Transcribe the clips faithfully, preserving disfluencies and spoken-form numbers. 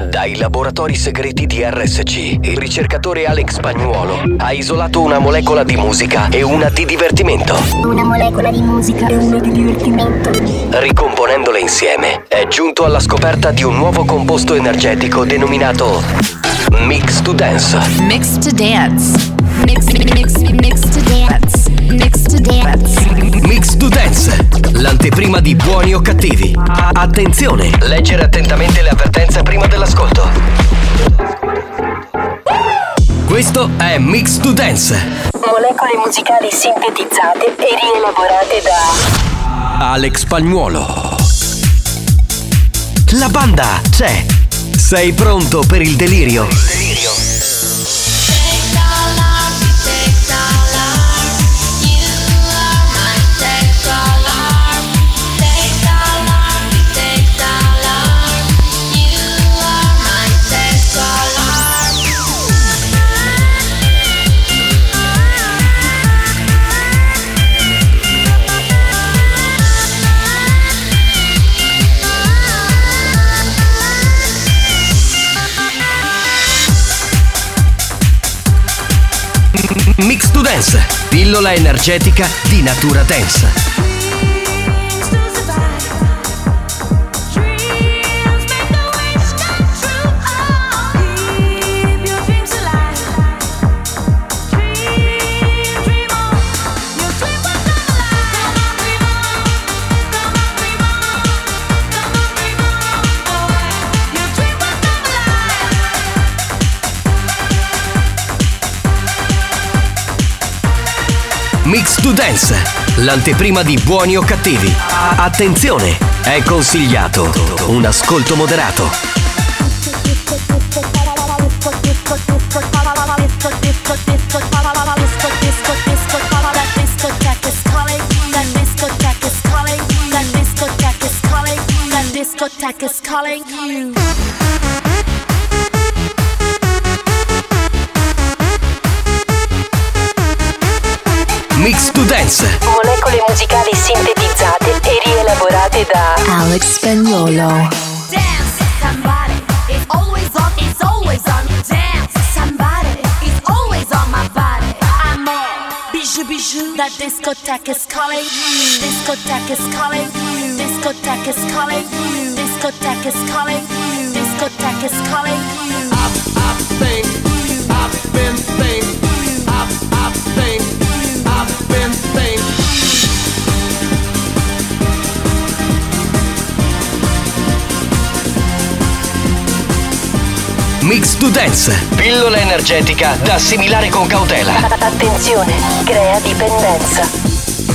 Dai laboratori segreti di R S C, il ricercatore Alex Spagnuolo ha isolato una molecola di musica e una di divertimento. Una molecola di musica e una di divertimento. Ricomponendole insieme, è giunto alla scoperta di un nuovo composto energetico denominato Mix to Dance. Mix to Dance. Mix, mix, mix to dance. Mix to dance. Mix to Dance, l'anteprima di Buoni o Cattivi. Attenzione, leggere attentamente le avvertenze prima dell'ascolto. Questo è Mix to Dance. Molecole musicali sintetizzate e rielaborate da Alex Spagnuolo. La banda c'è. Sei pronto per il delirio? Mix to Dance, pillola energetica di natura dance. Mix to Dance, l'anteprima di Buoni o Cattivi. Attenzione, è consigliato un ascolto moderato. Discotheque is calling you. Mix to Dance. Molecole musicali sintetizzate e rielaborate da Alex Spagnuolo. Dance, somebody is always on, is always on. Dance, somebody is always on my body. I'm on, bijou, bijou. That discotheque is calling you. Discotheque is calling you. Discotheque is calling you. Discotheque is calling you. Discotheque is calling you. Up, up, thing. Up, been, thing. Up, up, thing. Mix to Dance, pillola energetica da assimilare con cautela. Attenzione, crea dipendenza.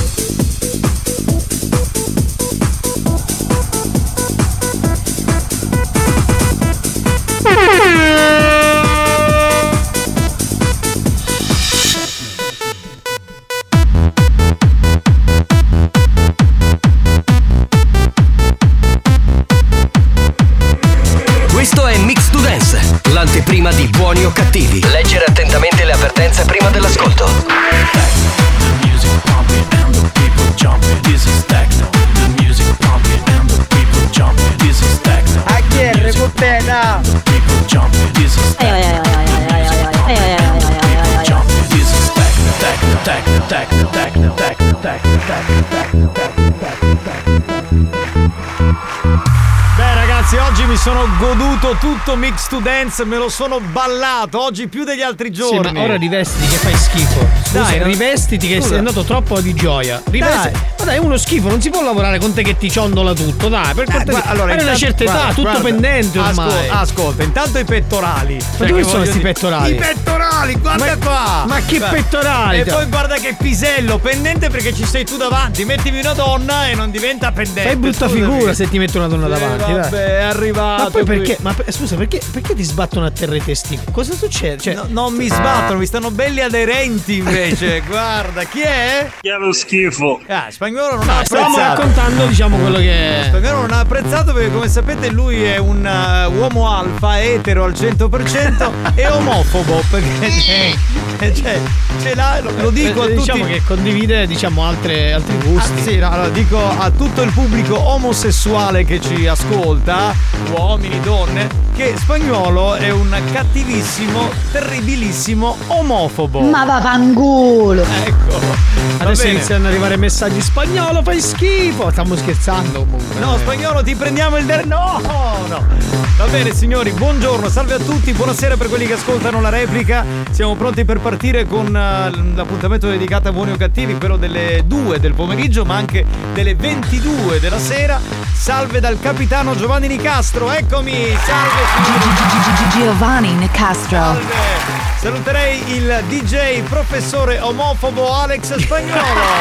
L'anteprima di Buoni o Cattivi. Leggere attentamente le avvertenze prima dell'ascolto. A chi è recupera? Beh ragazzi, oggi mi sono goduto tutto Mix to Dance, me lo sono ballato oggi più degli altri giorni. Sì, ma ora rivestiti che fai schifo. Scusa, dai, rivestiti che scusa. Sei andato troppo di gioia. Rivesti. Dai. Ma dai, è uno schifo, non si può lavorare con te che ti ciondola tutto, dai, per eh, guarda, allora, hai una certa età, guarda, tutto guarda, pendente ormai. Ascolta, ascolta, intanto i pettorali. Ma cioè, dove sono questi pettorali? I pettorali, guarda ma, qua. Ma che guarda. pettorali? E poi guarda che pisello, pendente perché ci sei tu davanti. Mettimi una donna e non diventa pendente. Fai brutta scusami. figura se ti metto una donna sì, davanti. Vabbè, dai. è arrivato. Ma poi qui. perché? Ma scusa, perché, perché ti sbattono a terra i testicoli? Cosa succede? Cioè, no, non mi sbattono, mi stanno belli aderenti invece. Guarda, chi è? Che è lo schifo. Ah, Spagnolo non no, ha apprezzato. Stiamo raccontando, diciamo, quello che è. Spagnolo non ha apprezzato perché, come sapete, lui è un uh, uomo alfa, etero al cento per cento e omofobo. Perché cioè, cioè, ce l'ha, lo, lo dico eh, a diciamo tutti. che condivide, diciamo, altre, altri gusti. Ah, sì, no, no, dico a tutto il pubblico omosessuale che ci ascolta uomini, donne, che Spagnuolo è un cattivissimo, terribilissimo omofobo. Ma va fanculo. Ecco. Adesso bene. iniziano ad arrivare messaggi: Spagnolo, fai schifo. Stiamo scherzando comunque. No, Spagnolo, ti prendiamo il der... No, no. Va bene, signori, buongiorno, salve a tutti, buonasera per quelli che ascoltano la replica. Siamo pronti per partire con uh, l'appuntamento dedicato a buoni o cattivi, quello delle due del pomeriggio, ma anche delle ventidue della sera. Salve dal capitano Giovanni Nicastro, eccomi, salve. Giovanni Nicastro. Salve. Saluterei il D J professore omofobo Alex Spagnolo.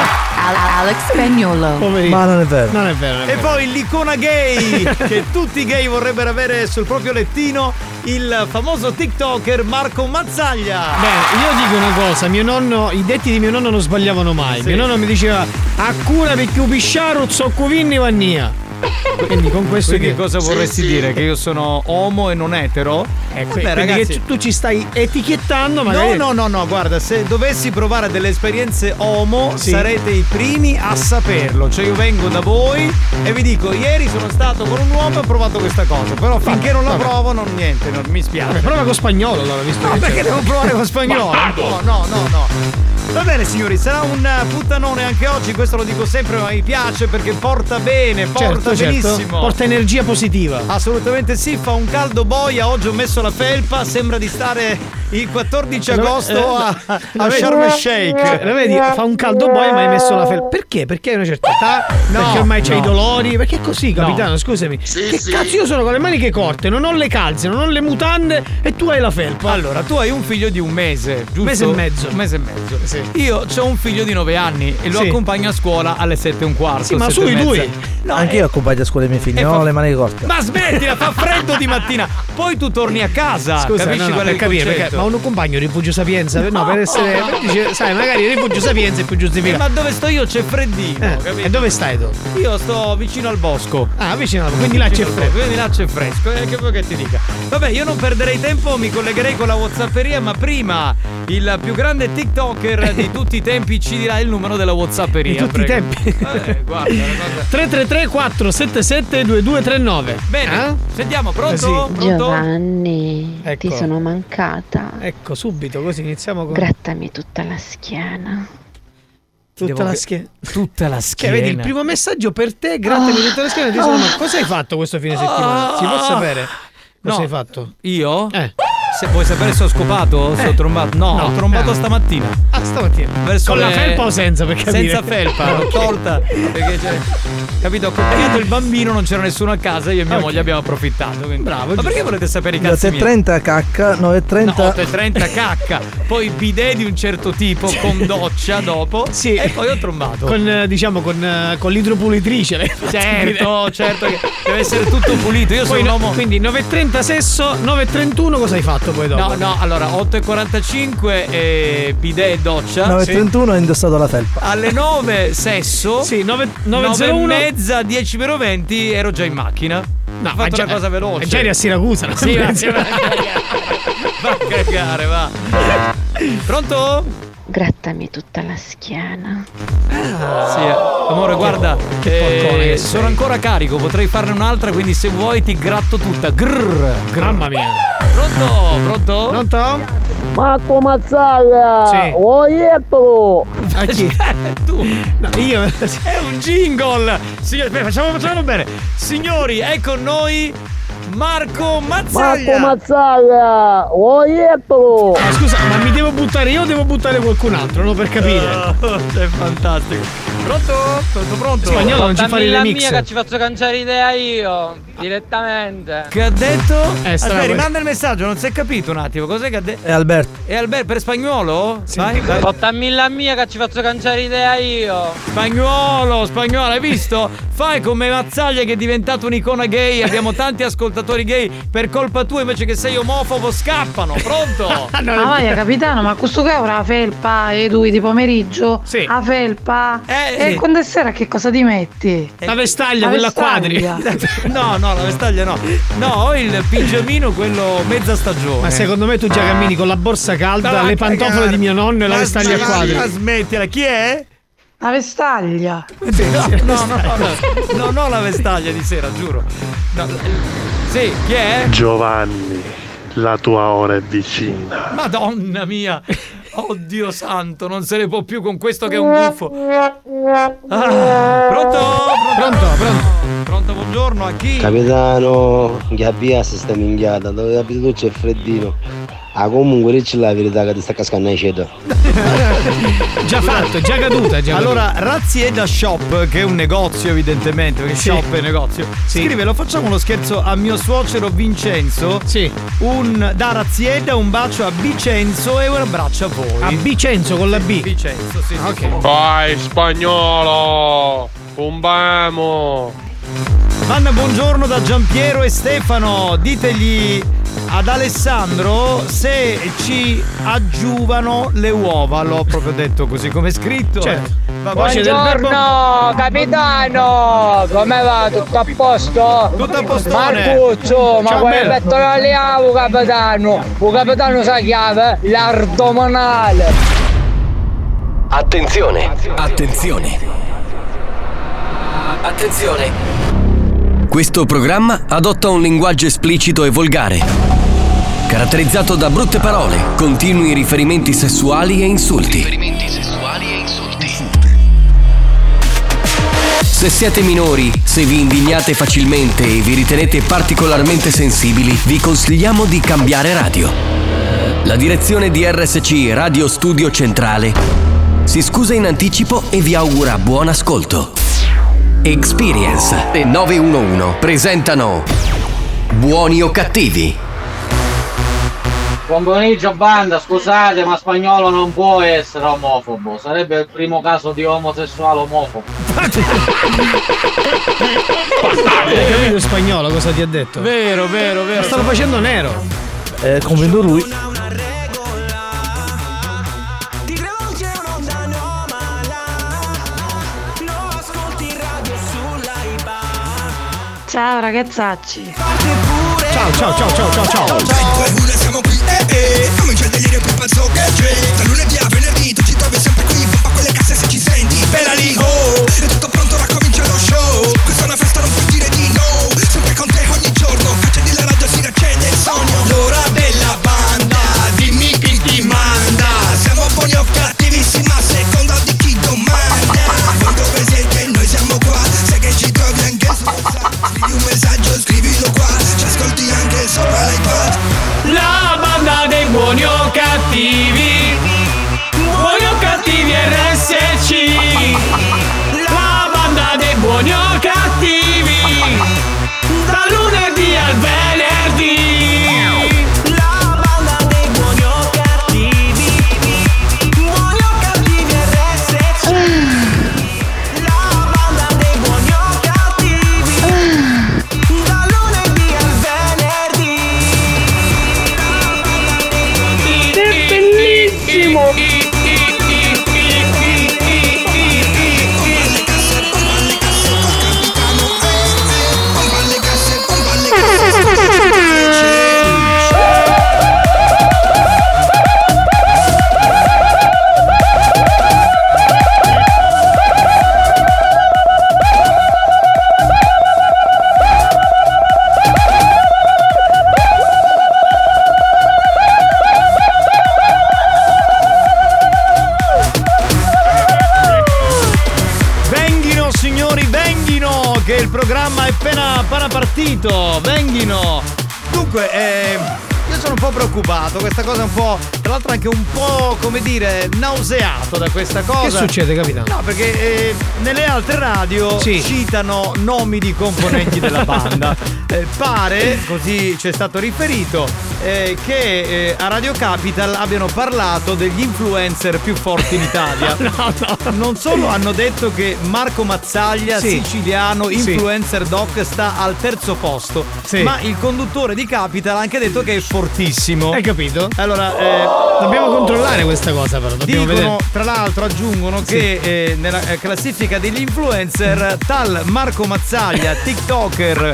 Alex Spagnolo. Poverino. Ma non è vero. Non è vero. Non è E vero. poi l'icona gay che tutti i gay vorrebbero avere sul proprio lettino, il famoso TikToker Marco Mazzaglia. Beh, io dico una cosa, mio nonno, i detti di mio nonno non sbagliavano mai. Sì. Mio nonno mi diceva: a cura perché un pisciaro zoccovinni vannia. Quindi con questo Quindi che cosa vorresti sì, sì. dire? Che io sono omo e non etero? Ecco, Vabbè, quindi ragazzi. che tu ci stai etichettando, magari. No, no, no, no, guarda, se dovessi provare delle esperienze omo, Sì. sarete i primi a saperlo. Cioè io vengo da voi e vi dico: ieri sono stato con un uomo e ho provato questa cosa. Però finché non la vabbè. provo, non niente, non mi spiace. Vabbè, prova con Spagnolo allora, visto No, che perché c'è. devo provare con Spagnolo? No, no, no, no. Va bene, signori, sarà un puttanone anche oggi, questo lo dico sempre, ma mi piace perché porta bene, porta Certo, certo. benissimo. Porta energia positiva. Assolutamente sì, fa un caldo boia, oggi ho messo la felpa, sembra di stare il quattordici agosto a, a Sharm el Sheikh. Lo vedi, fa un caldo boia ma hai messo la felpa. Perché? Perché hai una certa età? No, perché ormai c'hai no. i dolori? Perché è così, capitano, No. scusami. Che cazzo, io sono con le maniche corte, non ho le calze, non ho le mutande e tu hai la felpa. Allora, tu hai un figlio di un mese, giusto? Mese e mezzo. Un mese e mezzo. Sì. Io ho un figlio di nove anni e lo Sì. accompagno a scuola alle sette e un quarto. Sì, ma sette su e mezza. lui. No, Anche eh, io accompagno a scuola i miei figli, e non fa- ho le maniche corte. Ma smettila, fa freddo di mattina. Poi tu torni a casa. Scusa, capisci no, no, qual è per il capire, concetto? perché, ma un compagno rifugio Sapienza, no, per essere, per dice, sai, magari rifugio Sapienza è più Eh, giustificato. ma dove sto io c'è freddino, Eh, capito? e dove stai tu? Io sto vicino al bosco. Ah, vicino alla quindi là c'è Vicino al freddo. bosco, Quindi là c'è fresco, eh, che vuoi che ti dica? Vabbè, io non perderei tempo, mi collegherei con la WhatsApperia, ma prima il più grande TikToker di tutti i tempi ci dirà il numero della WhatsApperia. Di tutti i prego. tempi. Eh, guarda, una cosa. tre tre tre quattro sette sette due due tre nove. Bene, Eh? sentiamo, pronto? Eh sì. Pronto? Giovanni, Ecco. ti sono mancata. Ecco, subito, così iniziamo con Grattami tutta la schiena. tutta Devo la che- schiena. Tutta la Che schiena. vedi, il primo messaggio per te, grazie per tutta la schiena. Ti sono... Ma cosa hai fatto questo fine settimana? Si può sapere? Cosa No. hai fatto? Io? Eh. Se vuoi sapere se ho scopato? Se ho trombato? No, No. ho trombato Eh. stamattina. Ah, stamattina. Verso Con la le- felpa o senza? Per capire? Senza felpa, l'ho tolta. Perché c'è. Capito? Ho accompagnato il bambino, non c'era nessuno a casa, io e mia Ok. moglie abbiamo approfittato. quindi- Bravo, Ma giusto. perché volete sapere i cazzi otto e miei? trenta cacca, nove e No, trenta. otto e trenta cacca, poi bidet di un certo tipo con doccia dopo. Sì. E poi ho trombato. Con, eh, diciamo, con, eh, con l'idropulitrice. l'hai fatto Certo, certo che deve essere tutto pulito. Io sono Poi un no- uomo. Quindi nove e trenta sesso, nove e trentuno cosa hai fatto poi dopo? No, no, allora otto e quarantacinque e bidet e doccia. nove e Sì. trentuno ho indossato la felpa. Alle nove sesso. Sì, nove- nove e nove e mezza, dieci meno venti ero già in macchina. No, ho fatto già- una cosa veloce. eh, già eri a Siracusa, no? Sì, va, sì, va. Va a cagare, va. Pronto? Grattami tutta la schiena. Sì, amore, guarda, che porcone eh, che sono sei. ancora carico, potrei farne un'altra, quindi se vuoi ti gratto tutta. Grrr, grrr. Mamma mia. Pronto? Pronto? Pronto? Marco Mazzaglia, Sì. oietto! A chi? Tu. No, io. È un jingle. Signori, aspetta, facciamo, facciamolo bene. Signori, è con noi Marco Marco Mazzaglia. Mazzaglia, oietto! Ma scusa, ma mi devo buttare io o devo buttare qualcun altro? No, per capire. Oh, sei fantastico. Pronto? Pronto, pronto? Spagnolo non ci fa il la remix. mia che ci faccio canciare idea io direttamente. Che ha detto? Eh, strano. Aspetta, rimanda il messaggio, non si è capito un attimo. Cos'è che ha detto? E Alberto. E Alberto per spagnolo? Vai, vai. Ottamila la mia che ci faccio canciare idea io. Spagnolo, spagnolo, hai visto? Fai come Mazzaglia che è diventato un'icona gay. Abbiamo tanti ascoltatori gay. Per colpa tua, invece che sei omofobo, scappano. Pronto? Ah, no, Ah, vai, capitano, ma questo che ora la felpa e tu di pomeriggio? Sì. La felpa? Eh, e sì. quando è sera che cosa ti metti? La vestaglia, La quella a quadri. vestaglia. No, no, la vestaglia no. No, ho il pigiamino, quello mezza stagione. Ma secondo me tu già cammini con la borsa calda, Ma le va a pantofole cagare. di mio nonno e la Ma vestaglia a smettila, quadri. Ma smettila, chi è? La vestaglia. No, no, no, no, no, no, la vestaglia di sera, giuro. No, Sì, chi è? Giovanni, la tua ora è vicina. Madonna mia! Oddio santo, non se ne può più con questo che è un buffo. Ah, pronto? Pronto? Pronto? Pronto, buongiorno, a chi? Capitano, Gabbia si sta minchiata, dove abiti tu c'è freddino. Ah, comunque dici la verità che ti sta cascando ai cedo. Già fatto, già caduta, già allora, caduta. Razzieda Shop, che è un negozio evidentemente, perché Sì. shop è negozio, Sì. scrive: lo facciamo uno scherzo a mio suocero Vincenzo. Sì. Un, da Razzieda un bacio a Vincenzo e un abbraccio a voi. A Vincenzo con la B. Vincenzo, sì, sì, Ok. sì. Vai spagnolo, bombamo. Vanna, buongiorno da Giampiero e Stefano. Ditegli ad Alessandro se ci aggiuvano le uova. L'ho proprio detto così come è scritto. Certo. Va bene. Buongiorno capitano, come va? Tutto a posto? Tutto a postone. Marcuccio, ma Ciao, vuoi bello. mettere le avo capitano? Il capitano sa chiave? L'ardomanale. Attenzione, attenzione. Attenzione. Questo programma adotta un linguaggio esplicito e volgare, caratterizzato da brutte parole, continui riferimenti sessuali e insulti. Riferimenti sessuali e insulti. Se siete minori, se vi indignate facilmente e vi ritenete particolarmente sensibili, vi consigliamo di cambiare radio. La direzione di R S C Radio Studio Centrale si scusa in anticipo e vi augura buon ascolto. Experience e nove uno uno presentano Buoni o Cattivi. Buon pomeriggio banda, scusate ma spagnolo non può essere omofobo, sarebbe il primo caso di omosessuale omofobo. Hai capito spagnolo cosa ti ha detto? Vero, vero, vero. Lo stanno facendo nero. È convinto lui. Ciao ragazzacci. Ciao, ciao, ciao, ciao, ciao, ciao. Siamo qui, eh eh, amici al delirio più pazzo che c'è. Da lunedì a venerdì tu ci trovi sempre qui, pompa quelle casse se ci senti. Bella lì, oh, è tutto pronto, ora comincia lo show. Questa è una festa, non puoi dire di no. Sempre con te ogni giorno, accendi la radio, si riaccende il sogno. L'ora della banda, dimmi chi ti manda. Siamo buoni o cattivissimi a seconda di chi domanda. Voi dove siete, noi siamo qua. Sai che ci trovi anche su WhatsApp. Scrivi un messaggio, scrivilo qua. Ci ascolti anche sopra l'iPad. La banda dei buoni o cattivi. Buoni o cattivi R S C. La banda dei buoni o cattivi. Da lunedì al venerdì. La banda dei buoni o cattivi. Buoni o cattivi R S C. La banda dei buoni o cattivi. Da lunedì al venerdì. È bellissimo! Venghino signori, venghino, che il programma è appena, appena partito. Venghino. Dunque, eh, io sono un po' preoccupato, questa cosa è un po', tra l'altro anche un po', come dire, nauseato da questa cosa. Che succede, capitano? No, perché eh, nelle altre radio Sì. citano nomi di componenti della banda. Eh, pare, così ci è stato riferito, eh, che eh, a Radio Capital abbiano parlato degli influencer più forti in Italia. No, no. Non solo hanno detto che Marco Mazzaglia, Sì. siciliano, Sì. influencer doc, sta al terzo posto. Sì. Ma il conduttore di Capital ha anche detto che è fortissimo. Hai capito? Allora, eh, Dobbiamo controllare questa cosa però, dobbiamo dicono, vedere. tra l'altro aggiungono Sì. che eh, nella eh, classifica degli influencer tal Marco Mazzaglia, TikToker,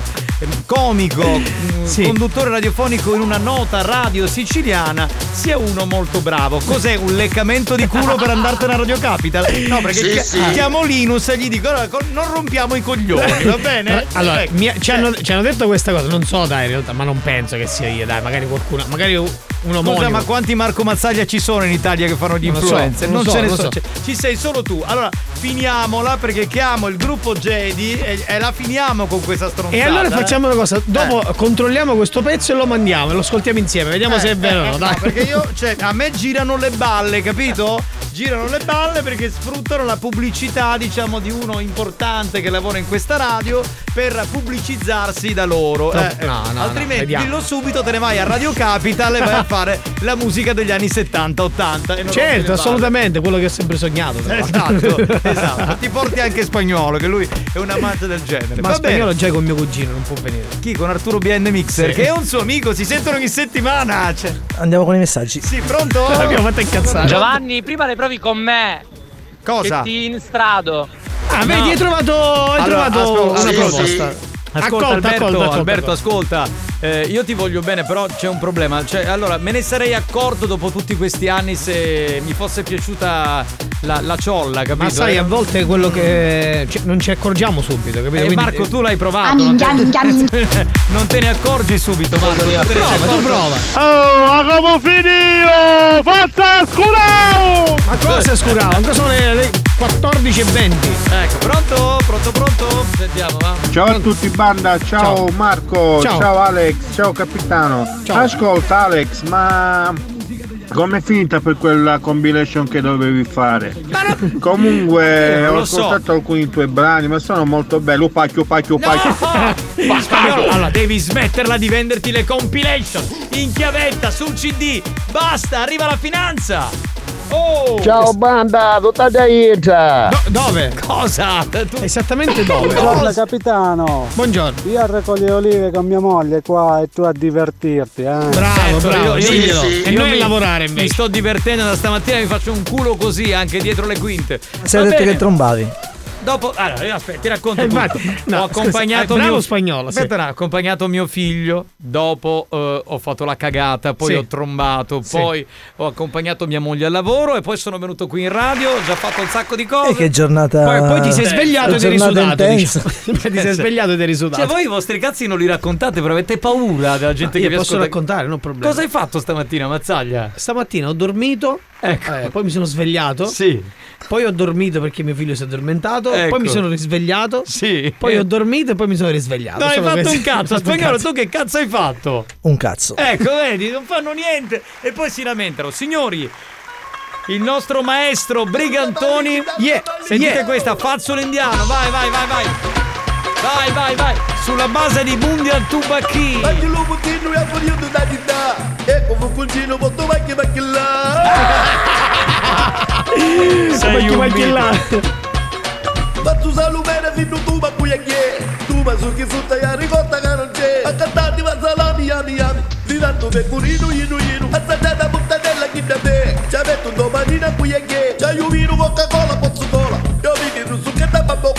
comico, Sì. conduttore radiofonico in una nota radio siciliana, sia uno molto bravo. Cos'è, un leccamento di culo per andartene a Radio Capital? No, perché Sì, chi- sì. chiamo Linus e gli dico allora, co- non rompiamo i coglioni, va bene? Allora, Ecco. mi- ci, hanno, ci hanno detto questa cosa, non so dai in realtà, ma non penso che sia io, dai, magari qualcuno, magari un Scusa, omonimo. ma quanti Marco Mazzaglia ci sono in Italia che fanno gli Non lo so, influencer? non Non, lo so, ce ne non so. lo so. Cioè, ci sei solo tu. Allora, finiamola perché chiamo il gruppo Jedi e, e la finiamo con questa stronzata. E allora facciamo una cosa, dopo Eh. controlliamo questo pezzo e lo mandiamo e lo ascoltiamo insieme, vediamo Eh, se è vero o eh, no, eh, dai. no, perché io, cioè, a me girano le balle, capito? Girano le balle perché sfruttano la pubblicità, diciamo, di uno importante che lavora in questa radio per pubblicizzarsi da loro. No, Eh, no, no, altrimenti, no, vediamo. dillo subito, te ne vai a Radio Capital e vai a fare la musica degli anni settanta ottanta. E non rompi le Certo, balle. assolutamente, quello che ho sempre sognato. tra l'altro. Esatto, esatto. Ti porti anche Spagnolo, che lui è un amante del genere. Ma Va spagnolo bene. già con mio cugino, non può venire. Chi? Con Arturo B N Mixer, Sì. che è un suo amico, si sentono ogni settimana. Cioè. Andiamo con i messaggi. Sì, pronto? Abbiamo fatto incazzare. Giovanni, prima le provi con me. Cosa? Che ti instrado. Ah, No. vedi, hai trovato, hai Allora, trovato ascolta, una sì, proposta. sì. Ascolta, Accolta, Alberto, accolta, accolta, Alberto, accolta. ascolta, eh, io ti voglio bene, però c'è un problema. Cioè, allora, me ne sarei accorto dopo tutti questi anni se mi fosse piaciuta la, la ciolla, capito? Ma sai, a volte è quello che cioè, non ci accorgiamo subito, capito? Eh, Quindi- Marco, tu l'hai provato. Amin, non, te... amin, amin. non te ne accorgi subito, Marco. non te ne sei Prova, tu accorto. prova. Oh, ma come finito? Forza scurao! Ma cosa scuravo? Ancora sono le, le quattordici e venti. Ecco, pronto? Pronto, pronto? Sentiamo, va. Ciao a tutti banda, ciao, Ciao. Marco, Ciao. ciao. Alex, ciao capitano. Ciao. Ascolta Alex, ma com'è finita per quella compilation che dovevi fare? Comunque non ho lo so. ascoltato alcuni tuoi brani, ma sono molto belli. Upacchio, upacchio, upacchio. Ma spagnolo, allora devi smetterla di venderti le compilation in chiavetta sul C D. Basta, arriva la finanza. Oh! Ciao banda, tutta dietro! Dove? Cosa? Tu... Esattamente dove? Buongiorno capitano. Buongiorno. Io a raccogliere olive con mia moglie qua e tu a divertirti, eh. Bravo, Certo, bravo, io- io- diglielo. io E noi mi- a lavorare invece. Mi sto divertendo da stamattina, mi faccio un culo così anche dietro le quinte. Si è Va detto bene. che trombavi. Dopo, allora, io aspetta, ti racconto Eh, tutto. infatti, no, Ho accompagnato scusa, eh, bravo mio... spagnolo, sì. Aspetta, no, ho accompagnato mio figlio. Dopo eh, ho fatto la cagata, poi Sì. ho trombato, Sì. poi ho accompagnato mia moglie al lavoro e poi sono venuto qui in radio. Ho già fatto un sacco di cose. E che giornata. Poi, poi ti sei svegliato che ed eri giornata sudato. intensa. Diciamo. Ti sei svegliato ed eri sudato. Cioè, voi i vostri cazzi non li raccontate, però avete paura della gente Io che vi posso ascolta. raccontare, non problema. Cosa hai fatto stamattina, Mazzaglia? Stamattina ho dormito, Ecco. eh, poi mi sono svegliato. Sì. Poi ho dormito perché mio figlio si è addormentato. Ecco. Poi mi sono risvegliato. Sì. Poi ho dormito e poi mi sono risvegliato. Non hai Solo fatto questo. un cazzo, Ho fatto un spagnolo, cazzo. tu che cazzo hai fatto? Un cazzo. Ecco, vedi, non fanno niente e poi si lamentano. Signori, il nostro maestro Brigantoni, yeah, sentite yeah. questa, fazzola indiano, vai, vai, vai, vai. Vai, vai, vai, sulla base di Bundian Tubacchi. Sei un mito. Ma tu sai l'umere fino tu ma qui è che tu ma su che frutta e ricotta che non c'è a cantare ma salami ami ami divento pecorino ino ino assaggiata mortadella chi da te ci metto domanina qui è che c'hai un vino coca cola pozzo cola io mi dico su che da babbo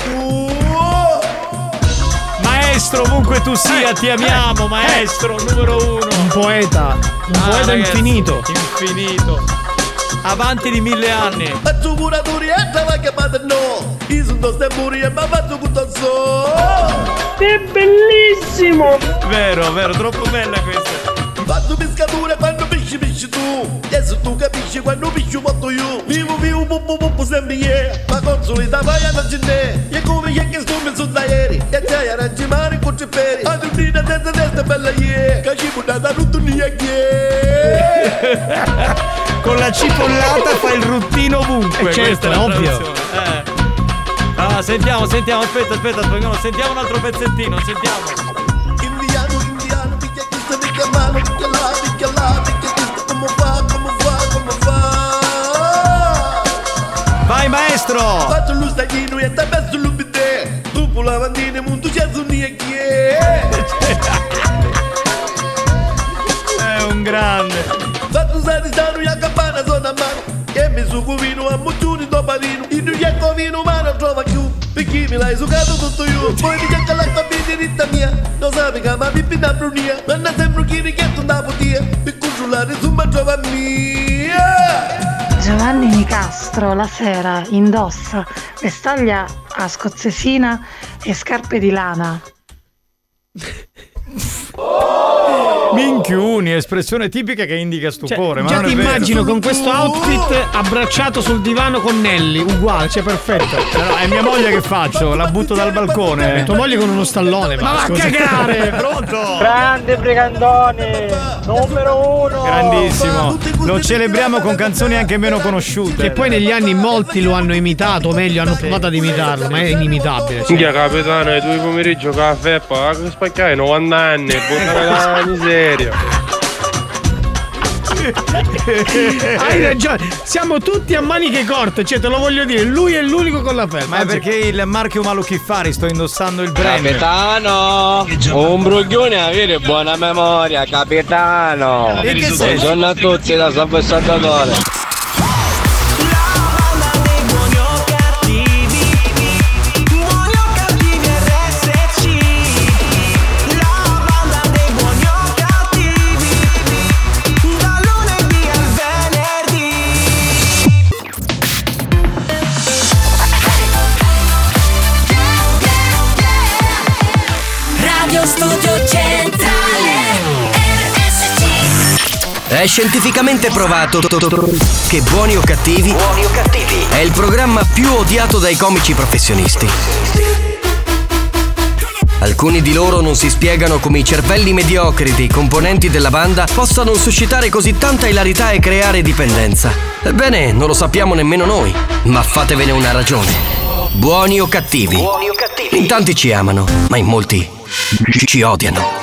Maestro, ovunque tu sia, ti amiamo, maestro numero uno. Un poeta, un Ah, poeta ragazzi, infinito. Infinito. Avanti di mille anni. ma tu pure tu rientra ma chiamate no io sono sto muri e ma faccio tutto so È bellissimo! Vero, vero, troppo bella questa. Quando pescature quando pisci pisci tu adesso tu capisci quando pisci molto io vivo vivo puppu puppu sempre yeah ma consolita vai a non ce n'è e come è che sto mi sono da ieri e c'hai arrangi mani con ci peri a dormire a testa testa bella yeah che ci può da tutto nia yeah Con la cipollata fa il ruttino ovunque. Eh, certo, questa è la ovvio. traduzione. Eh. Ah, sentiamo, sentiamo, aspetta, aspetta, spagnolo, sentiamo un altro pezzettino, sentiamo. indiano indiano picchia questa picchia mano picchia là picchia là picchia questa come fa come fa come fa Vai maestro! faccio lo staglino e te messo l'ubite dopo la lavandina mondo c'è su nia yeah È un grande. Fatto stare stanno a campana sono a mano che mi succo vino a mucciuni dopo vino in un iacco vino ma non trova più perché chi mi l'hai sugato tutto io. Poi mi cerca la tua diritta mia. Lo sapi che ma pippi da brunia. Non è sempre chi richiesto da potia. Per controllare su ma trova mia. Giovanni Nicastro la sera indossa vestaglia a scozzesina e scarpe di lana. Minchiuni, espressione tipica che indica stupore. Cioè, ma già non ti è vero. immagino con questo outfit abbracciato sul divano con Nelly, uguale, cioè perfetto. No, è mia moglie che faccio, la butto dal balcone. E tua moglie con uno stallone, ma va a cagare, pronto? Grande Brigandoni, numero uno. Grandissimo. Lo celebriamo con canzoni anche meno conosciute. Che poi negli anni molti lo hanno imitato, o meglio hanno provato ad imitarlo, ma è inimitabile. Minchia capitano, tu pomeriggio caffè, pa, che spacchiai novanta anni, buttare la miseria. Hai ragione, siamo tutti a maniche corte, cioè te lo voglio dire, lui è l'unico con la felpa. Ma è perché il marchio Maluchiffari, sto indossando il brand. Capitano, un bruglione avere buona memoria, capitano. E che sei? Buongiorno a tutti da Salvo e Salvatore. Studio Centrale R S C. È scientificamente provato che Buoni o Cattivi, Buoni o Cattivi è il programma più odiato dai comici professionisti. Alcuni di loro non si spiegano come i cervelli mediocri dei componenti della banda possano suscitare così tanta ilarità e creare dipendenza. Ebbene, non lo sappiamo nemmeno noi, ma fatevene una ragione. Buoni o Cattivi? Buoni o Cattivi? In tanti ci amano, ma in molti ci odiano.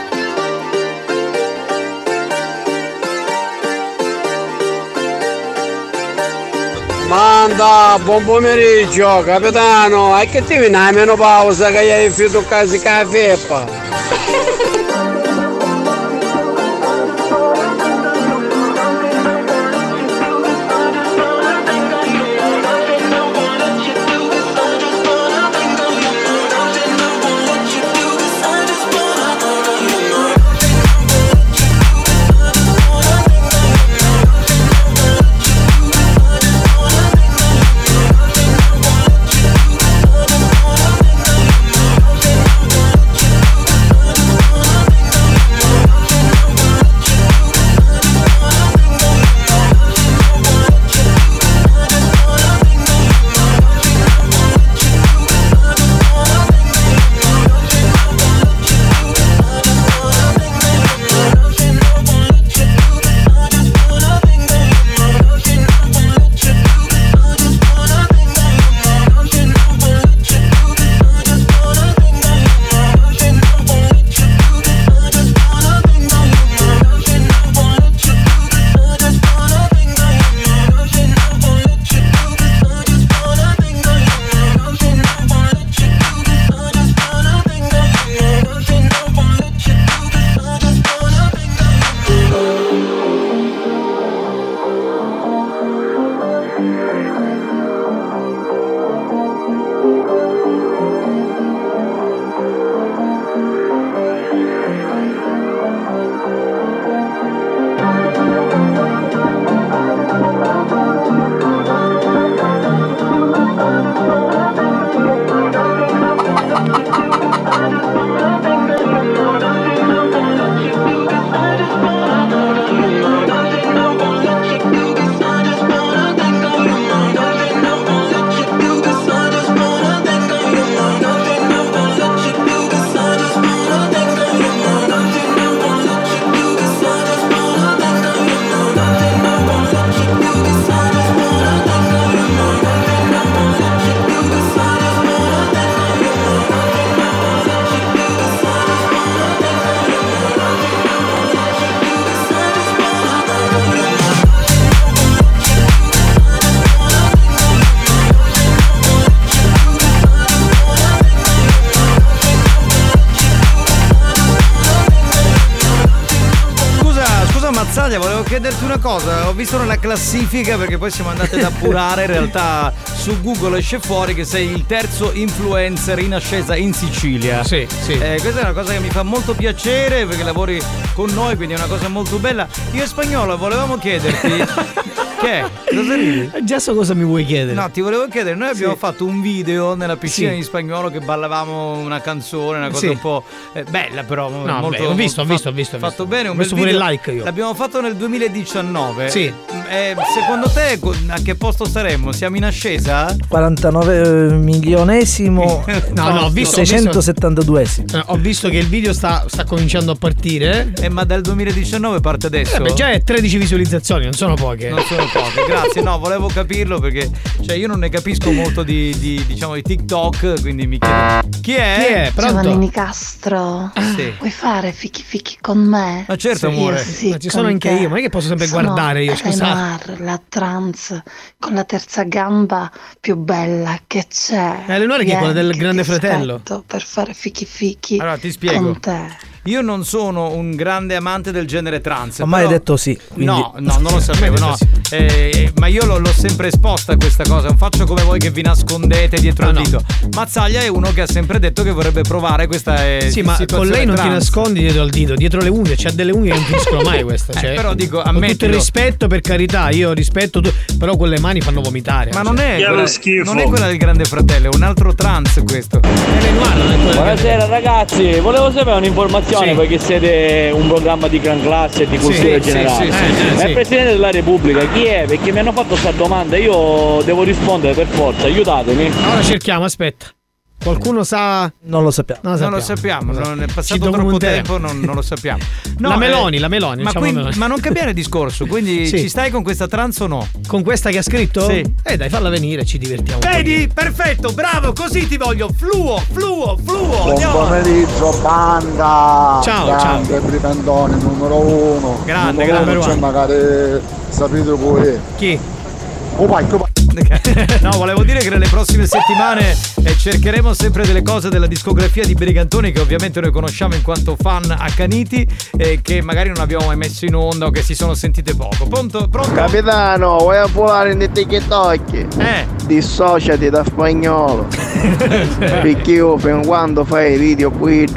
Manda, buon pomeriggio, capitano. E che ti viene a meno pausa che hai finito quasi caffè? Mazzaglia, volevo chiederti una cosa. Ho visto nella classifica, perché poi siamo andati ad appurare. In realtà su Google esce fuori che sei il terzo influencer in ascesa in Sicilia. Sì, sì. Eh, questa è una cosa che mi fa molto piacere, perché lavori con noi, quindi è una cosa molto bella. Io e Spagnolo volevamo chiederti che cosa ridi? Già so cosa mi vuoi chiedere. No, ti volevo chiedere, noi abbiamo Sì. fatto un video nella piscina Sì. di Spagnolo che ballavamo una canzone, una cosa Sì. un po' eh, bella, però No, molto, beh, ho visto, ho molto visto, ho visto, ho fatto visto. bene, un Ho bel messo pure video. il like io. L'abbiamo fatto nel duemiladiciannove. Sì. Eh, secondo te a che posto saremmo? Siamo in ascesa? quarantanove milionesimo. No, no, ho visto- seicentosettantaduesimo. Eh, Ho visto che il video sta, sta cominciando a partire. Eh, ma dal duemiladiciannove parte adesso? Eh, beh, già è tredici visualizzazioni, non sono poche. Non sono poche, grazie. No, volevo capirlo perché cioè io non ne capisco molto di, di diciamo di TikTok, quindi mi chiedo chi è? Chi è? Pronto? Giovanni Nicastro, Sì. vuoi fare fichi fichi con me? Ma certo, Sì, amore. io sì, Ma ci con sono anche te. io, ma non è che posso sempre Sono guardare io, scusate. Eleanor, la trans con la terza gamba più bella che c'è. Eleanor che è quella del Vieni, che Grande ti Fratello. aspetto per fare fichi fichi Allora ti spiego. con te. Io non sono un grande amante del genere trans. Ma mai però- detto sì. Quindi... No, no, non lo sapevo, no. Sì. Eh, ma io l'ho, l'ho sempre esposta a questa cosa. Non faccio come voi che vi nascondete dietro Ah, al no. dito. Mazzaglia è uno che ha sempre detto che vorrebbe provare questa eh, Sì, ma situazione con lei non ti trans. nascondi dietro al dito, dietro le unghie, c'ha delle unghie che non finiscono mai questa. Eh, Cioè, però dico, con tutto ammettilo. il rispetto, per carità, io rispetto tu, però quelle mani fanno vomitare. Ma cioè. non è, Che quella, lo schifo. non è quella del Grande Fratello, è un altro trans questo. Eleanor non è quella che- Buonasera ragazzi, volevo sapere un'informazione Sì. perché siete un programma di gran classe e di cultura sì, generale. sì, sì, sì, Ma sì. il Presidente della Repubblica chi è? Perché mi hanno fatto questa domanda e io devo rispondere per forza, aiutatemi. Ora cerchiamo, aspetta. Qualcuno sa? Non lo sappiamo. Non lo Non lo sappiamo. sappiamo, non è Ci passato troppo documenteremo. tempo, non, non lo sappiamo. No, La eh, Meloni, la Meloni, Ma, diciamo quindi- Meloni. ma non cambiare discorso, quindi Sì. ci stai con questa trans o no? Con questa che ha scritto? Sì. Eh dai, falla venire, ci divertiamo. un Vedi? Perfetto, bravo, così ti voglio. Fluo, fluo, fluo. Buon Andiamo avanti. pomeriggio banda. Ciao, grande Bripendone numero uno. Grande, numero grande, uno, cioè Ruan. magari sapete voi. pochino. Chi? Oh vai, oh vai. No, volevo dire che nelle prossime settimane eh, cercheremo sempre delle cose della discografia di Brigantoni che ovviamente noi conosciamo in quanto fan accaniti e che magari non abbiamo mai messo in onda o che si sono sentite poco. Pronto? Pronto? Capitano, vuoi appolare in TikTok? Eh. Dissociati da Spagnolo. Perché io fin quando fai video qui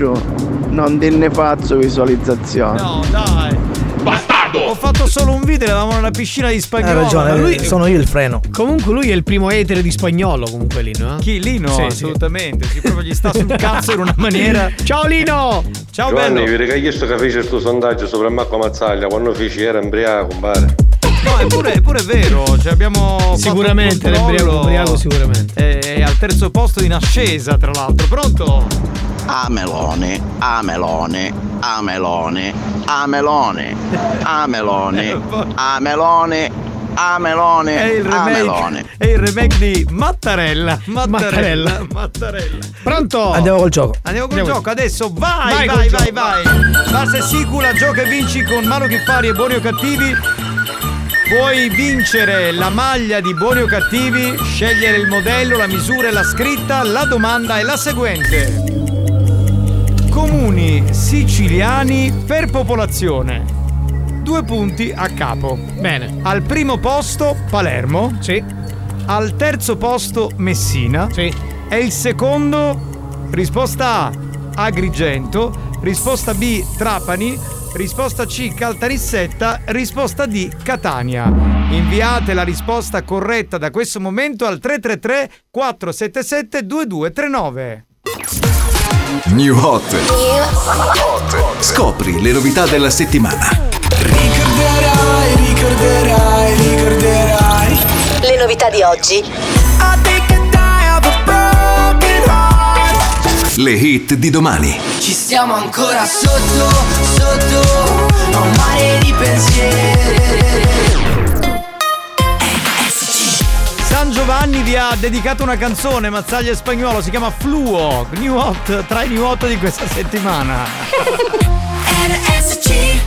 non te ne faccio visualizzazione. No, dai. Bastardo! Ho fatto solo un video, eravamo nella piscina di Hai Spagnolo. ragione, ma lui, sono io il freno. Comunque lui è il primo etere di Spagnolo, comunque Lino. Eh? Chi? Lino? Sì, assolutamente. Sì. Proprio gli sta sul cazzo in una maniera. Ciao Lino! Ciao Giovanni, bello. vi che hai chiesto che fece questo sondaggio sopra Marco Mazzaglia quando feci era embriaco, pare. No, è pure, è pure vero. Cioè abbiamo Sicuramente, fatto un controllo. l'embriaco ubriaco sicuramente. È al terzo posto in ascesa, tra l'altro. Pronto? A melone, a melone, a melone, a melone, a melone, a melone, a melone, È il a remake, melone. è il remake di Mattarella. Mattarella. Mattarella. Mattarella. Pronto? Andiamo col gioco. Andiamo col Andiamo. gioco, adesso vai, Vai vai, col vai, gioco. vai. Base sicula, gioca e vinci con Manu Chiffari e Buoni o Cattivi. Puoi vincere la maglia di Buoni o Cattivi, scegliere il modello, la misura e la scritta. La domanda è la seguente: comuni siciliani per popolazione. Due punti a capo. Bene. Al primo posto Palermo. Sì. Al terzo posto Messina. Sì. E il secondo, risposta A, Agrigento, risposta B, Trapani, risposta C, Caltanissetta, risposta D, Catania. Inviate la risposta corretta da questo momento al tre tre tre quattro sette sette due due tre nove. New Hot. Scopri le novità della settimana. Ricorderai, ricorderai, ricorderai. Le novità di oggi. I think that I have a broken heart. Le hit di domani. Ci stiamo ancora sotto, sotto a un mare di pensieri. San Giovanni vi ha dedicato una canzone, Mazzaglia e Spagnuolo, si chiama Fluo, New Hot, tra i New Hot di questa settimana. R S C.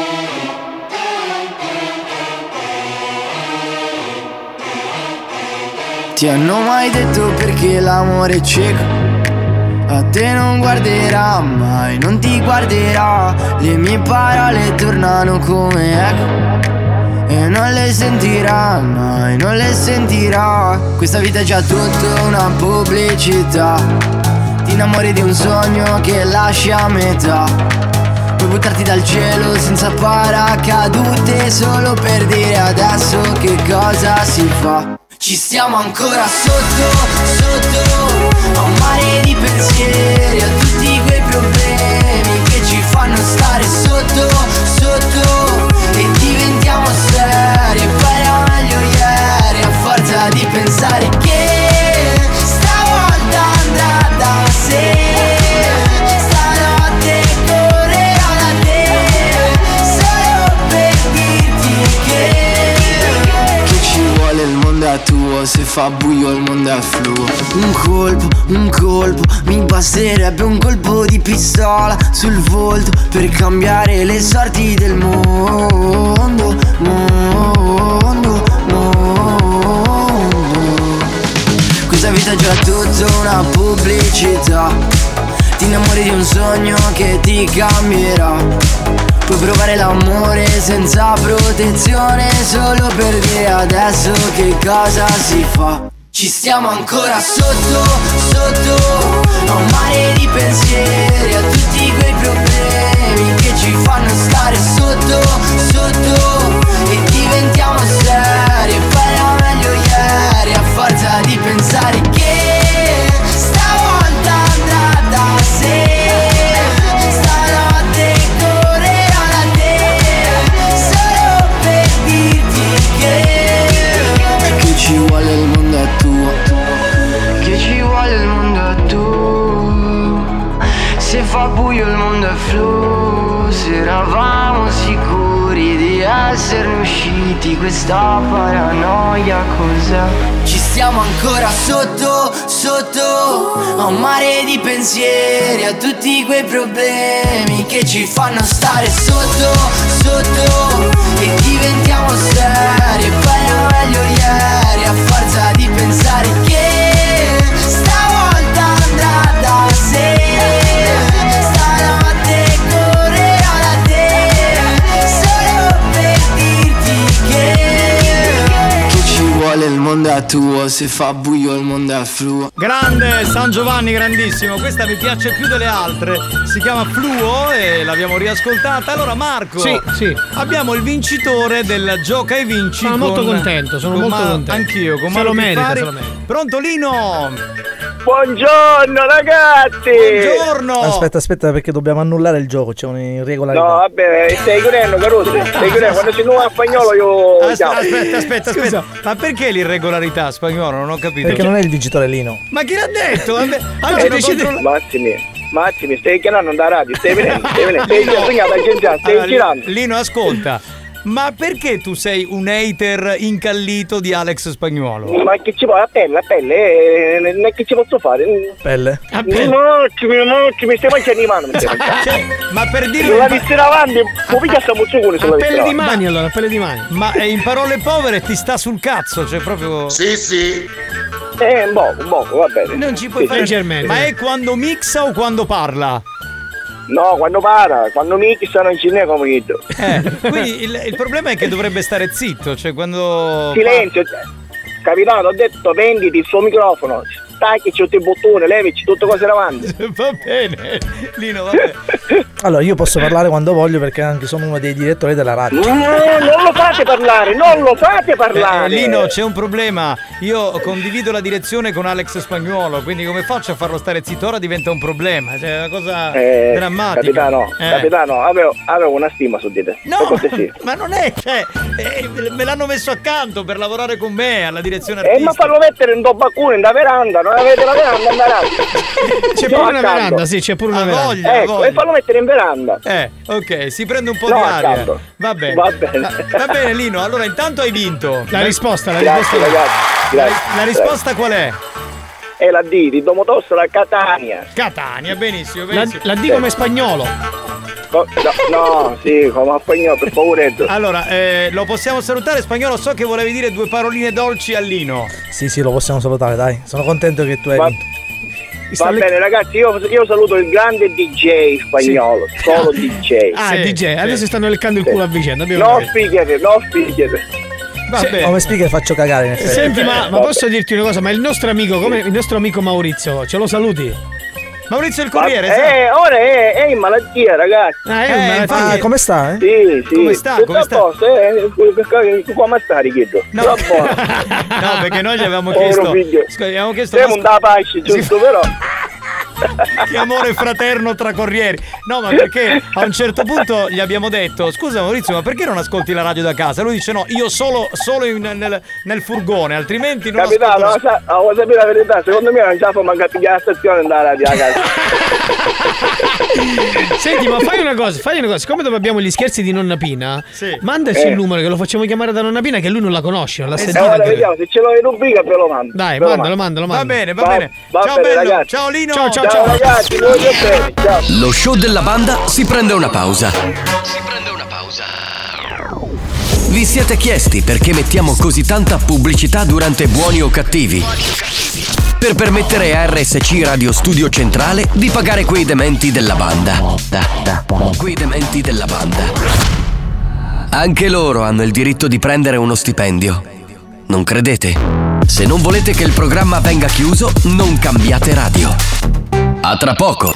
Ti hanno mai detto perché l'amore è cieco? A te non guarderà mai, non ti guarderà. Le mie mie parole tornano come eco e non le sentirà, mai, non le sentirà. Questa vita è già tutta una pubblicità. Ti innamori di un sogno che lasci a metà. Puoi buttarti dal cielo senza paracadute solo per dire adesso che cosa si fa. Ci stiamo ancora sotto, sotto a un mare di pensieri, a tutti quei problemi che ci fanno stare sotto, sotto e diventiamo seri. E poi era meglio ieri a forza di pensare che stavolta andrà da sé. Stanotte correrò da te solo per dirti che Che ci vuole, il mondo è tuo, se fa buio il mondo è fluo. Un colpo, un colpo, mi basterebbe un colpo di pistola sul volto per cambiare le sorti del mondo, mondo, mondo. Questa vita è già tutta una pubblicità. Ti innamori di un sogno che ti cambierà. Puoi provare l'amore senza protezione solo per dire adesso che cosa si fa. Ci stiamo ancora sotto, sotto a un mare di pensieri, a tutti quei problemi che ci fanno stare sotto, sotto e diventiamo seri. E poi era meglio ieri a forza di pensare che stavolta andrà da sé. Stanotte correrò da te solo per dirti che Che ci vuole, il mondo è tuo, che ci vuole, il mondo è tuo. Se fa buio il mondo è flu. Se eravamo sicuri di esserne usciti, questa paranoia cos'è? Ci stiamo ancora sotto, sotto a un mare di pensieri, a tutti quei problemi che ci fanno stare sotto, sotto e diventiamo seri. E poi era meglio ieri a forza di pensare che stavolta andrà da sé. Stanotte correrò da te solo per dirti che Che ci vuole, il mondo è tuo, se fa buio il mondo è fluo. Grande San Giovanni, grandissimo. Questa mi piace più delle altre. Si chiama Fluo e l'abbiamo riascoltata. Allora Marco, Sì, sì. abbiamo il vincitore del Gioca e Vinci. Sono con- molto contento, sono con molto Ma- contento. Anch'io, con Se Mauro lo merita, Piffari. se lo merita. Pronto Lino? Buongiorno ragazzi! Buongiorno! Aspetta, aspetta, perché dobbiamo annullare il gioco, c'è un'irregolarità. No, vabbè, stai chiudendo, Caruso. Stai chiudendo, quando si nuova a spagnolo io Aspe- chiamo. aspetta, aspetta, aspetta. Ma perché l'irregolarità spagnolo? Non ho capito. Perché non è il vincitore Lino. Ma chi l'ha detto? Vabbè, Eh, oggi non decidi- controlla- Massimi, Massimi, stai chiamando da radio, stai venendo, stai venendo, stai Lino- stai agenzia, stai Allora, girando. Lino, ascolta. Ma perché tu sei un hater incallito di Alex Spagnuolo? Ma che ci vuole? La pelle, la pelle, eh, non è che ci posso fare. Pelle? Moccimi, moccimi, stai mangiando di mano. mi stai mangiando. Cioè, ma per dire Sulla vistera avanti, poi piglia sta mozzicone sulla A pelle vistera di avanti. mani allora, a pelle di mani. Ma eh, in parole povere ti sta sul cazzo, cioè proprio. Sì, sì. Eh, un poco, un poco, va bene. Non ci puoi Sì, fare. sì. Ma è quando mixa o quando parla? No, quando para, quando mi stanno in cinese come io. Eh, quindi il, il problema è che dovrebbe stare zitto, cioè quando. Silenzio, capitano, ho detto venditi il suo microfono, stacchici tutti i bottoni, levici tutte cose davanti. Va bene, Lino, vabbè. Allora, io posso parlare quando voglio perché anche sono uno dei direttori della radio. No, non lo fate parlare, non lo fate parlare. Eh, Lino, c'è un problema. Io condivido la direzione con Alex Spagnuolo, quindi come faccio a farlo stare zitto? Ora diventa un problema, cioè è una cosa Eh, drammatica. Capitano, Eh. capitano, avevo, avevo una stima su di te. No, Per cortesia. ma non è, cioè, eh, me l'hanno messo accanto per lavorare con me alla direzione Eh, artistica. ma fallo mettere in dobaccune, in da veranda, non avete la veranda, andare. C'è pure una veranda, sì, c'è pure una Ha veranda. voglia, ha Ecco, voglia. e fallo mettere in veranda. Eh, ok, si prende un po' No, di aria. accanto. Va bene. Va bene. Va, va bene, Lino. Allora, intanto hai vinto. La risposta, la Grazie, risposta. ragazzi, La, grazie. la risposta qual è? È la D di Domodossola la Catania. Catania, benissimo, La, benissimo. la D come spagnolo. No, no, no, sì, come a spagnolo, per favore. Allora, eh, lo possiamo salutare, Spagnolo? So che volevi dire due paroline dolci a Lino. Sì, sì, lo possiamo salutare, dai. Sono contento che tu hai Ma- vinto. Va bene ragazzi, io, io saluto il grande D J spagnolo, sì. Solo D J. Ah, sì, D J, sì. Adesso stanno leccando il culo a vicenda. No speaker, no speaker. Va bene. Come speaker faccio cagare in effetti. Senti, ma, ma posso dirti una cosa? Ma il nostro amico, come il nostro amico Maurizio, ce lo saluti? Maurizio il Corriere, ma, eh, ora è, è in malattia, ragazzi. Ah, è in eh, malattia. Ah, come sta? Eh? Sì, sì. Come sta? Come sta? Posto, eh? Come sta, richiedo? No. No, perché noi gli avevamo chiesto. Scusa, gli avevamo chiesto. Siamo un da pace, giusto, sì. Però. Che amore fraterno tra corrieri. No, ma perché a un certo punto gli abbiamo detto: scusa Maurizio, ma perché non ascolti la radio da casa? Lui dice: no, io solo, solo in, nel, nel furgone, altrimenti non Capitano, ascolto. Capitano, vuoi sapere la verità? Secondo me non ci ha fatto mancare la stazione andare alla radio a casa. Senti, ma fai una cosa, fai una cosa, siccome dove abbiamo gli scherzi di nonna Pina, sì. Mandaci eh. il numero che lo facciamo chiamare da nonna Pina, che lui non la conosce, non l'ha eh, sentita. Ora vediamo, se ce l'ho in rubrica ve lo mando. Dai, ve mandalo, mandalo, mandalo. Va bene, va, va bene. Va ciao bene, bello, ragazzi. ciao Lino. Ciao, ciao, ciao. ciao. Ragazzi, voglio bene, ciao. Lo show della banda si prende una pausa. Si prende una pausa. Vi siete chiesti perché mettiamo così tanta pubblicità durante Buoni o Cattivi? Per permettere a R S C Radio Studio Centrale di pagare quei dementi della banda. Da, da, quei dementi della banda. Anche loro hanno il diritto di prendere uno stipendio. Non credete? Se non volete che il programma venga chiuso, non cambiate radio. A tra poco.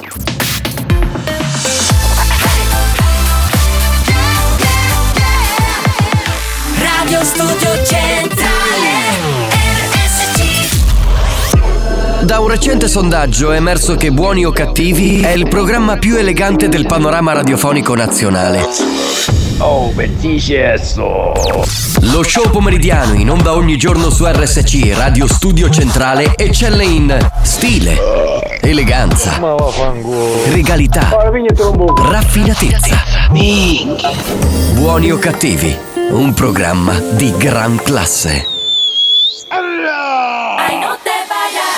Radio Studio Centrale R S C. Da un recente sondaggio è emerso che Buoni o Cattivi è il programma più elegante del panorama radiofonico nazionale. Oh, betticesso! Lo show pomeridiano in onda ogni giorno su R S C Radio Studio Centrale eccelle in stile, eleganza, regalità, raffinatezza. Buoni o Cattivi, un programma di gran classe. Ay, no te vayas.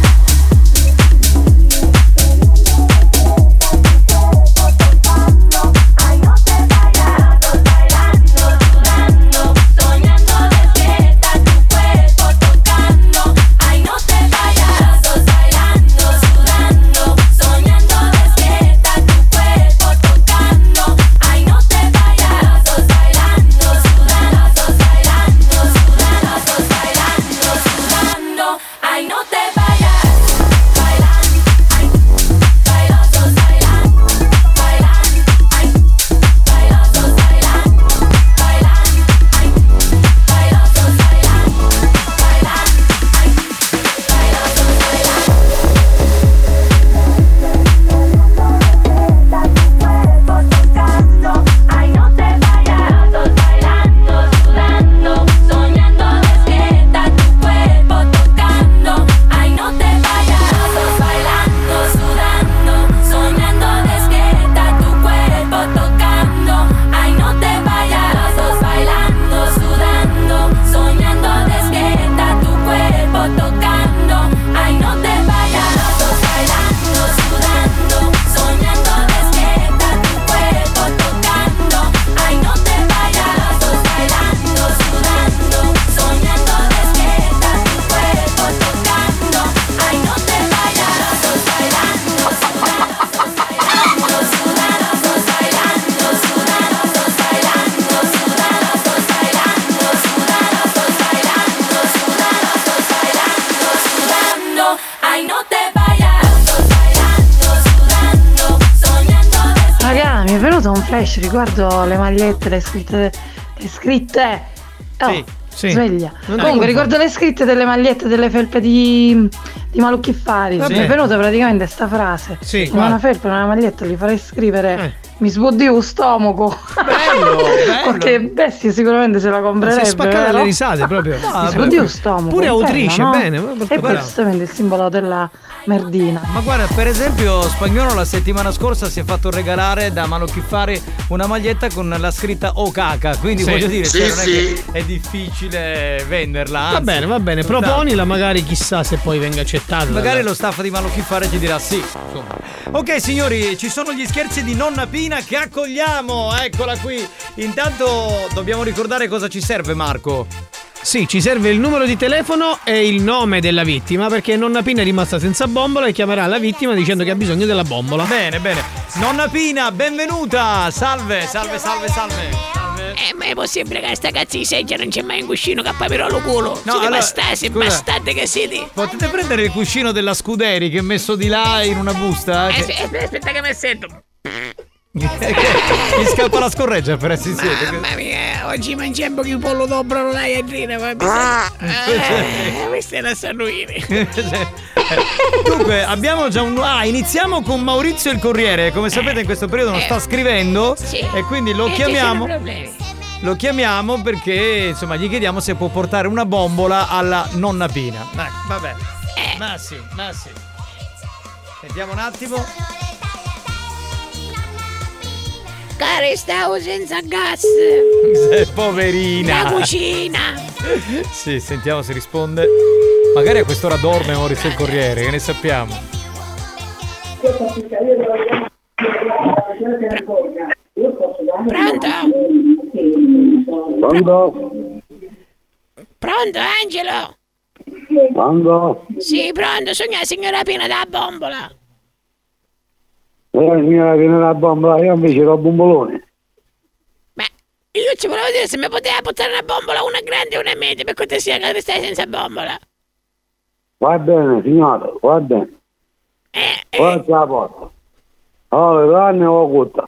flash riguardo le magliette, le scritte. Le scritte. Oh, sì, sì. Sveglia. Non Comunque ricordo le scritte delle magliette delle felpe di, di Malucchiffari. Vabbè. Mi è venuta praticamente sta frase. Sì, in una felpa, in una maglietta gli farei scrivere Eh. mi sbuddi un stomaco. Bello, bello. Perché bestia sicuramente se la Si comprerebbe. è spaccata vero? le risate proprio. Mi sbuddi un stomaco. Pure bello, autrice, no? bene. E poi giustamente il simbolo della merdina. Ma guarda, per esempio Spagnolo la settimana scorsa si è fatto regalare da Malucchiffari una maglietta con la scritta O caca, quindi Sì. voglio dire, Sì, cioè, non è sì. che è difficile venderla. Va anzi. bene, va bene, proponila, magari chissà se poi venga accettata. Magari lo staff di Malucchiffari ci dirà sì. Insomma. Ok signori, ci sono gli scherzi di nonna Pina che accogliamo, eccola qui. Intanto dobbiamo ricordare cosa ci serve, Marco. Sì, ci serve il numero di telefono e il nome della vittima, perché nonna Pina è rimasta senza bombola e chiamerà la vittima dicendo che ha bisogno della bombola. Bene, bene. Nonna Pina, benvenuta. Salve, salve, salve, salve. Eh, ma è possibile che sta cazzo di sedia non c'è mai un cuscino che papiro lo culo? No, Siete allora, bastardi, scusa. bastardi che siete. Potete prendere il cuscino della Scuderi che è messo di là in una busta? Eh, Che... sì, aspetta, aspetta che mi sento. Mi scappa la scorreggia per essere siete. Mamma mia, oggi mangiamo che pollo dopo non hai a dire, ma mi sa... Eh, questa è una sanguine. Dunque, abbiamo già un... Ah, iniziamo con Maurizio il Corriere. Come sapete in questo periodo non sta scrivendo. Sì. E quindi lo Eh, ci chiamiamo. sono problemi. Lo chiamiamo perché, insomma, gli chiediamo se può portare una bombola alla nonna Pina. Ecco, vabbè. Ma sì, ma sì. Sentiamo un attimo. Cari, stavo senza gas. Poverina. La cucina. Sì, sentiamo se risponde. Magari a quest'ora dorme Maurizio il Corriere, che ne sappiamo. Pronto? Pronto? Pronto, Angelo? Pronto? Sì, pronto, sono la signora Pina da bombola. Eh, signora, viene la bombola, io invece ho bombolone. Io ci volevo dire se mi poteva portare una bombola, una grande e una media, per cortesia, che stai senza bombola. Va bene, signora, va bene. Eh, Poi la porta. Allora, ranne o cutta.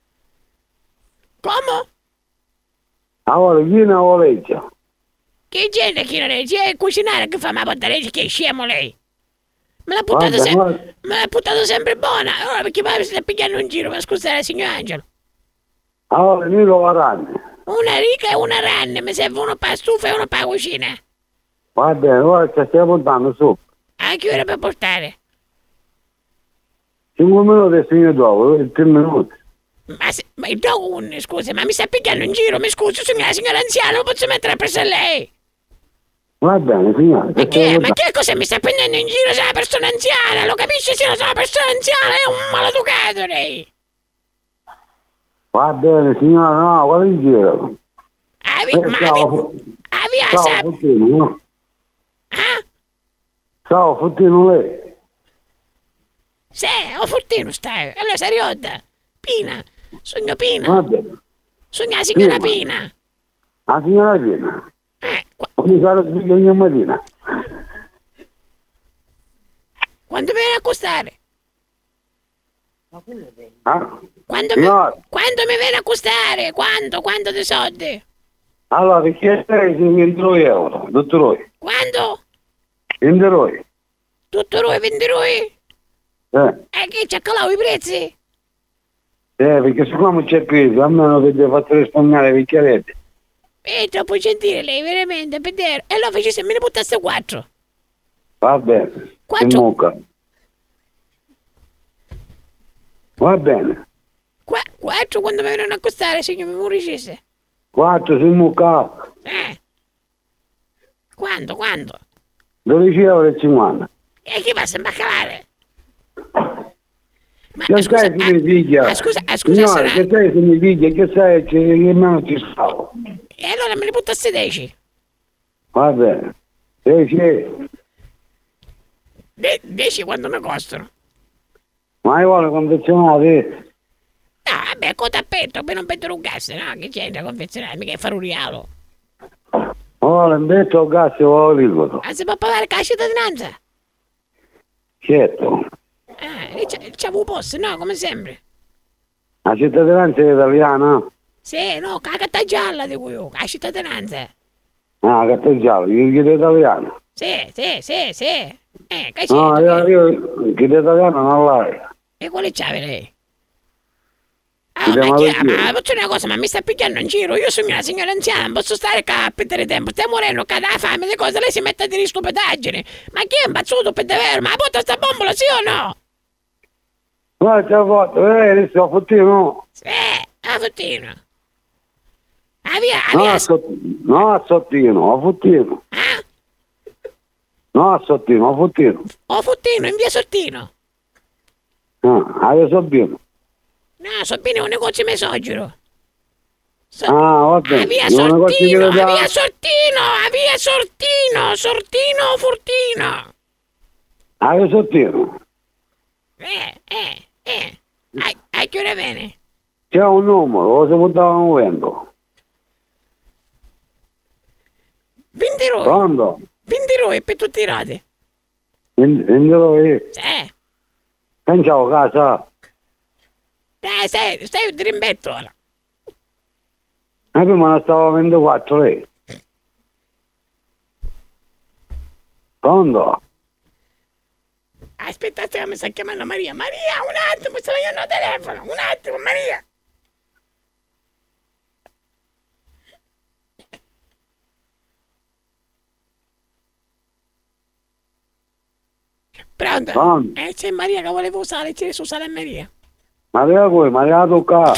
Come? Allora, chi ne vuole legge? Che gente chi non è? C'è il cucinare che fa ma portare che è scemo lei. Me l'ha buttato Vabbè, sempre. guarda. Me l'ha buttato sempre buona. Allora perché poi mi sta pigliando in giro per scusare, signor Angelo. Allora, io lo ranne. Una rica e una ranne, mi serve uno per la stufa e uno per la cucina. Va bene, ora ci stiamo portando su. A che ora per portare? cinque minuti e segno dopo, tre minuti. Ma, se, ma il dopo, scusa, ma mi sta pigliando in giro, mi scusi, sono la signora anziana, non posso mettere presso a lei. Va bene, signore. Ma che, ma che cosa mi sta prendendo in giro? Sei una persona anziana, lo capisci? Se non sono una persona anziana, è un maleducato lei. Va bene, signora, no, guarda in giro. Ah, vi, Eh, ma ciao. vi, ah, vi, Ciao, sa- Fottino, no? Ah? Ciao, Fottino, lei. Sì, ho fortino stai. Allora sei riotta. Pina, sogno Pina. Va bene. Sogno la signora Pina. Pina. La signora Pina. Eh, qua- Mi sarà sveglio ogni mattina. quando mi viene a costare? Ah? Quando mi, Signora, quando mi viene a costare? Quando? Quando ti soldi? allora, perché sei venti euro, tutto lui. Quando? venti euro. Tutto lui, venti lui? Eh, E che c'ha calato i prezzi? eh, perché siccome c'è peso, almeno che devo far risparmiare i bicchieretti. È troppo gentile lei, veramente, per dire. E allora facessi me ne buttasse quattro. Va bene. Quattro? Si mucca. Va bene. Qua, quattro quando mi vengono a costare, signor Mauricese? quattro si mucca. Eh? Quando, quando? dodici euro e cinquanta. E chi va sempre a calare? Ma Che scusa, sai se mi figlia? ah, scusa, ah, scusa, Signore, sarà- che sai se mi figlia? Che sai che che meno ci stavo? e allora me ne buttasse dieci. Va bene. dieci. De- dieci quando mi costano? Ma io vuole confezionare? Ah, vabbè, con tappetto, per non perdere un gas, no? Che c'entra confezionare, mica è fare un rialo. Vuole un detto gas e vuole liquido. Ah, si può pagare con la cittadinanza? Certo. Ah, e c'è, c'è un posto, no? Come sempre. La cittadinanza è italiana? Sì, no, con la carta gialla di cui io, con la cittadinanza. Ah, carta gialla, io chiedo italiano. Sì, sì, sì, sì. Eh, che No, c'entra? io, io chiedo italiano non l'hai. E quale c'ave lei? Ah, Chiediamo ma, chi, alla ma faccio una cosa, ma mi sta pigliando in giro, io sono una signora anziana, non posso stare qua a perdere tempo, stiamo morendo qua da fame, le cose, lei si mette a dire stupidaggini. Ma chi è imbazzuto per davvero? Ma porta sta bombola, sì o no? Ma c'è fatto, eh, adesso ho fottino. Sì, a fottino. Ah, via, ah, No, via. a sottino, no, a sottino, a fottino. Ah? No, a sottino, a fottino. O fottino, in via Sottino. Ah, adesso sono pieno. No, Sottino è un negozio mesogero. Ah, vabbè. A via Una cosa che Sortino, da- a via Sortino, a via Sortino, Sortino Fortino. Ah, che sottino. Eh, eh, eh. A, a che ora viene? C'è un numero, cosa portava muovendo? Venderò. Pronto? Venderò e per tutti i rati. Venderò io. Sì. Ciao casa. Dai, stai, stai un drimbetto ora. Ma prima ne stavo ventiquattro lei. Pronto? Aspettate che mi sta chiamando Maria. Maria, un attimo, sto venendo al telefono. Un attimo, Maria. Pronto? Pronto? Eh, c'è Maria che volevo usare, c'è su Sale Maria. Maria qui, Maria tocca.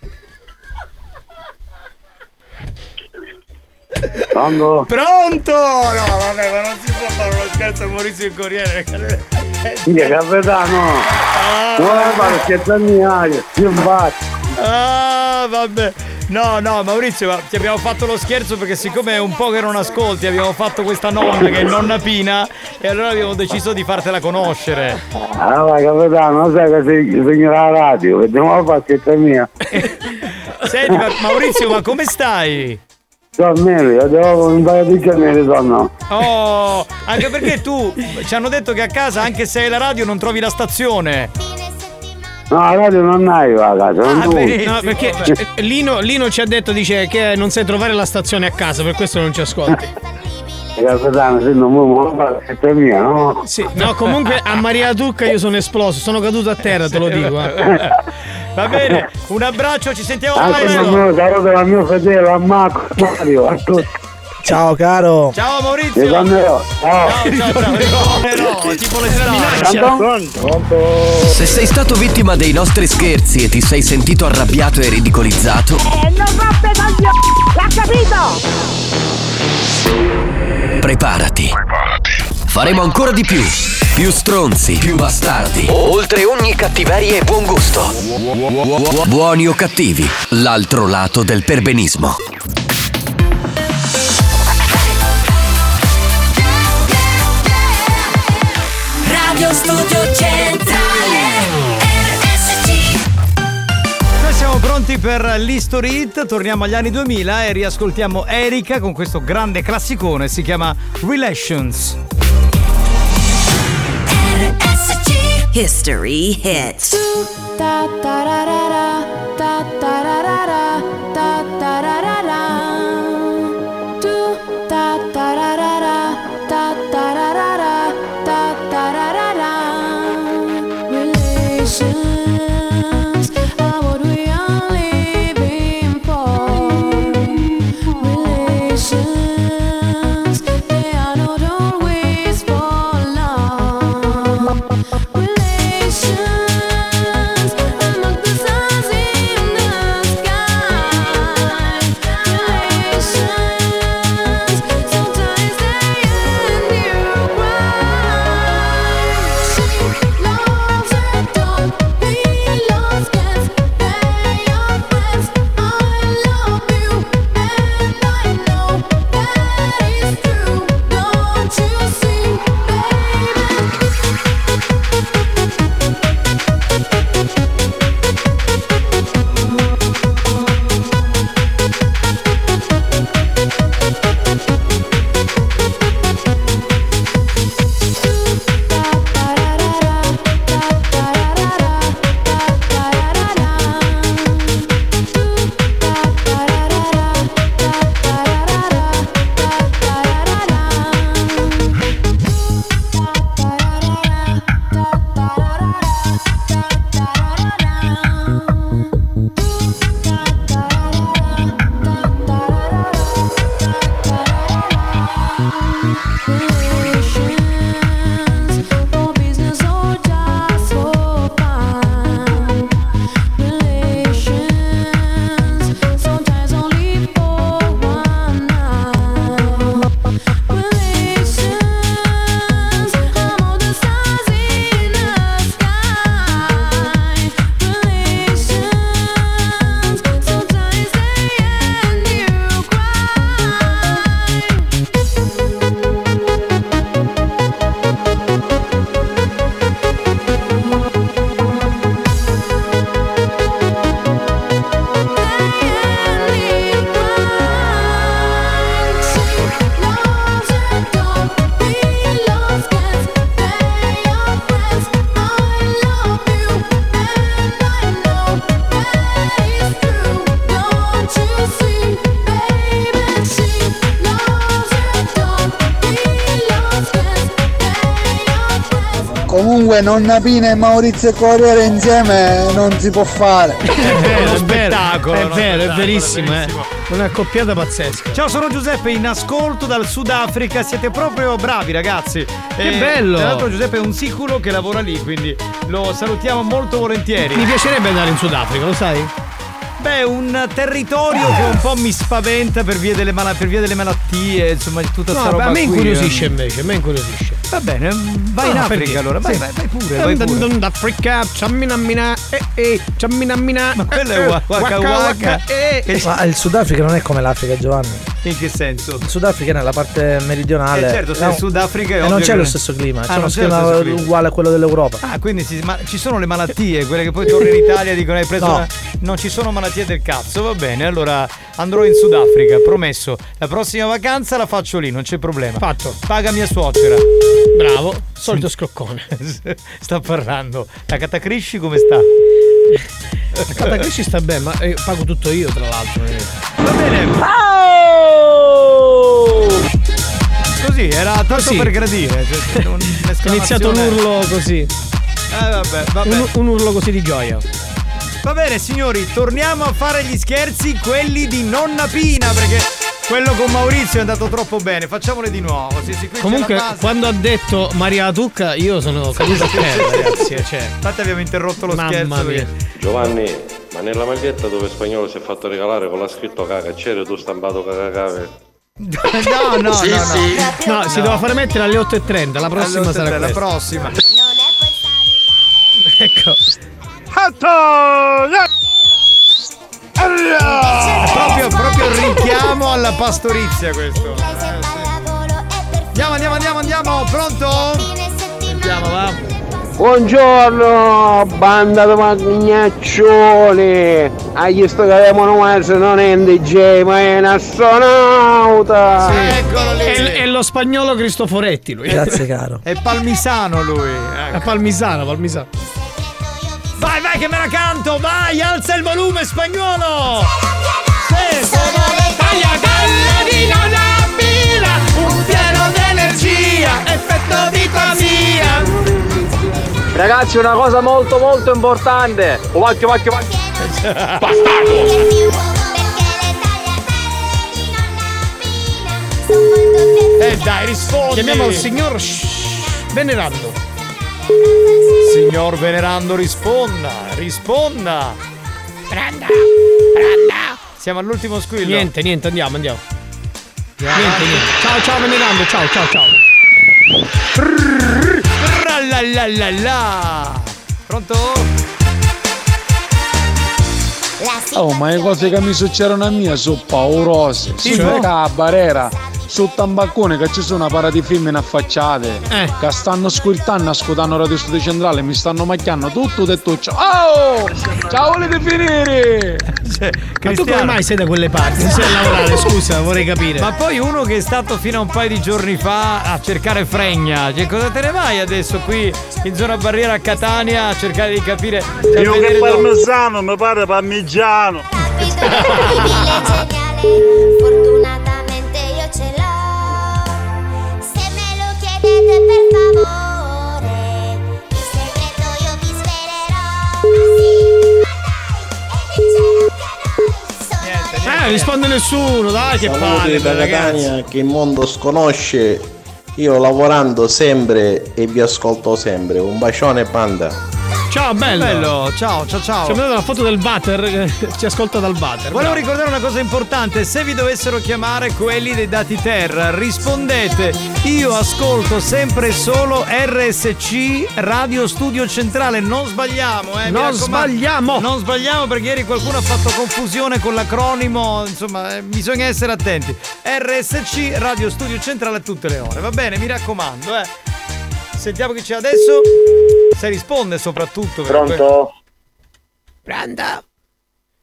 Pronto? Pronto? No, vabbè, ma non si può fare uno scherzo a Maurizio il Corriere. Sì, capitano. Non è fare scherzo mia, io faccio. Ah, vabbè. No, no, Maurizio, ma ti abbiamo fatto lo scherzo perché siccome è un po' che non ascolti, abbiamo fatto questa nonna che è nonna Pina e allora abbiamo deciso di fartela conoscere. Ah, vai, capitano, sai che si segnerà la radio, vediamo la scherzo mia. Senti, ma, Maurizio, ma come stai? Sono meglio, devo un paio di giorni torno. Oh, anche perché tu ci hanno detto che a casa, anche se hai la radio, non trovi la stazione. No, la radio non hai a casa, non Ah, tu. beh, no, perché cioè, Lino, Lino ci ha detto, dice che non sai trovare la stazione a casa, per questo non ci ascolti. Capitano, se non mi fa la scherzo mia, no? Sì, no, comunque a Maria Tucca io sono esploso, sono caduto a terra, te lo dico. Eh. Va bene, un abbraccio, ci sentiamo Anche presto. il saluto al mio fedele, a Marco, Mario, a tutti. Ciao caro. Ciao Maurizio. Ti tornerò. Ciao. Ciao, ciao, ciao. Tipo le Pronto? Se sei stato vittima dei nostri scherzi e ti sei sentito arrabbiato e ridicolizzato, Eh, non roppe coglioni! L'ha capito? preparati. Faremo ancora di più. Più stronzi, più bastardi. Oltre ogni cattiveria e buon gusto. Buoni o cattivi, l'altro lato del perbenismo. Radio Studio Centrale R S C. Noi siamo pronti per l'History Hit, torniamo agli anni duemila e riascoltiamo Erika con questo grande classicone, si chiama Relations. History Hits. Ta ta ra ra ra, ta ta ra ra ra, ta ta ra ra ra. Tu ta ta ra ra ra, ta ta ra ra ra, ta ta ra ra ra. Relations are what we are living for. Relations, they are not always for long. Relations are not the signs Comunque nonna Pina e Maurizio Corriere insieme non si può fare. È uno spettacolo. È uno vero, è spettacolo, verissimo, eh. verissimo. Una accoppiata pazzesca. Ciao, sono Giuseppe in ascolto dal Sudafrica. Siete proprio bravi, ragazzi. Che bello. Tra l'altro Giuseppe è un siculo che lavora lì, quindi lo salutiamo molto volentieri. Mi piacerebbe andare in Sudafrica, lo sai? Beh, un territorio che un po' mi spaventa per via delle, mala- per via delle malattie, insomma, tutta sta No, roba a me qui. incuriosisce invece, a me incuriosisce. Va bene, vai in No, Africa perché? allora, vai, Sì. vai, vai pure, vai pure. Africa, ciamminammina, eh eh, ciamminammina. Ma quello è waka waka, waka. eh. Ma il Sudafrica non è come l'Africa, Giovanni. In che senso? Il Sudafrica è nella parte meridionale. Eh certo, se No, il Sudafrica è e ovvio non c'è che- lo stesso clima, Ah, c'è non uno c'è lo schema stesso clima. uguale a quello dell'Europa. Ah, quindi si- ma ci sono le malattie, quelle che poi torni in Italia e dicono hai preso No. una... Non ci sono malattie del cazzo, va bene, allora andrò in Sudafrica, promesso. La prossima vacanza la faccio lì, non c'è problema. Fatto. Paga mia suocera. Bravo, solito scroccone. Sta parlando. La Catacrisci come sta? La Catacrisci sta bene, ma eh, pago tutto io tra l'altro. Va bene. Così, era tanto Così. per gradire. Cioè, un- È iniziato un un'esclamazione. urlo così. Eh vabbè, vabbè. Un, un urlo così di gioia. Va bene signori, torniamo a fare gli scherzi, quelli di nonna Pina, perché quello con Maurizio è andato troppo bene, facciamole di nuovo. Sì, sì, qui c'è Comunque, la base. quando ha detto Maria Tucca, io sono caduto a terra, ragazzi. eh, Cioè. Infatti abbiamo interrotto lo Mamma scherzo. mia. perché- Giovanni, ma nella maglietta dove Spagnolo si è fatto regalare con la scritto caga, c'eri tu stampato cagacave? No, no, Sì, no, no. sì. No, si doveva fare mettere alle otto e trenta, la prossima Allora, sarà la questa. prossima. Ecco. È proprio, proprio il richiamo alla pastorizia questo. Eh, sì. Andiamo, andiamo, andiamo, andiamo, pronto? Sentiamo, va. Buongiorno, banda di magnaccioni! A chi sto che devono essere non è un D J ma è un astronauta! Eccolo lì. È, è lo spagnolo Cristoforetti lui. Grazie caro. È palmisano lui. È Ecco. palmisano, palmisano. Vai, vai che me la canto, vai, alza il volume spagnolo! Sì, Sono le tagliatelle di nonna Pina, un pieno d'energia, effetto vitamina. Ragazzi, una cosa molto molto importante. Oh, vacchio, vacchio, vacchio. Eh dai, rispondi! Chiamiamo il signor Shh, Venerando. Signor Venerando, risponda, risponda! Prenda, prenda. Siamo all'ultimo squillo. Niente, niente, andiamo, andiamo. Niente, niente. Ciao, ciao Venerando, ciao, ciao, ciao. La la la la. Pronto? Oh, ma le cose che mi succedono a me sono paurose. Sì, Sì, cioè? perché a barriera sul tambaccone che ci sono una para di femmine affacciate Eh. che stanno squirtando, ascoltando Radio Studio Centrale, mi stanno macchiando tutto e tutto. Oh! Ciao, volete finire? Cioè, Ma tu Cristiano, come mai sei da quelle parti? Non sei a lavorare, scusa, vorrei capire. ma poi uno che è stato fino a un paio di giorni fa a cercare fregna, cioè cosa te ne vai adesso qui in zona barriera a Catania a cercare di capire? cioè, Io vedere che dove- parmesano, mi pare parmigiano. Fortunatamente io ce l'ho. Se me lo chiedete per favore, il segreto io vi svelerò. Eh, risponde nessuno, dai, che palle, Saluti da ragazzi. Catania che il mondo sconosce. Io lavorando sempre e vi ascolto sempre. Un bacione panda. Ciao, bello. Bello, ciao, ciao, ciao. Ci ha mandato una foto del water, che ci ascolta dal water. Volevo Bravo. ricordare una cosa importante, se vi dovessero chiamare quelli dei dati terra, rispondete, io ascolto sempre solo R S C Radio Studio Centrale, non sbagliamo, eh, mi Non raccomando. sbagliamo. Non sbagliamo perché ieri qualcuno ha fatto confusione con l'acronimo, insomma, eh, bisogna essere attenti. R S C Radio Studio Centrale a tutte le ore, va bene, mi raccomando, eh. Sentiamo chi c'è adesso, se risponde soprattutto. perché poi- Pronto? Pronto?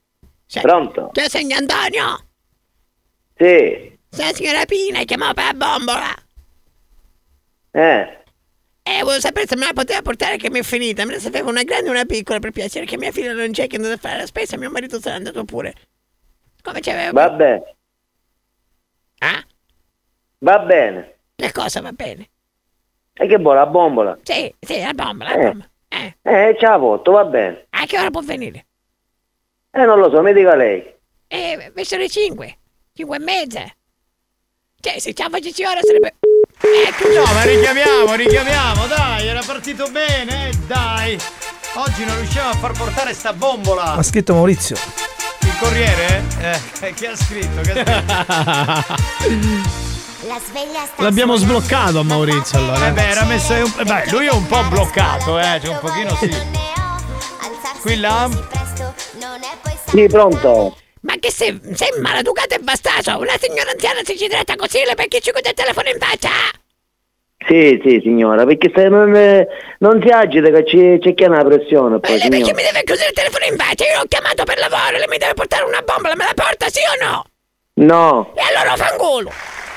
Pronto? Ciao, signor Antonio. Sì. Sono la signora Pina, chiamavo per la bombola. Eh. Eh, volevo sapere se me la poteva portare che mi è finita. Me ne sapeva una grande e una piccola per piacere, che mia figlia non c'è, che è andata a fare la spesa, mio marito se n'è andato pure. Come c'aveva? Va bene. Ah? Va bene. Che cosa va bene? E che buona la bombola? Sì, sì, la bombola, la Eh. bombola. Eh. Eh, ce la porto, va bene. A che ora può venire? Eh, non lo so, mi dica lei. Eh, verso le cinque. Cinque e mezza. Cioè, se ce la facessi ora sarebbe... Ecco. No, ma richiamiamo, richiamiamo, dai, era partito bene, eh, dai. Oggi non riusciamo a far portare sta bombola. Ha scritto Maurizio. Il Corriere? Eh, che ha scritto? Che ha scritto? La sveglia sta L'abbiamo sbloccato a Maurizio allora. Eh beh, era messo un... eh, beh, lui è un po' bloccato, eh, cioè un pochino sì. Qui là? Sì, pronto. Ma che sei, sei maleducato e bastato? Una signora anziana si ci tratta così perché ci chiude il telefono in faccia? Sì, sì, signora, perché se non, eh, non si agita che ci, c'è che una pressione poi, Ma lei perché signora. mi deve chiudere il telefono in faccia? Io l'ho chiamato per lavoro, lei mi deve portare una bombola, me la porta sì o no? No. E allora fanculo!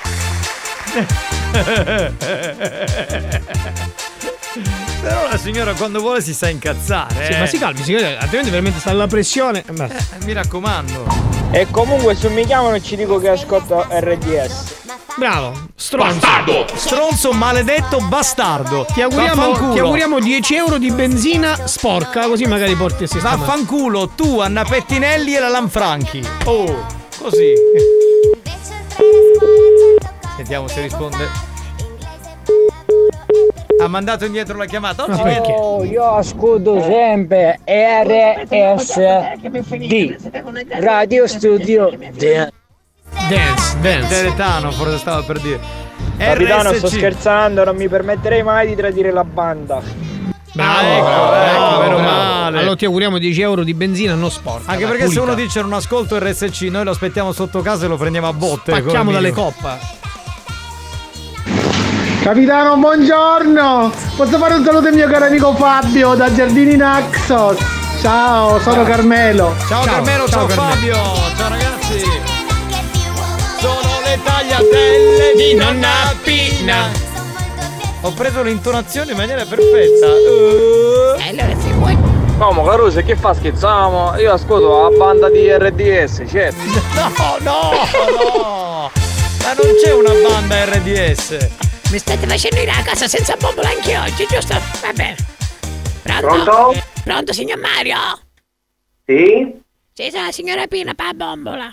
Però la signora quando vuole si sa incazzare. Sì, eh. ma si calmi, si calmi, altrimenti veramente sta alla pressione. Eh, mi raccomando. E comunque se mi chiamano ci dico che ascolto R D S. Bravo, stronzo. Bastardo! Stronzo maledetto bastardo. Ti auguriamo, Vaffanculo. ti auguriamo dieci euro di benzina sporca, così magari porti a sistemare. Vaffanculo, tu, Anna Pettinelli e la Lanfranchi. Oh, così. Sentiamo se risponde. Ha mandato indietro la chiamata. Oggi vedi- Oh, io ascolto sempre R S D Radio Studio Dance, dance. Deretano, forse stava per dire. Capitano, R S C. sto scherzando, non mi permetterei mai di tradire la banda. Bravo, ecco, ecco, meno male. Allora ti auguriamo dieci euro di benzina non sporca. Anche dai, perché se pulita. uno dice non ascolto R S C, noi lo aspettiamo sotto casa e lo prendiamo a botte. Spacchiamo come dalle minimo. coppa. Capitano, buongiorno! Posso fare un saluto al mio caro amico Fabio da Giardini Naxos? Ciao, sono Carmelo. Ciao, Carmelo, ciao, Carmelo. Fabio. Ciao ragazzi. Sono le tagliatelle di nonna Pina. Ho preso l'intonazione in maniera perfetta. Uh. Allora se vuoi. No, ma Caruso, che fa scherziamo? Io ascolto la banda di R D S, certo. No, no, no. Ma non c'è una banda R D S. Mi state facendo ir a casa senza bombola anche oggi, giusto? Va bene. Pronto? Pronto? Pronto, signor Mario? Sì? Sì, sono la signora Pina, per la bombola.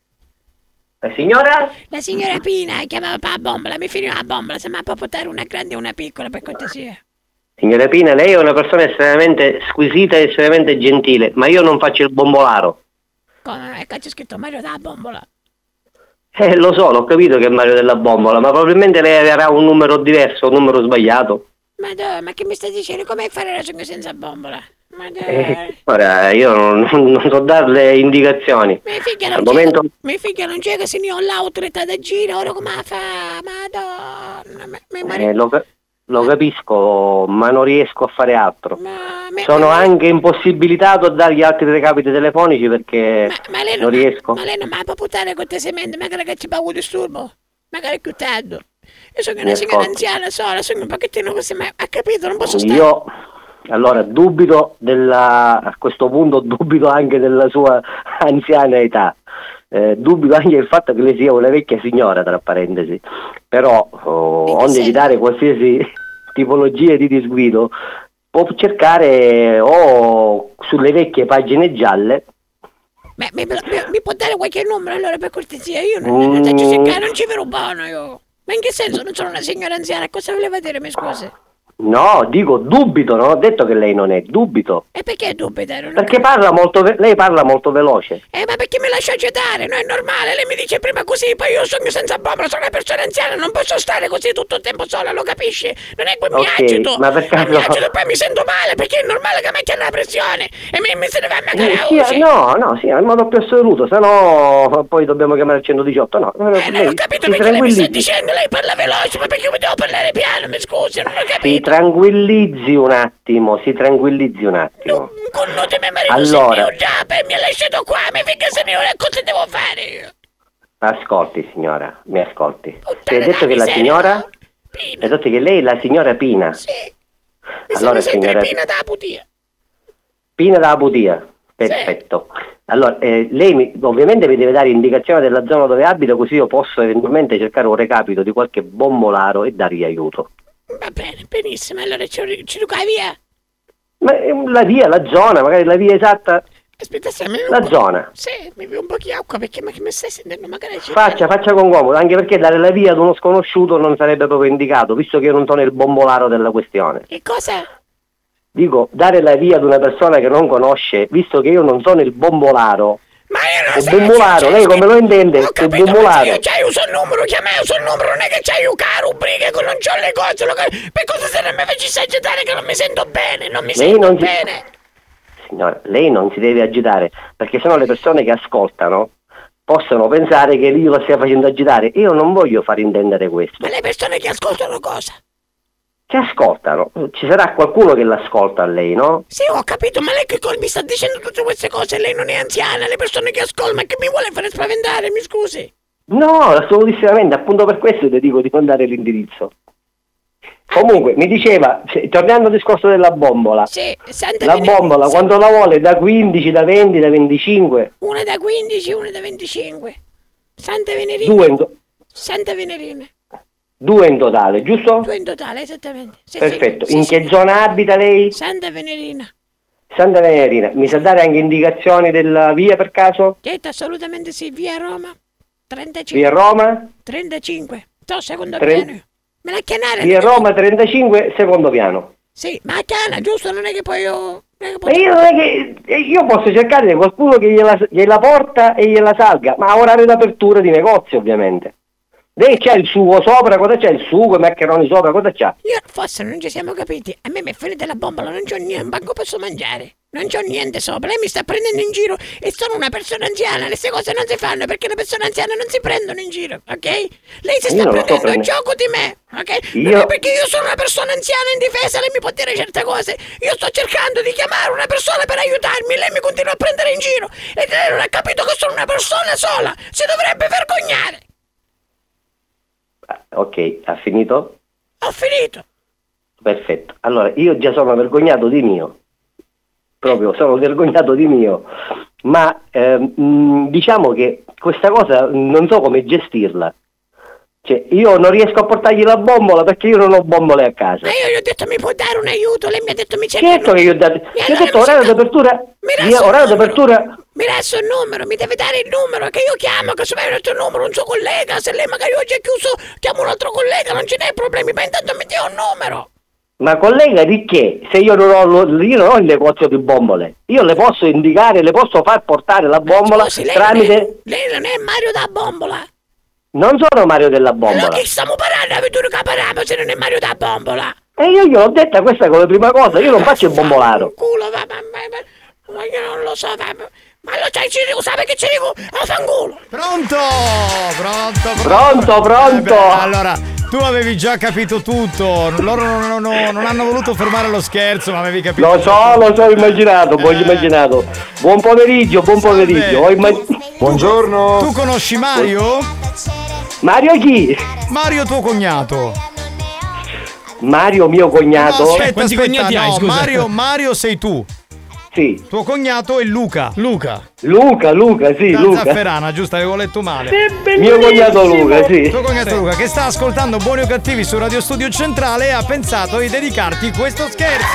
La signora? La signora Pina chiamava per la bombola, mi finiva la bombola, se mi può portare una grande e una piccola per cortesia. Signora Pina, lei è una persona estremamente squisita e estremamente gentile, ma io non faccio il bombolaro. Come? Ecco, c'è scritto Mario della bombola. Eh, lo so, l'ho capito che è Mario della bombola, ma probabilmente lei avrà un numero diverso, un numero sbagliato. Ma dove? Ma che mi stai dicendo? Come fare la sogno senza bombola? Ma dove? Eh, ora, io non, non so darle indicazioni. Mia figlia Al non momento... c'è, mia figlia non c'è che se ne ho l'autorità da giro, ora come la fa? Madonna, mi, mi mari- Eh, lo, ca- lo capisco, ma non riesco a fare altro. Sono anche impossibilitato a dargli altri recapiti telefonici perché ma lei non non, riesco. ma lei non mi può portare cortesemente, magari che ci fa un disturbo, magari più tardi. Io sono una Mi signora ascolti. anziana sola, sono un pochettino così, ma ha capito, non posso stare. Io allora dubito della, a questo punto dubito anche della sua anziana età. Eh, dubito anche del fatto che lei sia una vecchia signora, tra parentesi. Però, oh, onde di dare qualsiasi tipologia di disguido, può cercare o sulle vecchie pagine gialle. Ma mi, mi, mi può dare qualche numero allora per cortesia? Io non, non, faccio Mm. cercare, non ci vedo buono io. Ma in che senso non sono una signora anziana? Cosa voleva dire, mi scusi? No, dico dubito, non ho detto che lei non è, dubito. E perché dubitare? Non Perché parla molto ve- lei parla molto veloce. Eh, ma perché mi lascia agitare? No, è normale, lei mi dice prima così, poi io sogno senza bombola, sono una persona anziana, non posso stare così tutto il tempo sola, lo capisci? Non è che mi Ok, agito, ma per caso- mi agito e poi mi sento male, perché è normale che mi chiama la pressione e mi, mi se ne va a Eh, magari sì, no, no, sì, in modo più assoluto, se no poi dobbiamo chiamare il centodiciotto, no. Eh, non ho capito perché lei mi sta dicendo, lei parla veloce, ma perché io mi devo parlare piano, mi scusi, non ho Si capito. tranquillizzi un attimo, si tranquillizzi un attimo. Con note mio marito Allora. si già, per mi ha lasciato qua, mi figa signora, cosa devo fare io? Ascolti signora, mi ascolti. Puttana Ti ha detto da che la miseria. signora... Mi ha detto che lei è la signora Pina. Sì. Mi Allora sono sempre signora Pina da putia. Pina dalla Putia. Perfetto. Allora, eh, lei mi- ovviamente mi deve dare indicazione della zona dove abita, così io posso eventualmente cercare un recapito di qualche bombolaro e dargli aiuto. Va bene, benissimo, allora ci, ci duca via. Ma eh, la via, la zona, magari la via esatta, Aspetta, se mi la un po'- zona. Sì, mi bevo un po' di acqua perché ma che mi stai sentendo? Magari ci... Faccia, faccia con comodo, anche perché dare la via ad uno sconosciuto non sarebbe proprio indicato, visto che io non sono il bombolaro della questione. Che cosa? Dico, dare la via ad una persona che non conosce, visto che io non sono il bombolaro. Ma io non Il so, bombolaro, cioè, lei come lo intende? Ho Il capito, ma bombolaro. se io c'hai uso il numero, chiamai uso il numero, non è che c'hai un caro rubriche che non c'ho le cose, lo... per cosa se non mi facessi agitare che non mi sento bene, non mi Lei sento non si- bene. Signora, lei non si deve agitare, perché sennò le persone che ascoltano possono pensare che io la stia facendo agitare. Io non voglio far intendere questo. Ma le persone che ascoltano cosa? Che ascoltano? Ci sarà qualcuno che l'ascolta a lei, no? Sì, ho capito, ma lei che cosa mi sta dicendo tutte queste cose? Lei non è anziana, le persone che ascoltano, ma che mi vuole fare spaventare, mi scusi? No, assolutissimamente, appunto per questo le dico di non dare l'indirizzo. Comunque, mi diceva, se- tornando al discorso della bombola, Sì, Santa la Venerina- bombola quando la vuole da quindici, da venti, da venticinque, Una da quindici, una da venticinque. Santa Venerina. due in, to- Santa Venerina. due in totale, giusto? Due in totale, esattamente. Sì, Perfetto. sì, In sì, che sì. zona abita lei? Santa Venerina. Santa Venerina. Mi sa dare anche indicazioni della via per caso? Certo, assolutamente sì, via Roma. trentacinque. Via Roma? trentacinque. Sto secondo Tre- piano. Me la chiamare. Via Roma trentacinque, secondo piano. Sì, ma chiana, giusto? Non è che poi io... non è che Ma poi- io non è che eh, io posso cercare qualcuno che gliela, gliela porta e gliela salga, ma a orario d'apertura di negozio, ovviamente. Lei c'ha il sugo sopra, cosa c'ha il sugo, i maccheroni sopra, cosa c'ha? Io forse non ci siamo capiti. A me mi è finita la bombola, non c'ho niente, manco posso mangiare. Non c'ho niente sopra. Lei mi sta prendendo in giro e sono una persona anziana. Queste cose non si fanno perché le persone anziane non si prendono in giro, ok? Lei si Io sta non lo sto prendendo in prendendo. gioco di me, ok? Non Io- è perché io sono una persona anziana indifesa, lei mi può dire certe cose. Io sto cercando di chiamare una persona per aiutarmi, lei mi continua a prendere in giro. E lei non ha capito che sono una persona sola. Si dovrebbe vergognare. Ok, ha finito? Ho finito. Perfetto. Allora, io già sono vergognato di mio. Proprio, sono vergognato di mio. Ma ehm, mh, diciamo che questa cosa non so come gestirla. Cioè, io non riesco a portargli la bombola perché io non ho bombole a casa. Ma io gli ho detto mi può dare un aiuto, lei mi ha detto mi cerca. Certo che io ho dato, E io ho allora detto mi orario cerca- d'apertura, Mi io, resta un orario numero. d'apertura, Mi resta un numero, mi deve dare il numero che io chiamo, che se mi ha detto il numero un suo collega, se lei magari oggi è chiuso, chiamo un altro collega, non ce n'è problemi, ma intanto mi dia un numero. ma collega di che? Se io non ho, lo- io non ho il negozio di bombole, io le posso indicare, le posso far portare la bombola Scusi, lei tramite, non è, lei non è Mario da bombola. non sono Mario della Allora bombola. che stiamo parlando, avete che parliamo se non è Mario da bombola? E io gliel'ho detta questa come prima cosa, io non faccio il bombolaro. Culo, va, ma, ma, ma, ma io non lo so, va, ma, ma lo sai, ci dico, sai che ci dico? A fanculo. Pronto? Pronto? Pronto, pronto. Eh beh, allora, tu avevi già capito tutto. Loro non, non- non- non hanno voluto fermare lo scherzo, ma avevi capito. Lo so, lo so, ho immaginato, ho immaginato. Buon pomeriggio, buon pomeriggio. Ho imma- Buongiorno. Tu conosci Mario? Mario chi? Mario tuo cognato. Mario mio cognato? No, aspetta, Quanti aspetta, cognati hai, no, scusa? Mario, Mario sei tu. Sì. Tuo cognato è Luca. Luca. Luca, Luca, sì, Da Luca. Zafferana, giusto? Avevo letto male. Mio cognato Luca, sì. Tuo cognato Luca, che sta ascoltando Buoni o Cattivi su Radio Studio Centrale e ha pensato di dedicarti questo scherzo.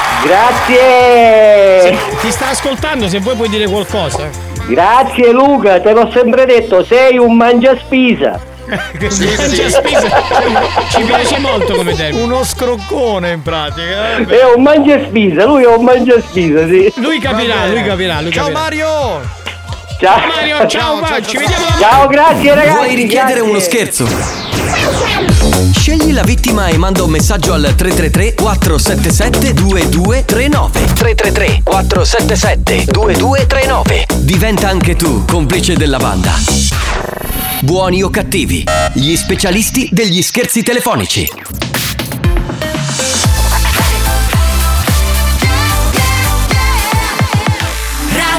Grazie. Ti sta ascoltando, se vuoi puoi dire qualcosa. Grazie Luca, te l'ho sempre detto, sei un mangiaspisa. Sì, sì. Ci piace molto come termine. Uno scroccone in pratica. eh. È un mangiaspisa, lui è un mangiaspisa, sì. Lui capirà, lui capirà, lui Ciao capirà. Mario. Ciao. Mario, ciao, va, ci vediamo la Ciao, grazie ragazzi. Vuoi richiedere grazie. uno scherzo? Scegli la vittima e manda un messaggio al tre tre tre quattro sette sette due due tre nove. tre tre tre quattro sette sette due due tre nove. Diventa anche tu complice della banda. Buoni o cattivi, gli specialisti degli scherzi telefonici.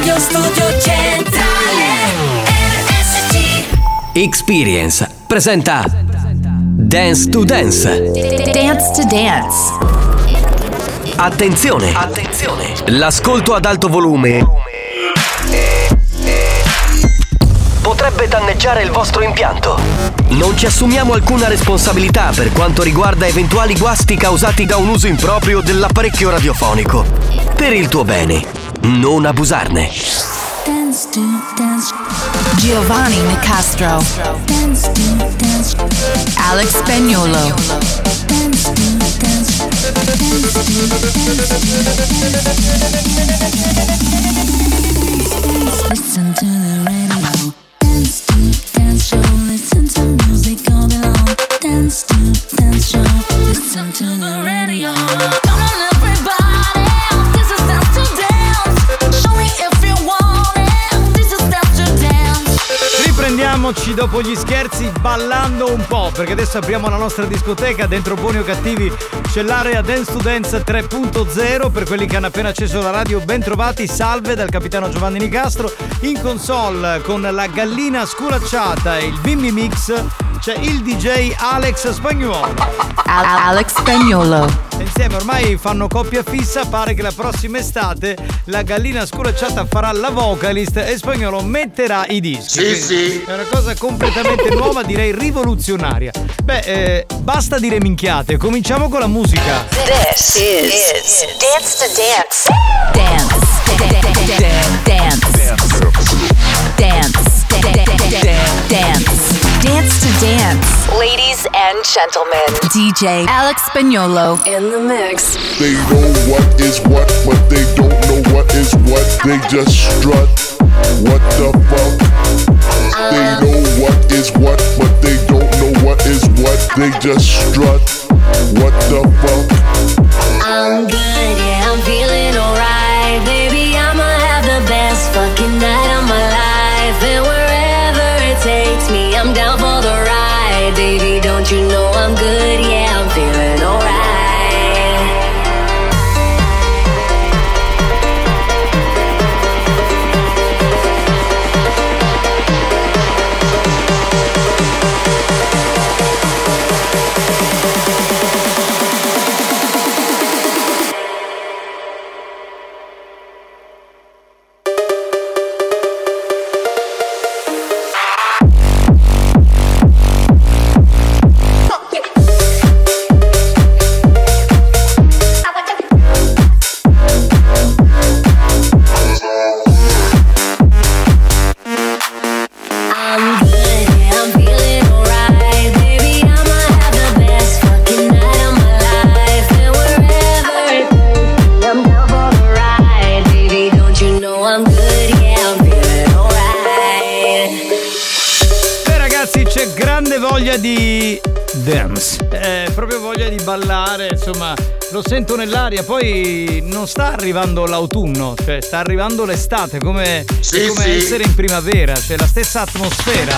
Radio Studio Centrale R S C. Experience presenta Dance to Dance. Dance to Dance. Attenzione, attenzione. L'ascolto ad alto volume potrebbe danneggiare il vostro impianto. Non ci assumiamo alcuna responsabilità per quanto riguarda eventuali guasti causati da un uso improprio dell'apparecchio radiofonico. Per il tuo bene, non abusarne. Dance to Dance. Giovanni Nicastro. Dance to Dance. Alex Spagnuolo. Dance to Dance. Listen to the radio. Dance to Dance show. Listen to music all day long. Dance to Dance show. Listen to the radio. Come on everybody, this is Dance to Dance. Show me if you want it. This is Dance to Dance. Riprendiamoci dopo gli scherzi ballando un po', perché adesso apriamo la nostra discoteca. Dentro Buoni o Cattivi c'è l'area Dance to Dance tre punto zero. Per quelli che hanno appena acceso la radio, ben trovati, salve dal capitano Giovanni Nicastro. In console con la gallina sculacciata e il bimbi mix c'è il D J Alex Spagnuolo. Alex Spagnuolo. Insieme ormai fanno coppia fissa, pare che la prossima estate la gallina sculacciata farà la vocalist e Spagnuolo metterà i dischi. Sì, sì. È una cosa completamente nuova, direi rivoluzionaria. Beh, eh, basta dire minchiate, cominciamo con la musica. This is Dance to Dance. Dance. Dance. Dance. Dance. Dance to Dance. Ladies and gentlemen, D J Alex Spagnuolo in the mix. They know what is what, but they don't know what is what. They just strut. What the fuck? They know what is what, but they don't know what is what. They just strut. What the fuck? I'm good, yeah, I'm feeling alright. Baby, I'ma have the best fucking night of my life. And wherever it takes me, I'm down for the ride. Baby, don't you know I'm good, yeah, I'm feeling alright. Di dance, eh, proprio voglia di ballare, insomma, lo sento nell'aria. Poi non sta arrivando l'autunno, cioè sta arrivando l'estate, come, sì, è come sì. essere in primavera, c'è la stessa atmosfera.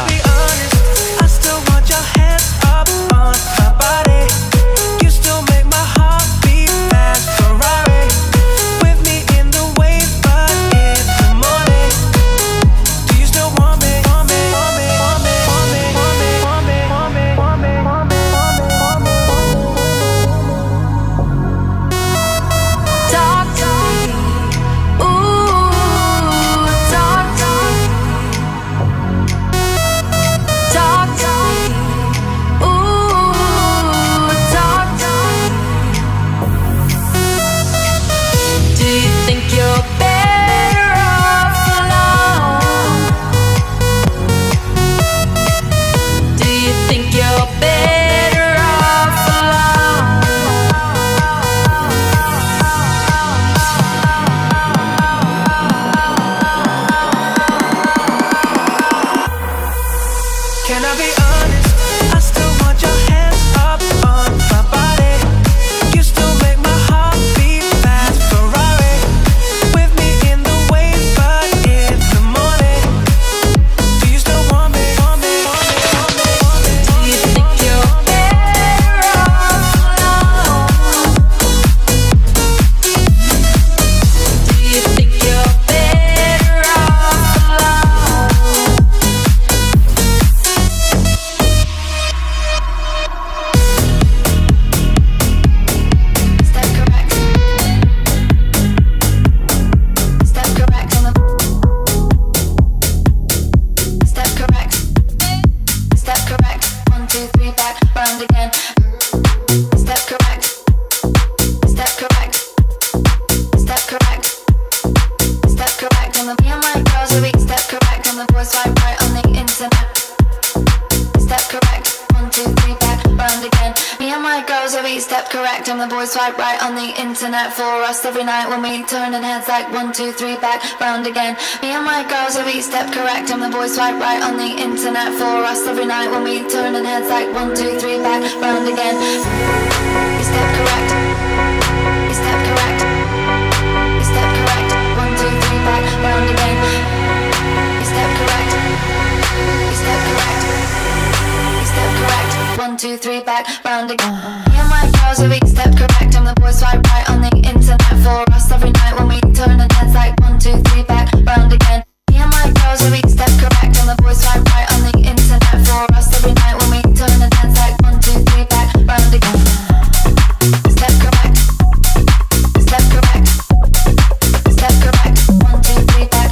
we step correct and the boys swipe right on the internet for us every night when we turning heads like one, two, three, back round again. Me and my girls, we step correct and the boys swipe right on the internet for us every night when we turning heads like one, two, three, back round again. We step correct. We step correct. We step correct. One, two, three, back round again. We step correct. We step correct. We step correct. One, two, three, back round again. Me and my girls, we step correct and the boys swipe right on the internet for us every night when we turning heads like one, two, three, back round again. Me and my girls, we step correct and the boys swipe right on the internet for us every night when we turning heads like one, two, three, back round again. Step correct. Step correct. Step correct. One, two, three, back.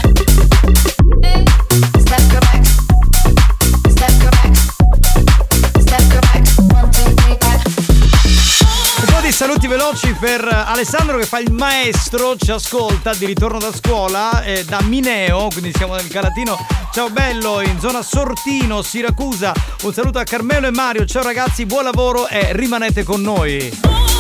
Step correct. Step correct. Step correct. One, two, three, back. Un po' di saluti veloci per Alessandro che fa il maestro, ci ascolta di ritorno da scuola eh, da Mineo, quindi siamo nel Calatino. Ciao bello, in zona Sortino, Siracusa. Un saluto a Carmelo e Mario. Ciao ragazzi, buon lavoro e rimanete con noi.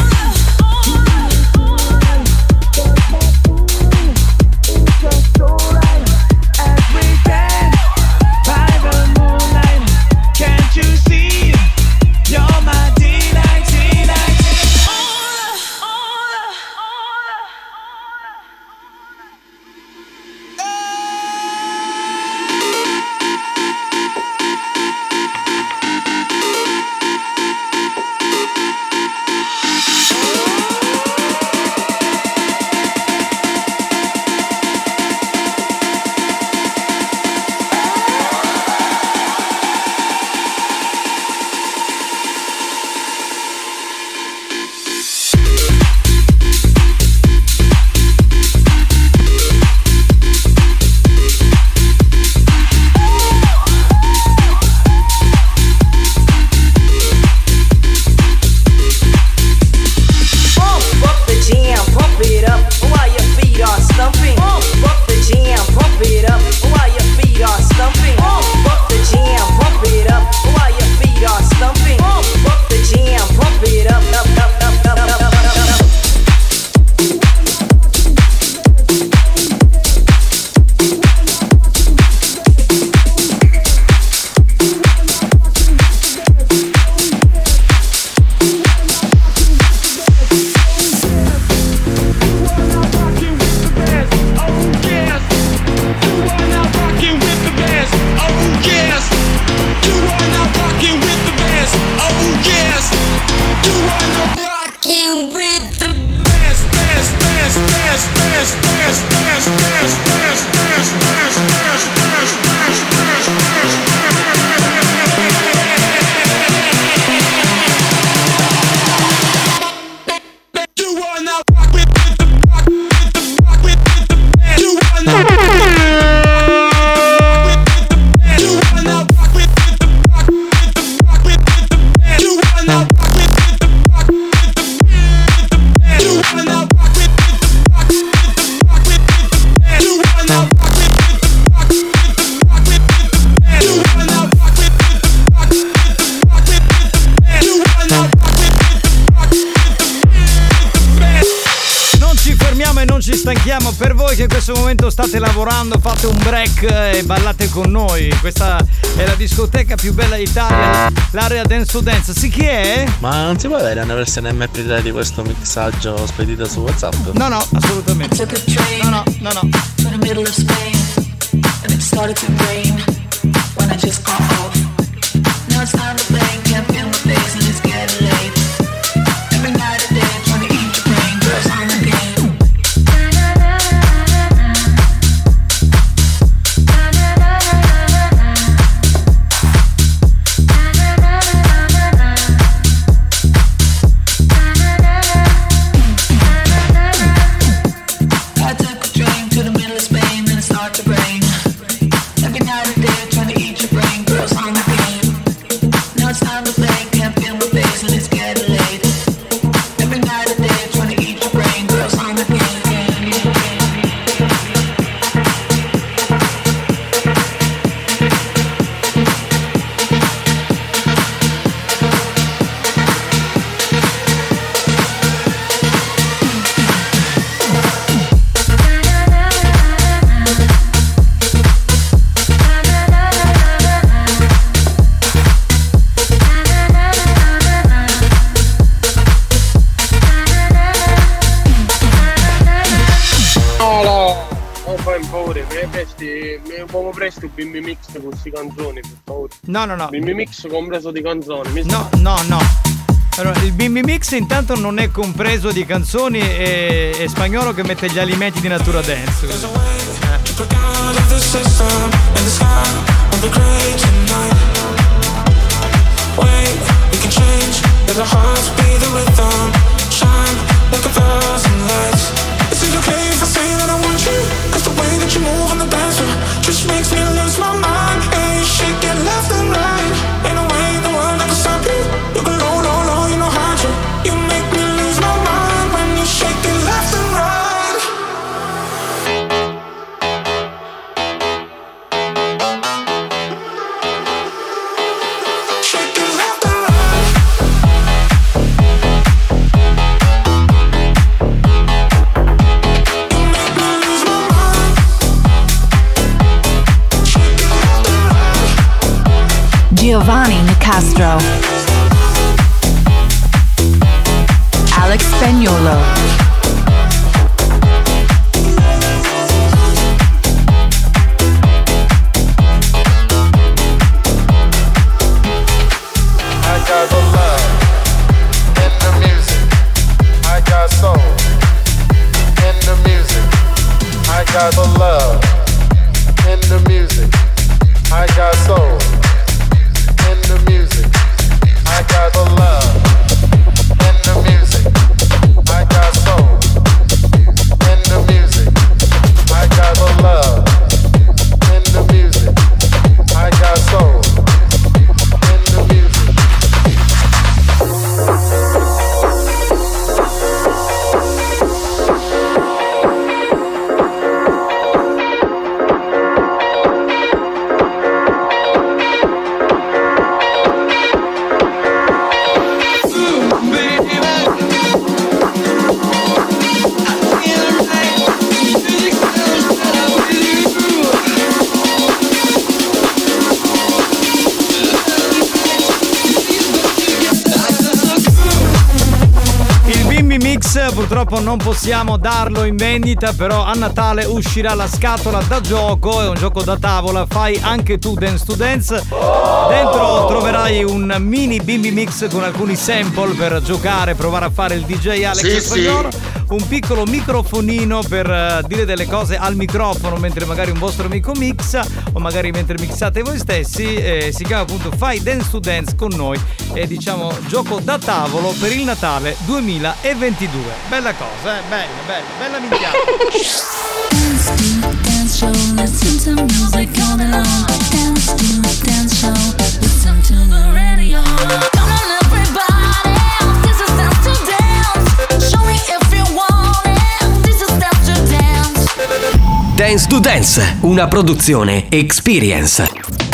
State lavorando, fate un break e ballate con noi. Questa è la discoteca più bella d'Italia, l'area Dance to Dance. Sì, chi è? Ma non si può avere una versione emme pi tre di questo mixaggio spedita su WhatsApp? No, no, assolutamente. No, no, no, no. Every night and day, trying to eat your brain, girls. presti il Bimbi Mix con questi canzoni, per favore. No, no, no. Bimbi Mix compreso di canzoni. Mi no, no, no. Allora, il Bimbi Mix intanto non è compreso di canzoni, è, è Spagnolo che mette gli alimenti di Natura Dance. Just makes me lose my mind. Hey, you shake it left and right. Ain't no way in the world I can stop you. You go low, low, low, you know how to. You make me lose my mind when you shake it left and right. Shake it left and right. You make me lose my mind. Giovanni Nicastro, Alex Spagnolo, I got the love in the music. I got soul in the music. I got the love in the music. I got soul in the music. I got the love in the music. I got soul in the music. I got the love in the music. I got soul in the music. Purtroppo non possiamo darlo in vendita, però a Natale uscirà la scatola da gioco, è un gioco da tavola, fai anche tu Dance to Dance. Dentro troverai un mini Bimbi Mix con alcuni sample per giocare, provare a fare il D J Alex Sì, Spagnolo, sì. un piccolo microfonino per uh, dire delle cose al microfono mentre magari un vostro amico mixa o magari mentre mixate voi stessi. Eh, si chiama appunto Fai Dance to Dance con noi, e diciamo gioco da tavolo per il Natale duemilaventidue. Bella cosa, eh? Bella, bella, bella minchiata. Dance to dance show, listen to music all day long. Dance to dance show, listen to the radio. Come on everybody, this is dance to dance. Show me if you want it, this is dance to dance. Dance to Dance, una produzione Experience.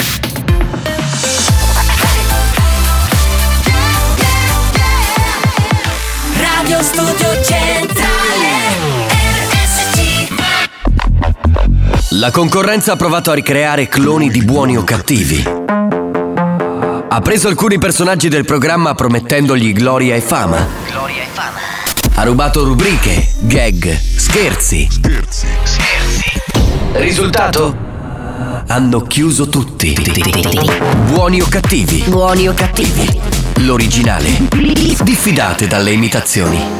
Radio Studio Centrale R S C. La concorrenza ha provato a ricreare cloni di Buoni o Cattivi. Ha preso alcuni personaggi del programma promettendogli gloria e fama. Gloria e fama. Ha rubato rubriche, gag, scherzi. Scherzi. Scherzi. Risultato? Hanno chiuso tutti. Buoni o Cattivi? Buoni o Cattivi? L'originale. Diffidate dalle imitazioni.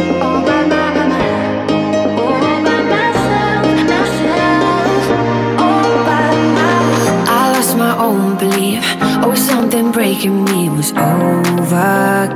My own belief, oh, something breaking me was overcome.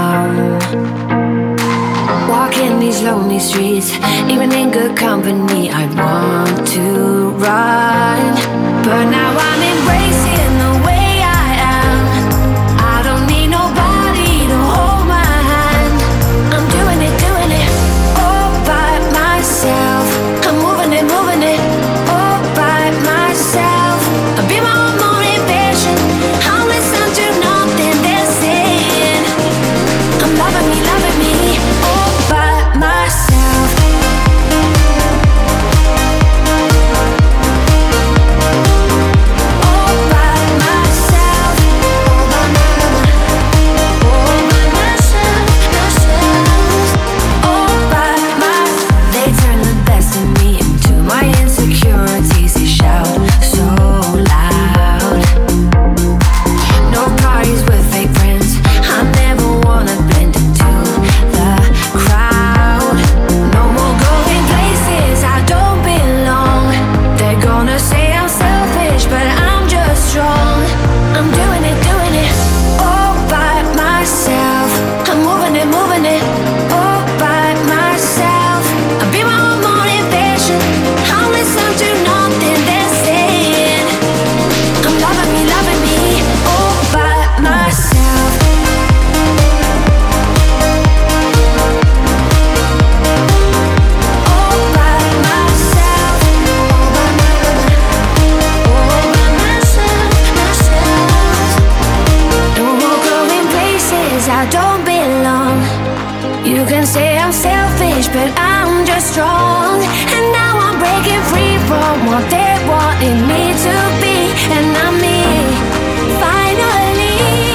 Walking these lonely streets, even in good company, I want to run, but now I'm embracing the way I am. I don't need nobody to hold my hand. I'm doing it, doing it all by myself. I'm moving it, moving it all by myself. I'll be my own motivation. I'll listen to nothing they're saying. I'm loving me, loving me all by myself. All by myself. but I'm just strong. And now I'm breaking free from what they wanted me to be. And I'm me, finally.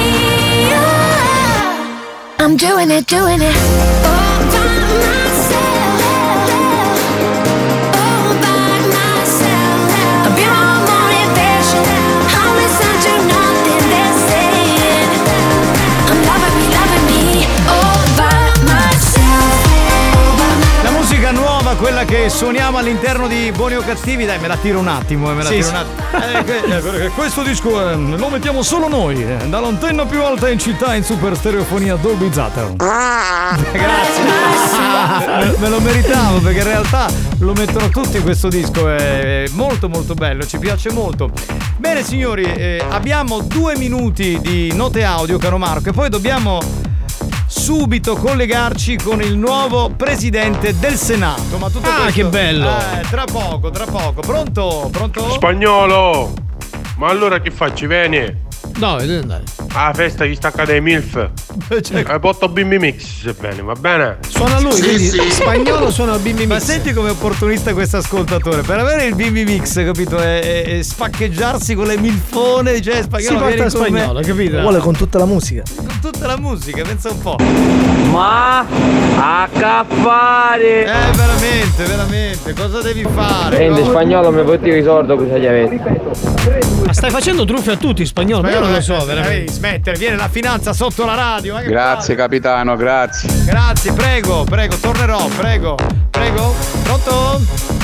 Yeah. I'm doing it, doing it all by myself. All by myself. I'll be my motivation. I'll listen to nothing they're saying. I'm loving me, loving me all by myself. La musica nuova, quella che suoniamo all'interno di Buoni o Cattivi, dai, me la tiro un attimo, eh, me la Sì, tiro sì. un attimo. Eh, que- eh, questo disco eh, lo mettiamo solo noi, eh, dall'antenna più alta in città in super stereofonia dolbizzata. Grazie. Me, me lo meritavo perché in realtà lo mettono tutti questo disco, è molto molto bello, ci piace molto. Bene signori, eh, abbiamo due minuti di note audio, caro Marco, e poi dobbiamo subito collegarci con il nuovo presidente del Senato. Ma tutto Ah, questo, che bello. eh, tra poco, tra poco. Pronto? Pronto? Spagnolo! Ma allora che facci? Vieni! Dove devi andare? alla festa gli sta accadendo MILF. Hai portato Bimbi Mix, se bene, va bene? Suona lui, quindi spagnolo suona il Bimbi Mix. Ma senti come opportunista questo ascoltatore. Per avere il Bimbi Mix, capito? E, e, e spaccheggiarsi con le milfone, dice spagnolo. Si parla spagnolo, capito? Vuole con tutta la musica. Con tutta la musica, pensa un po'. Ma a cappare! Eh, veramente, veramente, cosa devi fare? Prendi spagnolo, mi porti i soldi, cosa gli avete? Ma stai facendo truffe a tutti, spagnolo? Ma io non lo so, veramente. Devi smettere, viene la finanza sotto la radio. Ma che Grazie capitano, grazie. fai? Grazie, prego, prego, tornerò, prego, prego. Pronto?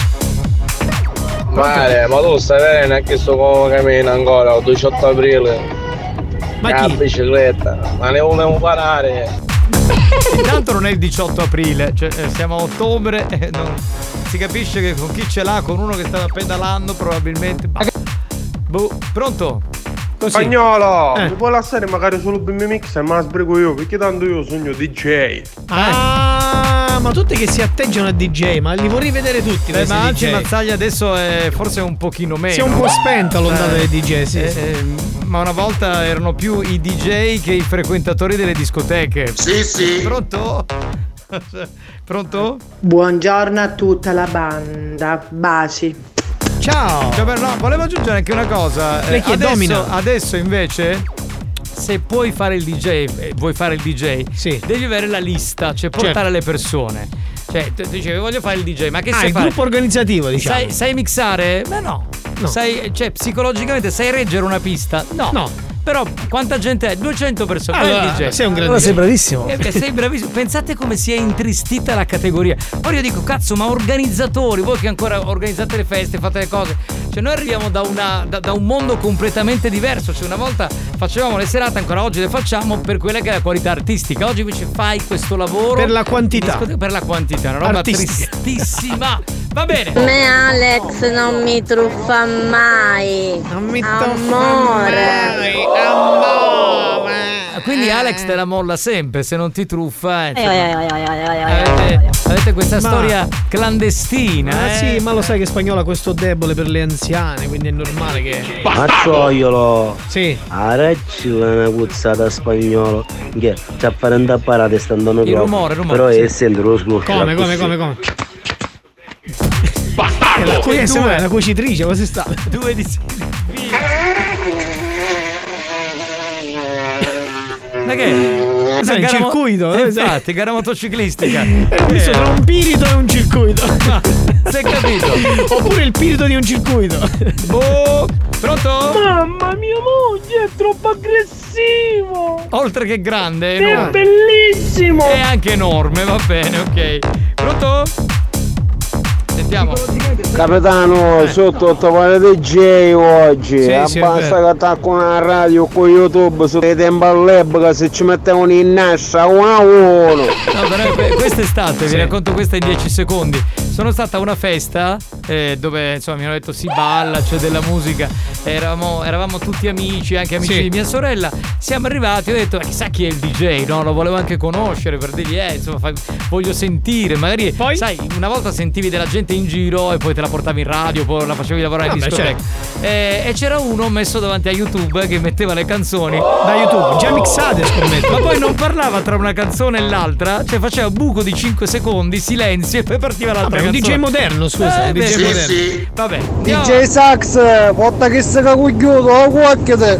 Male, ma tu stai bene anche sto come cammino ancora, il diciotto aprile. Ma la chi? bicicletta, ma ne volevo parare. Intanto non è il diciotto aprile, cioè eh, siamo a ottobre e non si capisce che con chi ce l'ha, con uno che stava pedalando probabilmente. Ma... Boh, pronto? Così. Spagnolo, Eh. mi puoi lasciare magari solo Bimbi Mix e me la sbrigo io, perché tanto io sogno D J. Ah, ma tutti che si atteggiano a D J, ma li vorrei vedere tutti. Eh, questi ma D anzi J. Mazzaglia adesso è forse un pochino meno. Si è un po' spenta l'ondata Eh, dei D J, sì, eh, sì. eh, ma una volta erano più i D J che i frequentatori delle discoteche. Sì, sì. Pronto? Pronto? Buongiorno a tutta la banda, baci. Ciao. Cioè, per- no, volevo aggiungere anche una cosa. Lei chi è, adesso, domina? adesso invece, se puoi fare il D J, eh, vuoi fare il D J, Sì. devi avere la lista, cioè portare Certo. le persone. Cioè, tu dicevi voglio fare il D J, ma che Ah, sai il fare? gruppo organizzativo, diciamo. Sai, sai mixare? Beh no. No. Sai, cioè, psicologicamente sai reggere una pista? No. No. Però quanta gente è? duecento persone. Fai Allora, il D J. sei un Allora sei bravissimo. Eh, beh, sei bravissimo. Pensate come si è intristita la categoria. Ora io dico, cazzo, ma organizzatori, voi che ancora organizzate le feste, fate le cose. Cioè, noi arriviamo da, una, da, da un mondo completamente diverso. Cioè, una volta facevamo le serate, ancora oggi le facciamo per quella che è la qualità artistica. Oggi invece fai questo lavoro Per la quantità. in discoteca, per la quantità, una roba Artistica. tristissima. Va bene. Me Alex non mi truffa mai. Non mi Amore. Quindi Alex te la molla sempre, se non ti truffa. Eh, Eh, insomma. eh, eh, eh, eh, eh, eh, Avete, avete questa Ma- storia clandestina. Ma eh? sì, ma lo sai che spagnolo ha questo debole per le anziane, quindi è normale che. Mazzoiolo. Sì. Aracci una puzzata spagnolo. Che c'ha a fare andare a parate stando Il rumore, il rumore, Però sì. è sempre lo sgurco. Come, come, come, come? È la, cui- E sembra due. la cuocitrice, cos'è stato? Due di Ma che? Cos'è, il circuito? Eh, Eh, infatti, gara motociclistica. È visto tra un pirito e un circuito. Si è capito? Oppure il pirito di un circuito. Boh, pronto? Mamma mia moglie è troppo aggressivo! Oltre che grande, È enorme. bellissimo! È anche enorme, va bene, ok. Pronto? Sentiamo. Capitano, sotto otto D J oggi. Sì, sì, è Basta vero. che attacco una radio con YouTube su dei tempo all'epoca se ci mettevano in nascia uno a uno. No, però que- quest'estate, vi racconto questa in dieci secondi. Sono stata a una festa, eh, dove insomma mi hanno detto si balla, c'è della musica, eravamo, eravamo tutti amici, anche amici sì. di mia sorella. Siamo arrivati, ho detto, ma chissà chi è il D J, no? Lo volevo anche conoscere per dirgli, eh, insomma, fai, voglio sentire, magari, poi? sai, una volta sentivi della gente in giro e poi te la portavi in radio, poi la facevi lavorare in discoteca. E, e c'era uno messo davanti a YouTube che metteva le canzoni da YouTube, già mixate, scommetto. Ma poi non parlava tra una canzone e l'altra, cioè faceva buco di cinque secondi, silenzio e poi partiva l'altra Vabbè, canzone. un D J moderno, scusa, eh, un D J sì, moderno. Sì. Vabbè. D J Sax, porta che si cacugliuto, guacchete.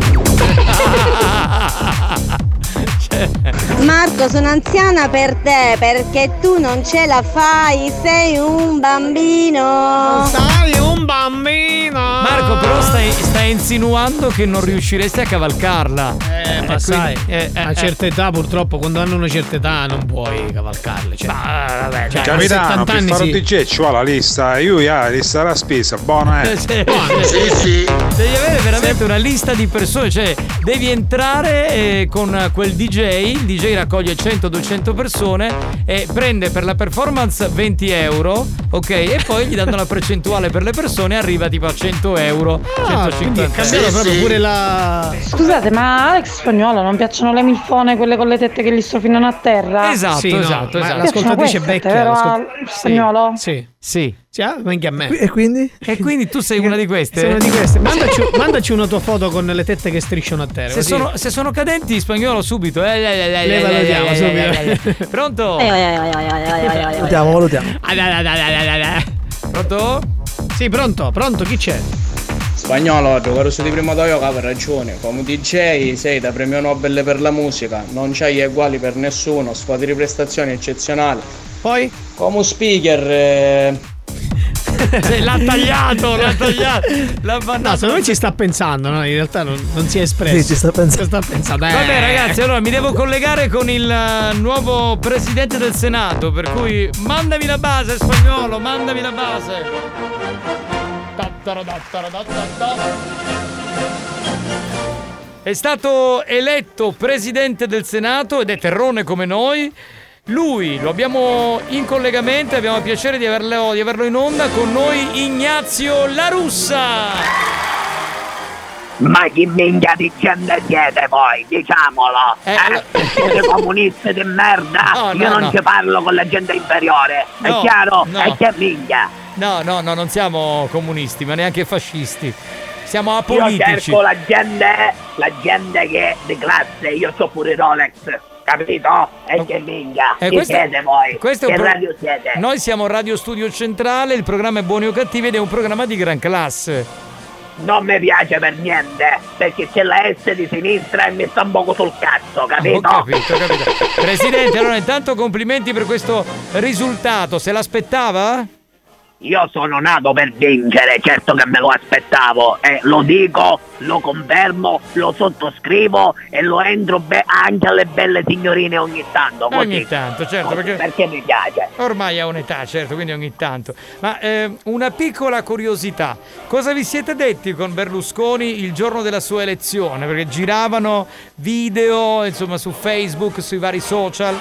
Marco, sono anziana per te perché tu non ce la fai, sei un bambino. Sei un bambino. Marco, però stai, stai insinuando che non riusciresti a cavalcarla. Eh, ma eh, sai, quindi, eh, eh, a certe età purtroppo, quando hanno una certa età non puoi cavalcarle. Cioè. Ma vabbè, cioè, capitano, per fare un D J ci vuole la lista. Io ja, la lista della spesa, buona eh. Sì, sì, sì. Devi avere veramente sì. una lista di persone, cioè devi entrare eh, con quel D J, il D J raccoglie cento duecento persone e prende per la performance venti euro, ok? E poi gli danno la percentuale per le persone, arriva tipo a cento euro, ah, centocinquanta. Cambiato sì, proprio sì. pure la. Scusate, ma Alex Spagnuolo non piacciono le milfone, quelle con le tette che gli strofinano a terra? Esatto, sì, esatto, no, esatto. L'ascoltatrice vecchia, vero l'ascolt... Spagnuolo? Sì. Sì. Sì, ah, anche a me. E quindi? E quindi tu sei una di queste? Sei una di queste. Mandaci, mandaci una tua foto con le tette che strisciano a terra. Se sono, se sono cadenti, Spagnolo subito. Eh, le, le valutiamo subito. Pronto? Valutiamo, valutiamo. Pronto? Sì, pronto, pronto, chi c'è? Spagnolo, giocare su di primo Toyota aveva ragione. Come D J sei da premio Nobel per la musica, non c'hai uguali per nessuno, squadre di prestazioni eccezionali. Poi? Come speaker eh... l'ha tagliato, l'ha tagliato, l'ha bannato. No, secondo me ci sta pensando, no? In realtà non, non si è espresso. Sì, ci sta pensando. Ci sta pensando. Eh. Vabbè ragazzi, allora mi devo collegare con il nuovo presidente del Senato, per cui mandami la base, Spagnolo, mandami la base. È stato eletto presidente del Senato ed è terrone come noi. Lui lo abbiamo in collegamento e abbiamo il piacere di averlo, di averlo in onda con noi, Ignazio La Russa. Ma chi minchia di gente siete voi, diciamolo, eh, eh? Siete comunisti di merda, no, io no, non no. ci parlo con la gente inferiore, no, è chiaro? No. E che minchia? No, no, no, non siamo comunisti, ma neanche fascisti. Siamo apolitici. Io cerco la gente, la gente che è di classe, io so pure Rolex. Capito? E che minchia, eh, chi questo, siete voi? Questo che pro... radio siete? Noi siamo Radio Studio Centrale, il programma è Buoni o Cattivi ed è un programma di gran classe. Non mi piace per niente, perché c'è la S di sinistra e mi sta un poco sul cazzo, capito? Ho capito, ho capito. Presidente, allora intanto complimenti per questo risultato, se l'aspettava? Io sono nato per vincere, certo che me lo aspettavo, e lo dico, lo confermo, lo sottoscrivo e lo entro be- anche alle belle signorine ogni tanto. Così. Ogni tanto, certo, perché, perché mi piace. Ormai ha un'età, certo, quindi ogni tanto. Ma eh, una piccola curiosità, cosa vi siete detti con Berlusconi il giorno della sua elezione? Perché giravano video, insomma, su Facebook, sui vari social.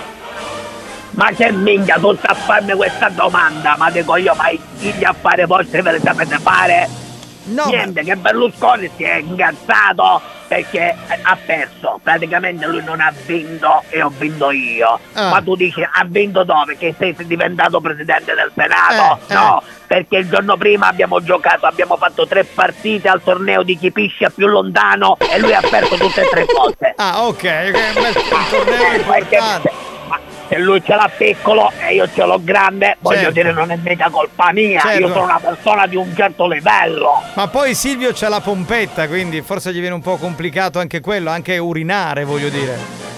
Ma che minchia tutta a farmi questa domanda? Ma dico io, ma gli affari vostri ve li sapete fare? No. Niente, che Berlusconi si è incazzato perché ha perso. Praticamente lui non ha vinto e ho vinto io. Ah. Ma tu dici, ha vinto dove? Che sei diventato presidente del Senato? Eh, no, eh. Perché il giorno prima abbiamo giocato, abbiamo fatto tre partite al torneo di chi piscia più lontano e lui ha perso tutte e tre cose. Ah, ok, okay. Un torneo importante. Se lui ce l'ha piccolo e io ce l'ho grande, voglio certo. dire, non è mica colpa mia, certo. Io sono una persona di un certo livello. Ma poi Silvio c'ha la pompetta, quindi forse gli viene un po' complicato anche quello, anche urinare, voglio dire.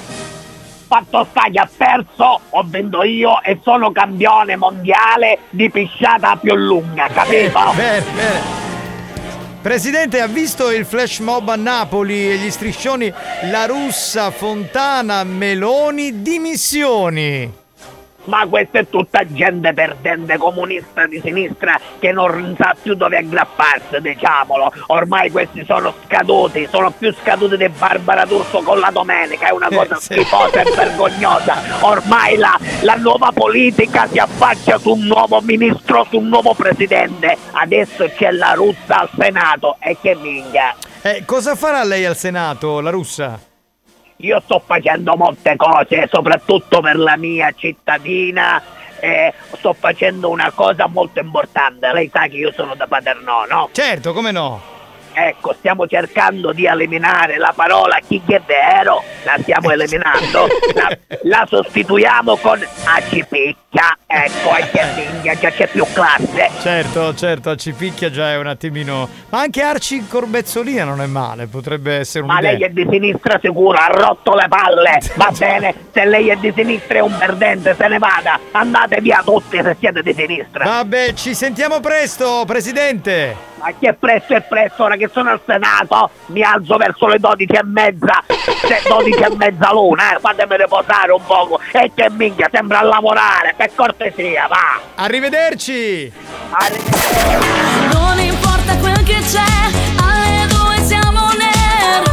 Fatto sta che ha perso, ho vinto io e sono campione mondiale di pisciata più lunga, capito? Bene, bene. Presidente, ha visto il flash mob a Napoli e gli striscioni La Russa, Fontana, Meloni, dimissioni? Ma questa è tutta gente perdente comunista di sinistra che non sa più dove aggrapparsi, diciamolo. Ormai questi sono scaduti, sono più scaduti di Barbara D'Urso con la domenica, è una cosa schifosa e vergognosa. Ormai la, la nuova politica si affaccia su un nuovo ministro, su un nuovo presidente. Adesso c'è la Russa al Senato e che minchia. Eh, cosa farà lei al Senato, la Russa? Io sto facendo molte cose, soprattutto per la mia cittadina, eh, sto facendo una cosa molto importante. Lei sa che io sono da Paternò, no? Certo, come no? Ecco, stiamo cercando di eliminare la parola chi è vero, la stiamo eliminando, la, la sostituiamo con acipicchia, ecco, e che minchia, già c'è più classe. Certo, certo, acipicchia già è un attimino... Ma anche Arci Corbezzolina non è male, potrebbe essere un'idea. Ma lei è di sinistra sicuro, ha rotto le palle, va bene, se lei è di sinistra è un perdente, se ne vada, andate via tutti se siete di sinistra. Vabbè, ci sentiamo presto, Presidente. Ma che presto è presto, ora che sono al Senato, mi alzo verso le dodici e mezza, dodici e mezza l'una, eh, fatemi riposare un poco, e che minchia, sembra a lavorare, per cortesia, va! Arrivederci! Arrivederci! Non importa quel che c'è, alle due siamo nero.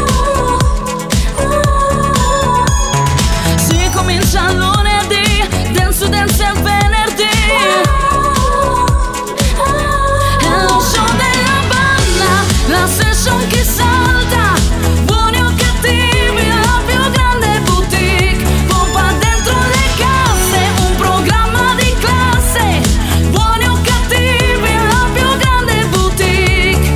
Si comincia lunedì, dance dance il venerdì. La session che salta, buoni o cattivi, la più grande boutique, pompa dentro le casse, un programma di classe, buoni o cattivi, la più grande boutique.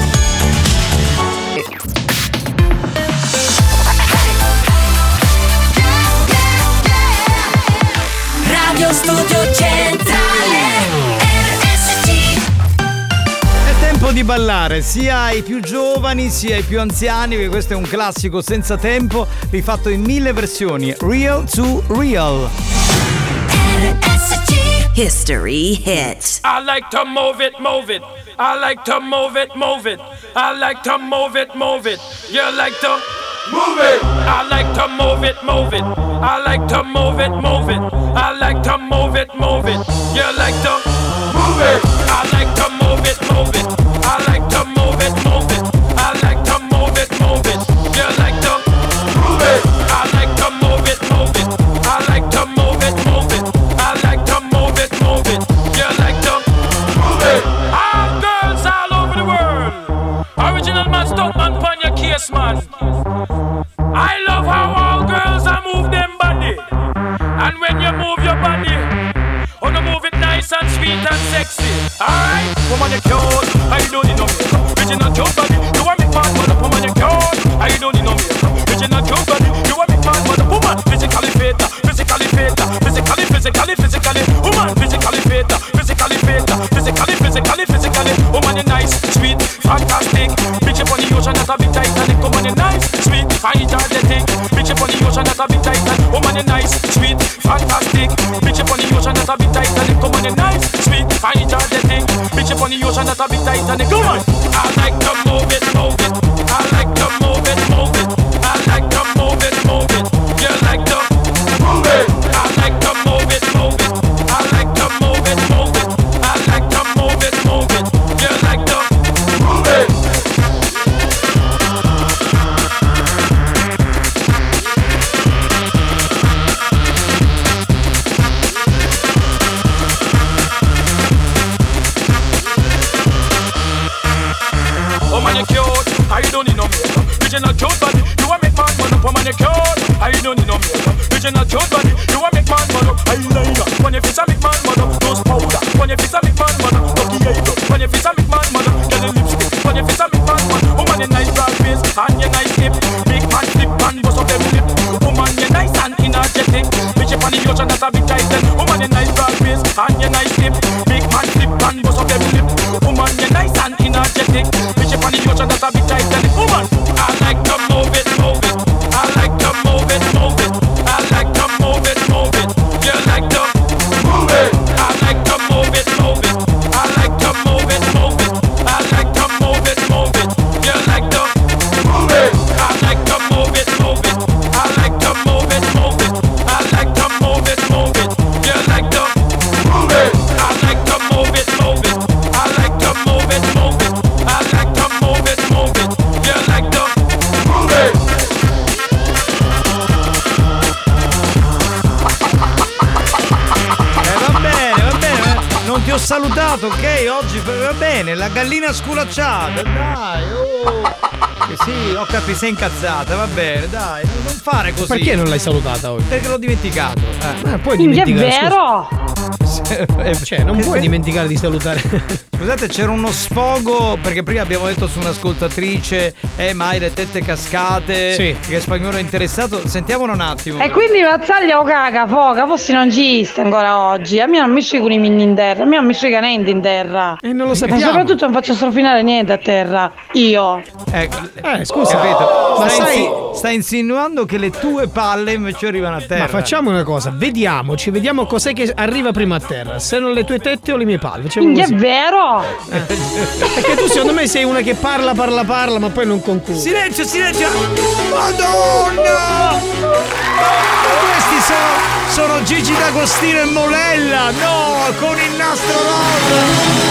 Radio Studio Centrale. Tempo di ballare sia ai più giovani sia ai più anziani, perché questo è un classico senza tempo rifatto in mille versioni. Real to Real. History hits. I like to move it, move it. I like to move it, move it. I like to move it, move it. You like to move it. I like to move it, move it. I like to move it, move it. I like to move it, move it. You like to move it. I like to move it, move it. I like to move it, move it. I like to move it, move it. You like to move it. I like to move it, move it. I like to move it, move it. I like to move it, move it. You like to move it. All girls all over the world. Original man, stunt man, pon your case, man. I love how all girls are move them body. And when you move your body, oh, no, move it nice and sweet and sexy. Alright, woman, you cute. I don't need no makeup. Original cute body. You want me fat, mother, woman, you cute. I don't need no makeup. Original cute body. You want me fat, mother, woman. Physically fit, physically fit, physically, physically, physically. Woman, physically fit, physically fit, physically, physically, physically. Woman, you nice, sweet, fantastic. Bitch up on the ocean, not a big Titanic. Woman, you nice, sweet, fine, energetic. Bitch up on the ocean, not a big Titanic. Woman, you nice, sweet, fantastic. Bitch up on the ocean, not a big Titanic. Come on, you nice, sweet, fine, energetic. Bitch up on the ocean, not a big Titanic. Come on. I like to move it, move it. I like to move it, move it. I like to move it, move it. You like to move it. I like to move it, move it. I like to move it, move it. I like to move it, move it. You like to move it. Oh man, you cute. I don't need no makeup. Original cute body. You want make man man up. Oh man, you cute. I don't need no makeup. Original cute body. You want make man man up. Eyeliner. When you face a make man man up. Nose powder. When you face a make man man up. Lucky eyebrow. When you face a make man man up. Get a lipstick. When you face a make man man up. Oh man, you nice broad face and you nice hip. Big man flip and bust up them lip. Oh man, you nice and energetic. Bitch up on the ocean, that's a big titan. Oh man, you nice broad face and you nice hip. Big man flip and bust up them lip. Oh man, you nice and energetic. Bitch up on the ocean, that's a big titan. Oh man, I like to move it, move it. I like to move it, move it. I like to move it, move it. You like to move it. I like to move it, move it. I like to move it, move it. I like to move it, move it. You like to move it. I like to move it, move it. I like to move it, move it. I like to move it, move it. l'ho salutato, ok? Oggi va bene, la gallina sculacciata, dai, oh. Sì, ho capito, sei incazzata, va bene, dai, non fare così. Perché non l'hai salutata oggi? Perché l'ho dimenticato. Eh. Ah, puoi dimenticare. È vero? Cioè, non puoi dimenticare di salutare. Scusate, c'era uno sfogo, perché prima abbiamo detto su un'ascoltatrice, eh, mai le tette cascate, sì, che Spagnolo è interessato. Sentiamolo un attimo. E quindi Mazzaglia o caga, foca, forse non ci sta ancora oggi. A me non mi sciugo i mini in terra, a me non mi sciuga niente in terra. E non lo sappiamo. Ma soprattutto non faccio strofinare niente a terra. Io. Ecco. Eh, scusa, capito? ma stai, sai, insi- stai insinuando che le tue palle invece arrivano a terra. Ma facciamo una cosa, vediamoci, vediamo cos'è che arriva prima a terra. Se non le tue tette o le mie palle. Facciamo Quindi così. è vero? Eh. Perché tu secondo me sei una che parla, parla, parla, ma poi non conclude. Silenzio, silenzio! Madonna! Questi sono, sono Gigi D'Agostino e Molella! No, con il nastro rosa!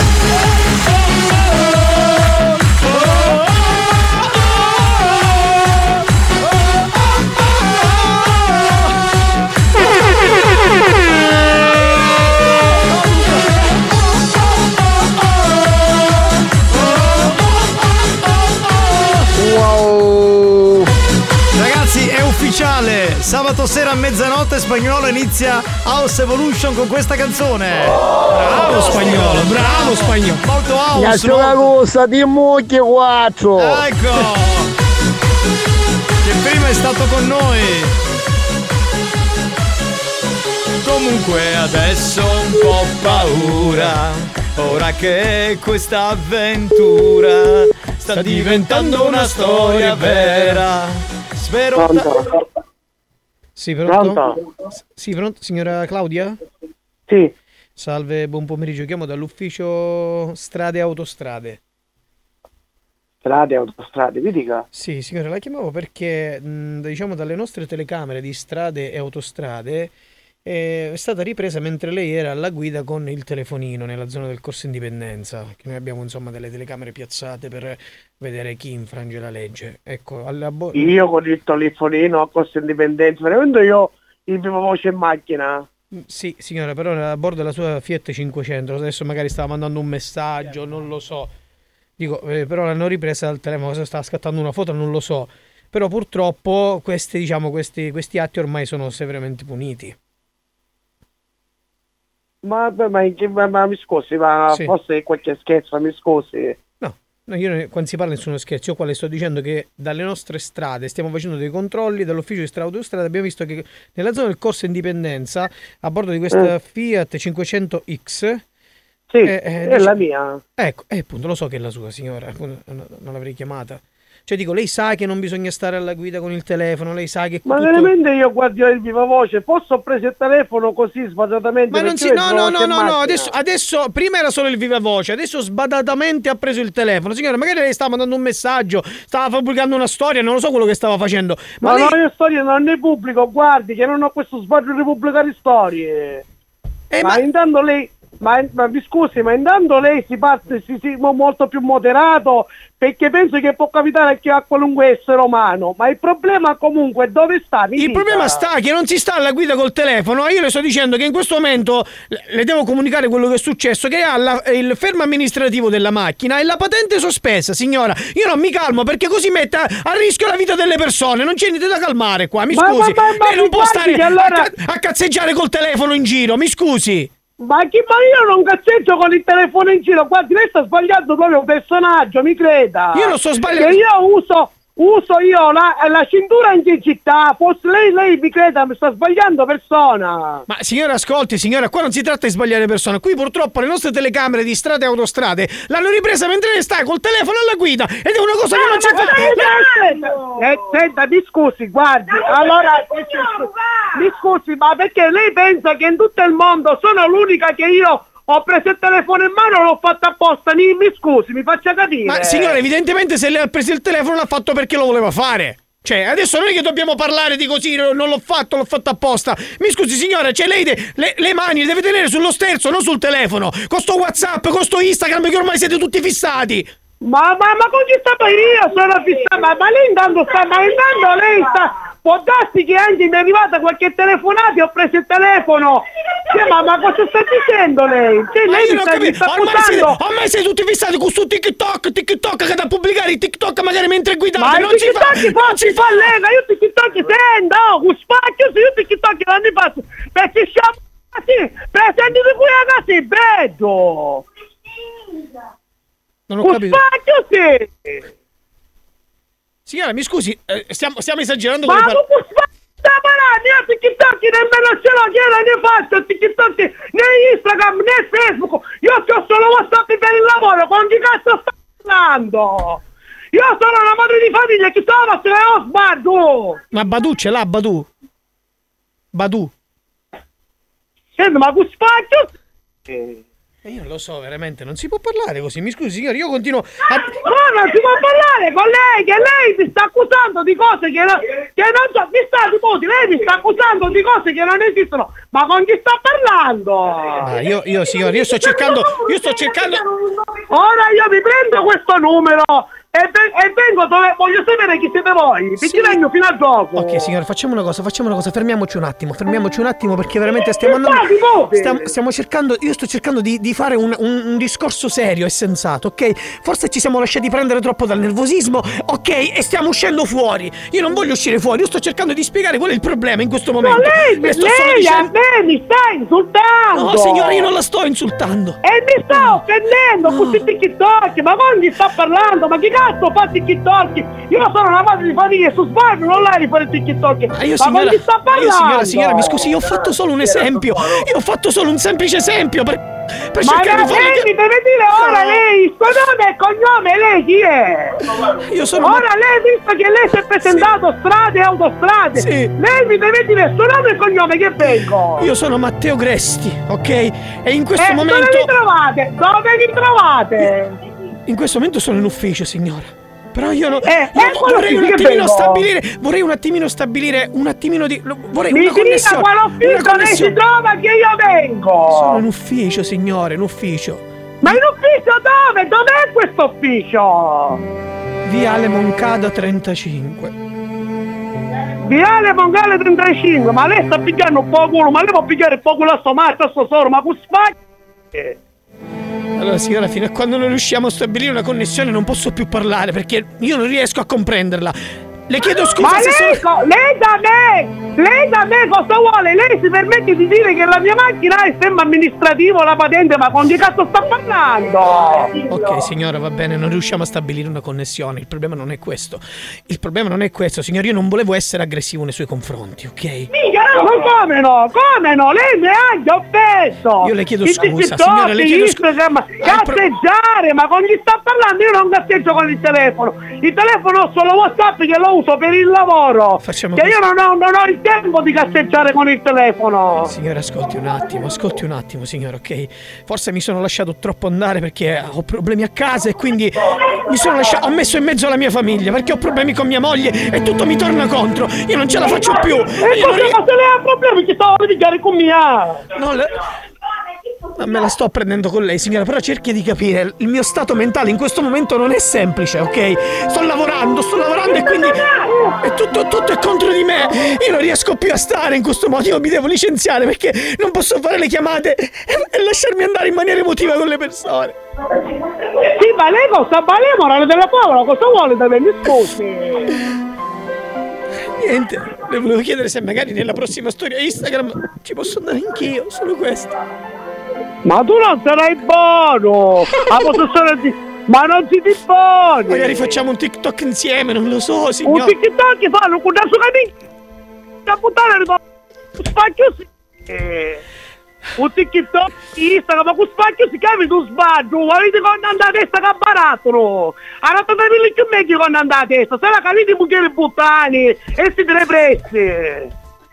Wow! Ragazzi, è ufficiale! Sabato sera a mezzanotte Spagnolo inizia House Evolution con questa canzone! Bravo Spagnolo, bravo Spagnolo! Molto house! Piace la cosa di mucchie quattro! Ecco! Che prima è stato con noi! Comunque adesso un po' paura, ora che questa avventura sta diventando una storia vera. Spero. Pronto? Sì, pronto? Pronto? Sì, pronto, signora Claudia? Sì. Salve, buon pomeriggio, chiamo dall'ufficio Strade e Autostrade. Strade e Autostrade, vi dica? Sì, signora, la chiamavo perché, mh, diciamo, dalle nostre telecamere di strade e autostrade è stata ripresa mentre lei era alla guida con il telefonino nella zona del Corso Indipendenza, che noi abbiamo insomma delle telecamere piazzate per vedere chi infrange la legge. Ecco, alla bo- Io con il telefonino a Corso Indipendenza, veramente io in viva voce in macchina. Sì, signora, però era a bordo della sua Fiat cinquecento, adesso magari stava mandando un messaggio, non lo so. Dico, eh, però l'hanno ripresa dal telefono, se stava scattando una foto non lo so. Però purtroppo questi, diciamo, questi, questi atti ormai sono severamente puniti. Ma, ma, ma, ma mi scusi, ma Sì. forse qualche scherzo, mi scusi. No, no, io ne- quando si parla nessuno scherzo, io qua le sto dicendo che dalle nostre strade stiamo facendo dei controlli, dall'ufficio di strada autostrada abbiamo visto che nella zona del Corso Indipendenza, a bordo di questa Eh. Fiat cinquecento X, Sì, eh, eh, è dice- la mia. ecco, eh, appunto, lo so che è la sua, signora, appunto, non, non l'avrei chiamata. Cioè dico, lei sa che non bisogna stare alla guida con il telefono, lei sa che Ma tutto- veramente io guardo il viva voce, posso ho preso il telefono così sbadatamente? Ma non perché si, io no, il no, viva no, voce in no, no, macchina. adesso, adesso, prima era solo il viva voce, adesso sbadatamente ha preso il telefono. Signora, magari lei stava mandando un messaggio, stava pubblicando una storia, non lo so quello che stava facendo. Ma Ma lei... no, io storie non ne pubblico, guardi che non ho questo sbaglio di pubblicare storie. Eh, ma, ma- intanto lei, ma, ma mi scusi, ma intanto lei si parte si, si, mo- molto più moderato, perché penso che può capitare anche a qualunque essere umano, ma il problema comunque dove sta? Mi Il dica. problema sta che non si sta alla guida col telefono. Io le sto dicendo che in questo momento le- le devo comunicare quello che è successo, che ha la- il fermo amministrativo della macchina e la patente sospesa, signora. Io non mi calmo perché così mette a, a rischio la vita delle persone. Non c'è niente da calmare qua, mi Ma- scusi. ma- ma- ma lei non mi può guardi stare che allora- a, ca- a cazzeggiare col telefono in giro, mi scusi. Ma chi ma io non cazzeggio con il telefono in giro, guardi, lei sta sbagliando proprio un personaggio, mi creda. Io non sto sbagliando. Che io uso, uso io la, la cintura in città, forse lei, lei mi creda, mi sta sbagliando persona. Ma signora, ascolti, signora, qua non si tratta di sbagliare persone. Qui purtroppo le nostre telecamere di strade e autostrade l'hanno ripresa mentre lei sta col telefono alla guida ed è una cosa che non si fa. Eh, senta, mi scusi, guardi, allora mi scusi, ma perché lei pensa che in tutto il mondo sono l'unica che io ho preso il telefono in mano e l'ho fatto apposta? Mi, mi scusi, mi faccia capire. Ma signora, evidentemente se lei ha preso il telefono l'ha fatto perché lo voleva fare. Cioè, adesso non è che dobbiamo parlare di così, non l'ho fatto, l'ho fatto apposta. Mi scusi signora, cioè lei de- le, le mani le deve tenere sullo sterzo, non sul telefono. Con sto WhatsApp, con sto Instagram che ormai siete tutti fissati. Ma, ma, ma con chi sto io sono fissato? Ma, ma lei intanto sta, ma intanto lei sta, può darsi che anche mi è arrivata qualche telefonata e ho preso il telefono. Cioè, ma, ma cosa sta dicendo lei? Cioè, Ma lei io mi non sta, mi capisco. sta Ormai, siete, accusando. ormai siete tutti fissati con su TikTok, TikTok che da pubblicare i TikTok magari mentre guidate. Ma non i si fa, TikTok non si si fa lega, io TikTok sento, con spacchio se io TikTok non li faccio. Perché siamo sì, presenti di qui a casa è bello. Non ho Con capito. spacchio sì. Signora, mi scusi, eh, stiamo, stiamo esagerando Ma con le non parole. può sta parlando, io TikTok nemmeno ce l'ho, che ne faccio TikTok né Instagram né Facebook, io ho solo WhatsApp per il lavoro, con chi cazzo sta parlando? Io sono una madre di famiglia, chi sono se ne ho sbaglio? Ma Badu ce l'ha, Badu. Badu. Senti, ma con spacchio? Eh, Io non lo so, veramente, non si può parlare così. Mi scusi, signore, io continuo a... No, non si può parlare con lei, che lei mi sta accusando di cose che non, che non so, mi sta tipo, lei mi sta accusando di cose che non esistono, ma con chi sta parlando? Ah, io, io, signore, io sto cercando, io sto cercando... Ora io mi prendo questo numero e, ve- e vengo dove voglio sapere chi siete voi, Sì. ti vengo fino al gioco. Ok, signore, facciamo una cosa, facciamo una cosa, fermiamoci un attimo, fermiamoci un attimo perché veramente stiamo Che andando... fai, Bobi? Stiamo, stiamo cercando, io sto cercando di, di fare un, un, un discorso serio e sensato, ok? Forse ci siamo lasciati prendere troppo dal nervosismo, ok? E stiamo uscendo fuori. Io non voglio uscire fuori, io sto cercando di spiegare qual è il problema in questo momento. Ma lei, Le sto solo lei dicendo... a me mi sta insultando. No, signore, io non la sto insultando. E mi sta offendendo con questi TikTok, ma con chi sta parlando? Ma chi cazzo fa TikTok? Io sono una madre di famiglia, su sbaglio non l'hai di fare TikTok. Ma io, ma signora, con chi sta ma parlando? io, signora, signora, mi scusi, io ho fatto solo un esempio. Io ho fatto solo un semplice esempio per, per Ma cercare di fare... lei mi deve dire ora lei il suo nome e cognome, lei chi è? Io sono... Ora lei, visto che lei si è presentato strade e autostrade, Sì. lei mi deve dire il suo nome e cognome che vengo. Io sono Matteo Gresti, ok? E in questo Eh, momento... dove vi trovate? Dove vi trovate? In questo momento sono in ufficio, signora. Però io, no, Eh, io eh, vorrei un quello sì che attimino vengo. stabilire, vorrei un attimino stabilire, un attimino di, vorrei Mi una dica connessione. quale una ufficio lei si connessione. trova che io vengo. Sono in ufficio, signore, in ufficio. Ma in ufficio dove? Dov'è questo ufficio? Viale Moncada trentacinque. Viale Mongale trentacinque, ma lei sta pigliando un po' culo, ma lei può pigliare un po' culo a sto matto, a sto solo, ma con spacchi. Allora, signora, fino a quando non riusciamo a stabilire una connessione non posso più parlare perché io non riesco a comprenderla. Le chiedo scusa Ma se lei, sono... co- lei da me, lei da me cosa vuole? Lei si permette di dire che la mia macchina è sistema amministrativo, la patente, ma con chi cazzo sta parlando? Ok, signora, va bene, non riusciamo a stabilire una connessione. Il problema non è questo. Il problema non è questo, signora. Io non volevo essere aggressivo nei suoi confronti, ok? Mica no, come no? Come no? Lei mi ha anche offeso! Io le chiedo Il scusa, TikTok, signora, le chiedo scusa. Instagram, cazzeggiare, ma con chi sta parlando? Io non cazzeggio con il telefono. Il telefono ho solo WhatsApp che lo uso per il lavoro. Facciamo che così. io non ho, non ho il tempo di cazzeggiare con il telefono. Signora, ascolti un attimo, ascolti un attimo, signora, ok? Forse mi sono lasciato troppo andare perché ho problemi a casa e quindi mi sono lasciato, ho messo in mezzo la mia famiglia perché ho problemi con mia moglie e tutto mi torna contro. Io non ce la faccio più. E Io non cosa ri- ma se lei ha problemi che stavo a litigare con mia? No, le- Ma me la sto prendendo con lei, signora, però cerchi di capire. Il mio stato mentale in questo momento non è semplice, ok? Sto lavorando, sto lavorando e quindi è tutto, tutto è contro di me. Io non riesco più a stare in questo modo, io mi devo licenziare perché non posso fare le chiamate e, e lasciarmi andare in maniera emotiva con le persone. Sì, ma lei cosa? Ma lei morale della povera, cosa vuole da me? Mi scusi. Niente, le volevo chiedere se magari nella prossima storia Instagram ci posso andare anch'io, solo questo. Ma tu non sarai buono! La possessione di... Ma non si ti buoni! Magari facciamo un TikTok insieme, non lo so, Un signor. TikTok fanno con il suo cammino! La puttana ritorna! Spacchio si... Eh. Un TikTok, Instagram, ma con spacchio si chiama tu sbaglio! Ma vedi quando andate a testa che barattolo! Allora mille più meglio quando andate a testa! Se la capite mucchiere buttani! E si depressi!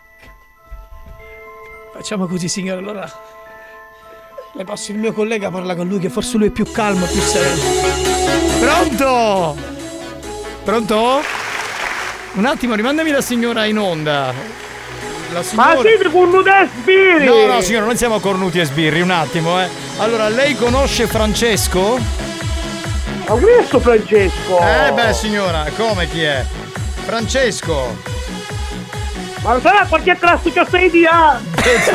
Facciamo così, signore, allora le passo il mio collega, parla con lui che forse lui è più calmo, più sereno. Pronto? Pronto? Un attimo, rimandami la signora in onda. La signora... Ma siete cornuti e sbirri! No, no, signora, non siamo cornuti e sbirri, un attimo, eh. Allora, lei conosce Francesco? Ma questo Francesco! Eh beh, signora, come chi è? Francesco! Ma non sarà qualche classico sei di anni?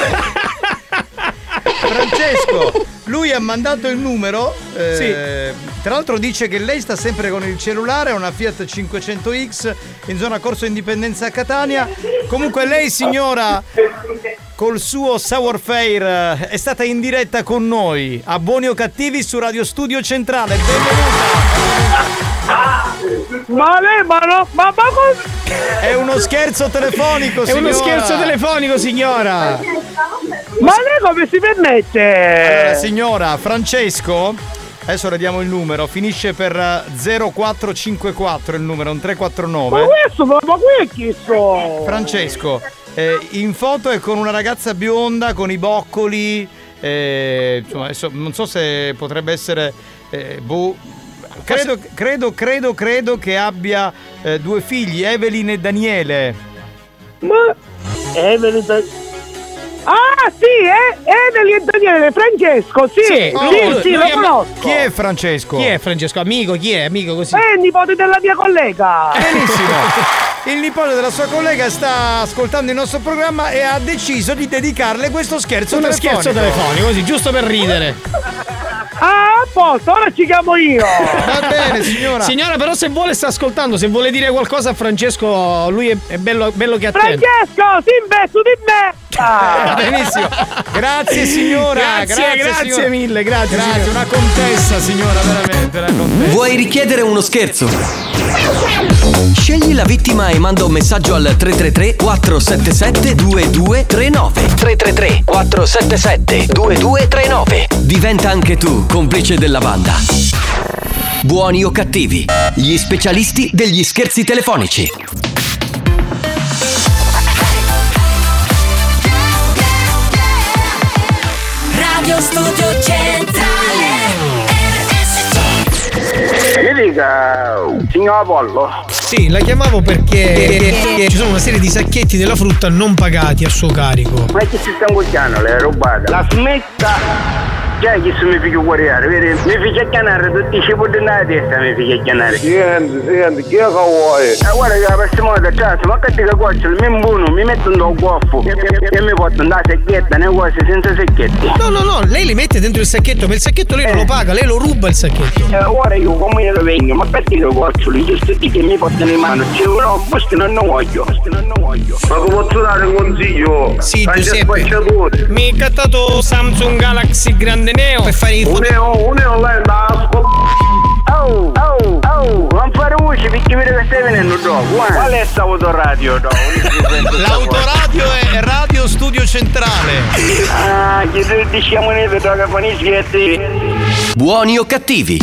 Francesco, lui ha mandato il numero. Eh, Sì. Tra l'altro dice che lei sta sempre con il cellulare, è una Fiat cinquecento X in zona Corso Indipendenza a Catania. Comunque lei, signora, col suo Sour Fair è stata in diretta con noi a Buoni o Cattivi su Radio Studio Centrale. Benvenuta. Ma lei, ma no, ma, ma È uno scherzo telefonico, signora. È uno scherzo telefonico, signora. Ma lei come si permette? Allora, signora, Francesco, adesso le diamo il numero, finisce per zero quattro cinque quattro il numero, un tre quattro nove. Ma questo, ma, ma qui è chi so? Francesco, eh, in foto è con una ragazza bionda, con i boccoli, eh, insomma, adesso non so se potrebbe essere... Eh, boh, credo, credo, credo, credo che abbia eh, due figli, Evelyn e Daniele. Ma... Evelyn e... Ah sì, eh? Evelyn e Daniele, Francesco, sì, sì, Oh, sì, lui- sì, lui lo è- conosco. Chi è Francesco? Chi è Francesco? Amico, chi è? Amico così. È il nipote della mia collega. Benissimo. Il nipote della sua collega sta ascoltando il nostro programma e ha deciso di dedicarle questo scherzo Uno telefonico. scherzo telefonico, così, giusto per ridere. Ah, a posto, ora ci chiamo io. Va bene, signora. Signora, però se vuole sta ascoltando, se vuole dire qualcosa a Francesco, lui è, è bello, bello che attende. Francesco, si investo di me. Ah, benissimo. Grazie signora. Grazie, grazie signora. mille, grazie, Grazie, signora. una contessa, signora, veramente, una contessa. Vuoi richiedere uno scherzo? Scegli la vittima e manda un messaggio al tre tre tre quattro sette sette due due tre nove. tre tre tre quattro sette sette due due tre nove. Diventa anche tu complice della banda. Buoni o cattivi, gli specialisti degli scherzi telefonici. Radio Studio Centrale R S C. Mi dica, signor Apollo. Sì, la chiamavo perché ci sono una serie di sacchetti della frutta non pagati a suo carico. Ma che si sta ingoiando, le rubate? La smetta! Già che se mi figlio guardare, vedi? Mi figlio chiamare tutti i cibi della testa, mi figlio chiamare. Senti, senti, chi è che vuoi? Eh, guarda che la prossima volta, cazzo, ma che ti cacoccio, mi imbuno, mi metto un goffo e, e, e mi porto una sacchetta, nei cose senza sacchetti. No, no, no, lei li mette dentro il sacchetto, ma il sacchetto lei non lo paga, lei lo ruba il sacchetto. Eh, ora io come lo vengo, ma perché lo goccioli, giusto di che mi portano in mano, cioè no, questo non lo voglio, questo non lo voglio. Ma come posso dare un consiglio? Sì, Fai Giuseppe. spacciatore. Mi è cattato Samsung Galaxy Grande Neo per fare il Un neo, un neo lei da Oh, oh, oh, non fare voce perché vedo che stai venendo dopo. Eh. Qual è sta autoradio? No? L'autoradio è Radio Studio Centrale. Ah, che diciamo ne vedo che fanno i schietti. Buoni o cattivi,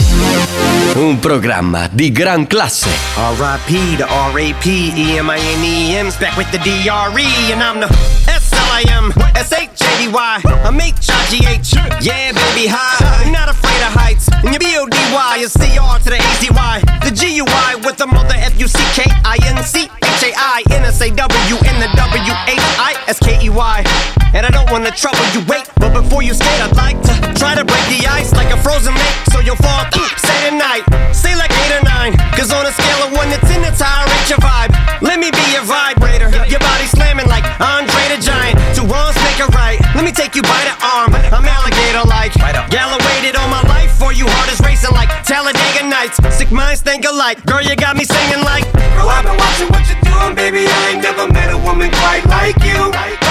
un programma di gran classe. R I P, the R A P, E M I N E M's back with the D R E, and I'm the S L I M, S H A D Y, I'm H I G H, yeah baby high, not afraid of heights, and your B O D Y is C R to the A Z Y, the G U I with the mother F U C K I N C H A I N S A W and the W H I S K E Y, and I don't wanna trouble you, wait, but before you skate I'd like to try to break the ice like a frozen lake, so you'll fall through, say tonight, say like eight or nine, cause on a scale of one to ten it's how I rate your vibe, let me be your vibrator, your body slamming like Andre the Giant, two wrongs make a right, let me take you by the arm, I'm alligator like, Gala waited all my life for you, heart is racing like Talladega Nights, sick minds think alike, girl you got me singing like, girl I've been watching what you're doing, baby I ain't never met a woman quite like you,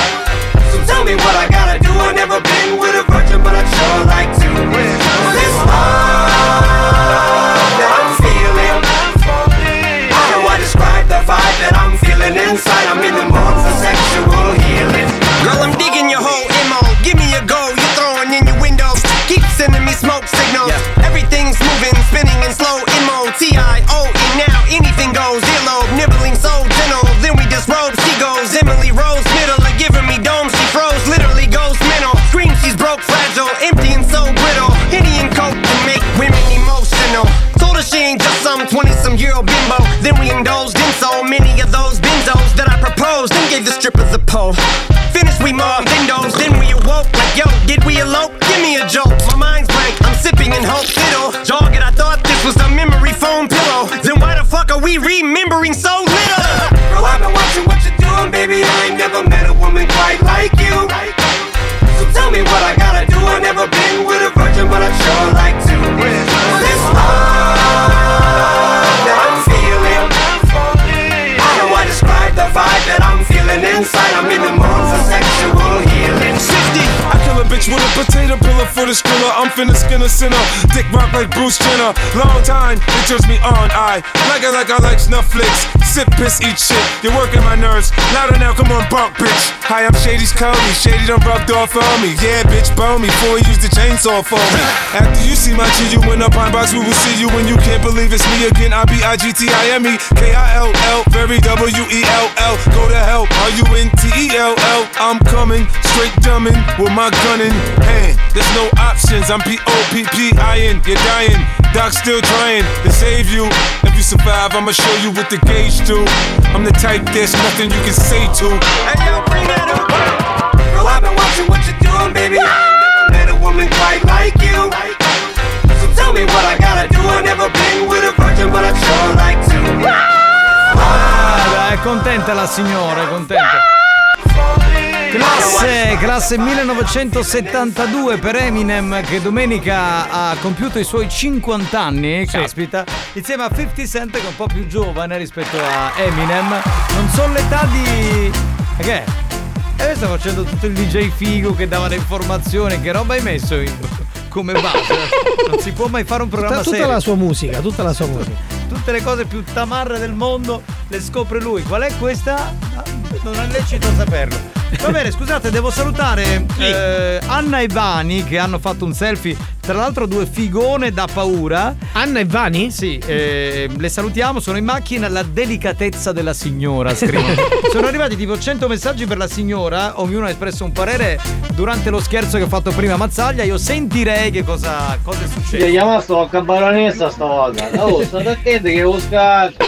so tell me what I gotta do, I've never been with a virgin but I'd sure like to, this love that I'm feeling, how do I describe the vibe that I'm feeling inside, I'm in the mood for sexual healing, girl I'm digging your whole M O, give me a go, you're throwing in your windows, keep sending me smoke signals, everything's moving, spinning in slow, M O T I O E now, anything goes, earlobe, nibbling so gentle, then we disrobe, she goes, Emily Rose, middle of giving me dome, she froze, literally goes mental, screams she's broke, fragile, empty and so brittle, Henny and Coke can make women emotional, told her she ain't just some twenty-some year old bimbo, then we indulged in so many of those benzos that I proposed, then gave the stripper the pole, finished we more windows, then we awoke, like yo, did we elope, give me a joke, my mind's blank, I'm sipping in hope, fiddle, jog it, I thought this was a memory foam pillow, then why the fuck are we remembering so little, girl I've been watching what you're doing, baby I ain't and inside I'm in the mood for sexual healing. sixty, I kill a bitch with a potato pillar for the skriller. I'm finna skin a sinner, dick rock like Bruce Jenner. Long time, it turns me on, I like it like I like Snufflix. Sip, piss, eat shit, you're working my nerves. Louder now, come on, bump, bitch. Hi, I'm Shady's Cody, Shady done rubbed off on me. Yeah, bitch, bone me, before he used the chainsaw for me. After you see my G, you in a pine box, we will see you when you can't believe it's me again. I B I G T I M E, K I L L, very W E L L. Go to hell, R U N T E L L. I'm coming, straight dumbing, with my gun in hand. There's no options, I'm P O P P I N. You're dying, Doc's still trying to save you. If you survive, I'ma show you what the gauge do. I'm the type there's nothing you can say to. Hey yo, bring that up. Girl, I've been watching what you're doing, baby. I never met a woman quite like you. So tell me what I gotta do. I've never been with a virgin, but I'd sure like to. Ah, è contenta la signora, è contenta. Classe, classe millenovecentosettantadue per Eminem, che domenica ha compiuto i suoi cinquanta anni, sì. Caspita, insieme a fifty Cent, che è un po' più giovane rispetto a Eminem. Non so l'età di... che è? E sta facendo tutto il D J figo che dava le informazioni. Che roba hai messo in... come base? Non si può mai fare un programma tutta, tutta serio. la sua musica, tutta la sua musica. Tutte le cose più tamarre del mondo le scopre lui. Qual è questa? Non è lecito saperlo. Va bene, scusate, devo salutare eh, Anna e Vani, che hanno fatto un selfie. Tra l'altro due figone da paura. Anna e Vani? Sì, eh, le salutiamo, sono in macchina. La delicatezza della signora, scrivono. Sono arrivati tipo cento messaggi per la signora. Ognuno ha espresso un parere durante lo scherzo che ho fatto prima a Mazzaglia. Io sentirei che cosa, cosa è successo. Io chiamato a baronessa stavolta. Oh, state attenti che lo scacco.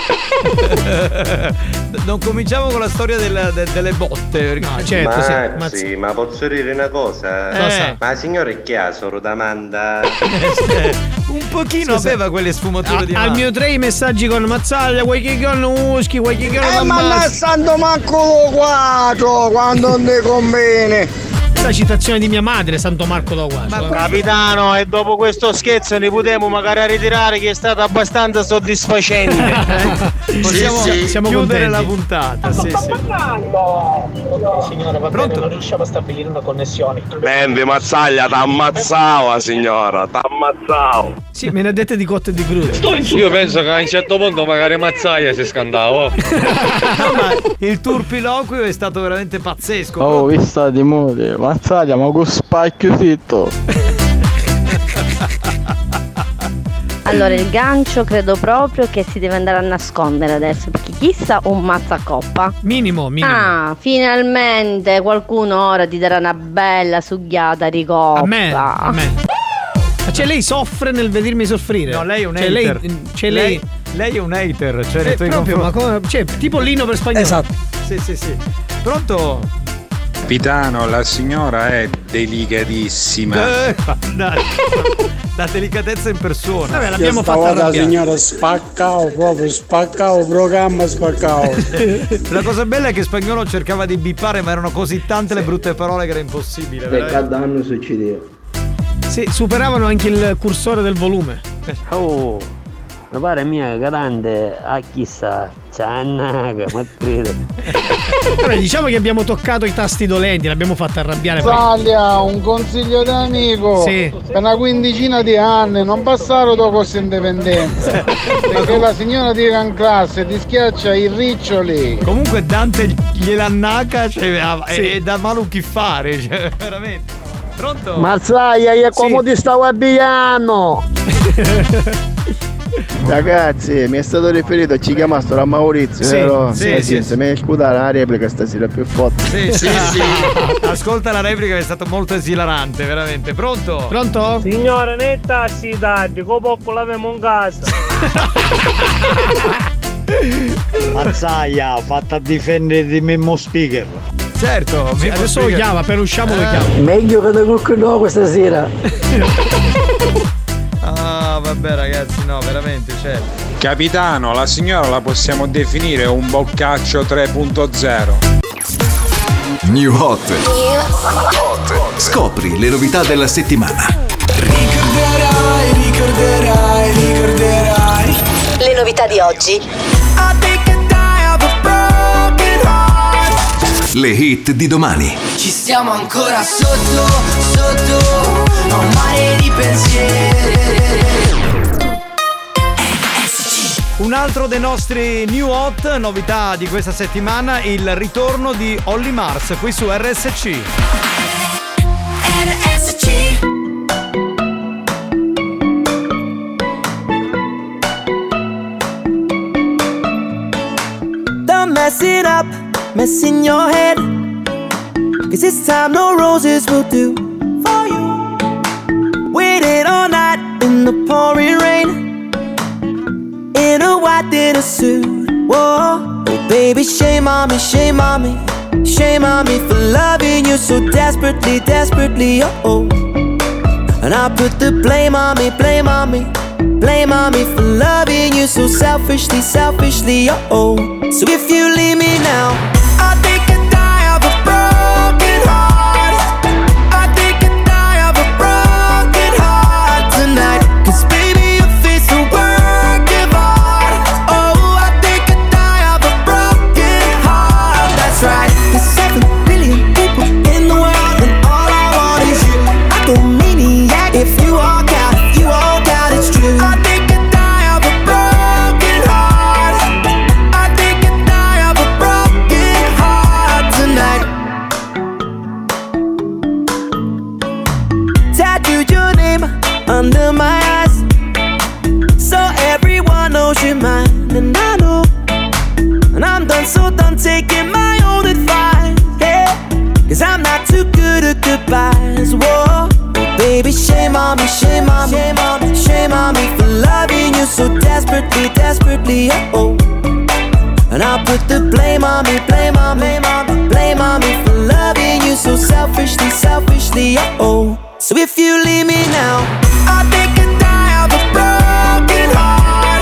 Non cominciamo con la storia della, de, delle botte. No, certo, ma sì. Ma sì, ma posso dire una cosa? Eh. Ma la signora è che ha solo da manda? Un pochino Scusa, aveva quelle sfumature a, di al mano. mio tre i messaggi con Mazzaglia, vuoi che hanno whisky, vuoi che hanno Eh ma non è santo manco quattro quando non ne conviene. La citazione di mia madre, Santo Marco da Guaso. Capitano, e dopo questo scherzo ne potremo magari ritirare, che è stato abbastanza soddisfacente. Possiamo Sì, sì. siamo chiudere contenti. la puntata. Sì, sì. Signora, va bene, non riusciamo a stabilire una connessione. Bende Mazzaglia, t'ammazzava signora, t'ammazzavo. Sì, me ne ha dette di cotte e di crude. Io penso che a un certo punto magari Mazzaglia si scandava. No, ma il turpiloquio è stato veramente pazzesco. Oh, vista di modi, Mazzaglia, ma con spacchio zitto. Allora, il gancio credo proprio che si deve andare a nascondere adesso, perché chissà un mazzacoppa. Minimo, minimo. Ah, finalmente qualcuno ora ti darà una bella sughiata di coppa. A me, a me. Ma cioè lei soffre nel vedermi soffrire. No, lei è un cioè, hater. Lei, cioè lei, lei, lei è un hater. Cioè, eh, nei tuoi proprio, ma confronti. come, cioè, tipo Lino per spagnolo. Esatto. Sì, sì, sì. Pronto? Capitano, la signora è delicatissima. Eh, la, la delicatezza in persona. Vabbè, l'abbiamo fatta la arrabbiare. signora spaccavo proprio, spaccavo programma, spaccavo. La cosa bella è che Spagnolo cercava di bippare, ma erano così tante le brutte parole che era impossibile. Beh, cada anno succedeva. Sì, superavano anche il cursore del volume. Oh, mi pare mia grande, a chissà, c'annaga, ma credo. Vabbè, diciamo che abbiamo toccato i tasti dolenti, l'abbiamo fatta arrabbiare. Italia, un consiglio d'amico. Sì. Per una quindicina di anni non passare dopo questa indipendenza. Perché la signora di gran classe ti schiaccia i riccioli. Comunque Dante gliel'annaca, cioè, Sì. è da malucchiffare, cioè, veramente. Pronto? Mazzaia, io come Sì. ti stavo abbiando? Ragazzi, mi è stato riferito, ci chiamato da Maurizio, Sì, vero? sì, Eh, sì, se mi scudare la replica stasera più forte. Sì, sì, sì. Ascolta la replica che è stato molto esilarante, veramente. Pronto? Pronto? Signora, nei tassi tardi, con poco l'avemo in casa. Mazzaia, fatta a difendere di Mimmo Speaker. Certo, Sì, adesso lo chiama, appena usciamo lo chiama. Meglio che da quel no questa sera. Ah, vabbè ragazzi, no, veramente, cioè. Capitano, la signora la possiamo definire un boccaccio tre punto zero. New Hot. Scopri le novità della settimana. Ricorderai, ricorderai, ricorderai. Le novità di oggi. Le hit di domani. Ci stiamo ancora sotto, sotto a un mare di pensieri. Un altro dei nostri new hot, novità di questa settimana, il ritorno di Olly Mars qui su R S C. R S C. Done messing up, messing your head. Cause this time no roses will do for you. Waited all night in the pouring rain, in a white dinner suit. Whoa, oh, baby, shame on me, shame on me, shame on me for loving you so desperately, desperately. Oh, oh. And I put the blame on me, blame on me, blame on me for loving you so selfishly, selfishly. Oh, oh. So if you leave me now, I think I die of a broken heart. I think I die of a broken heart tonight. Cause baby, your face a work of art. Oh, I think I die of a broken heart. That's right. There's seven billion people in the world, and all I want is you. I go maniac if you walk out, if you walk out, it's true. I think I die of a broken heart. I think I die of a broken heart tonight. Tattooed your name under my eyes, so everyone knows you're mine, and I know. And I'm done, so done taking my own advice, yeah. Cause I'm not too good at goodbyes, whoa. Baby, shame on me, shame on me, shame on me, shame on me for loving you so desperately, desperately, oh. And I put the blame on me, blame on me, blame on me for loving you so selfishly, selfishly, oh. So if you leave me now, I think I die of a broken heart.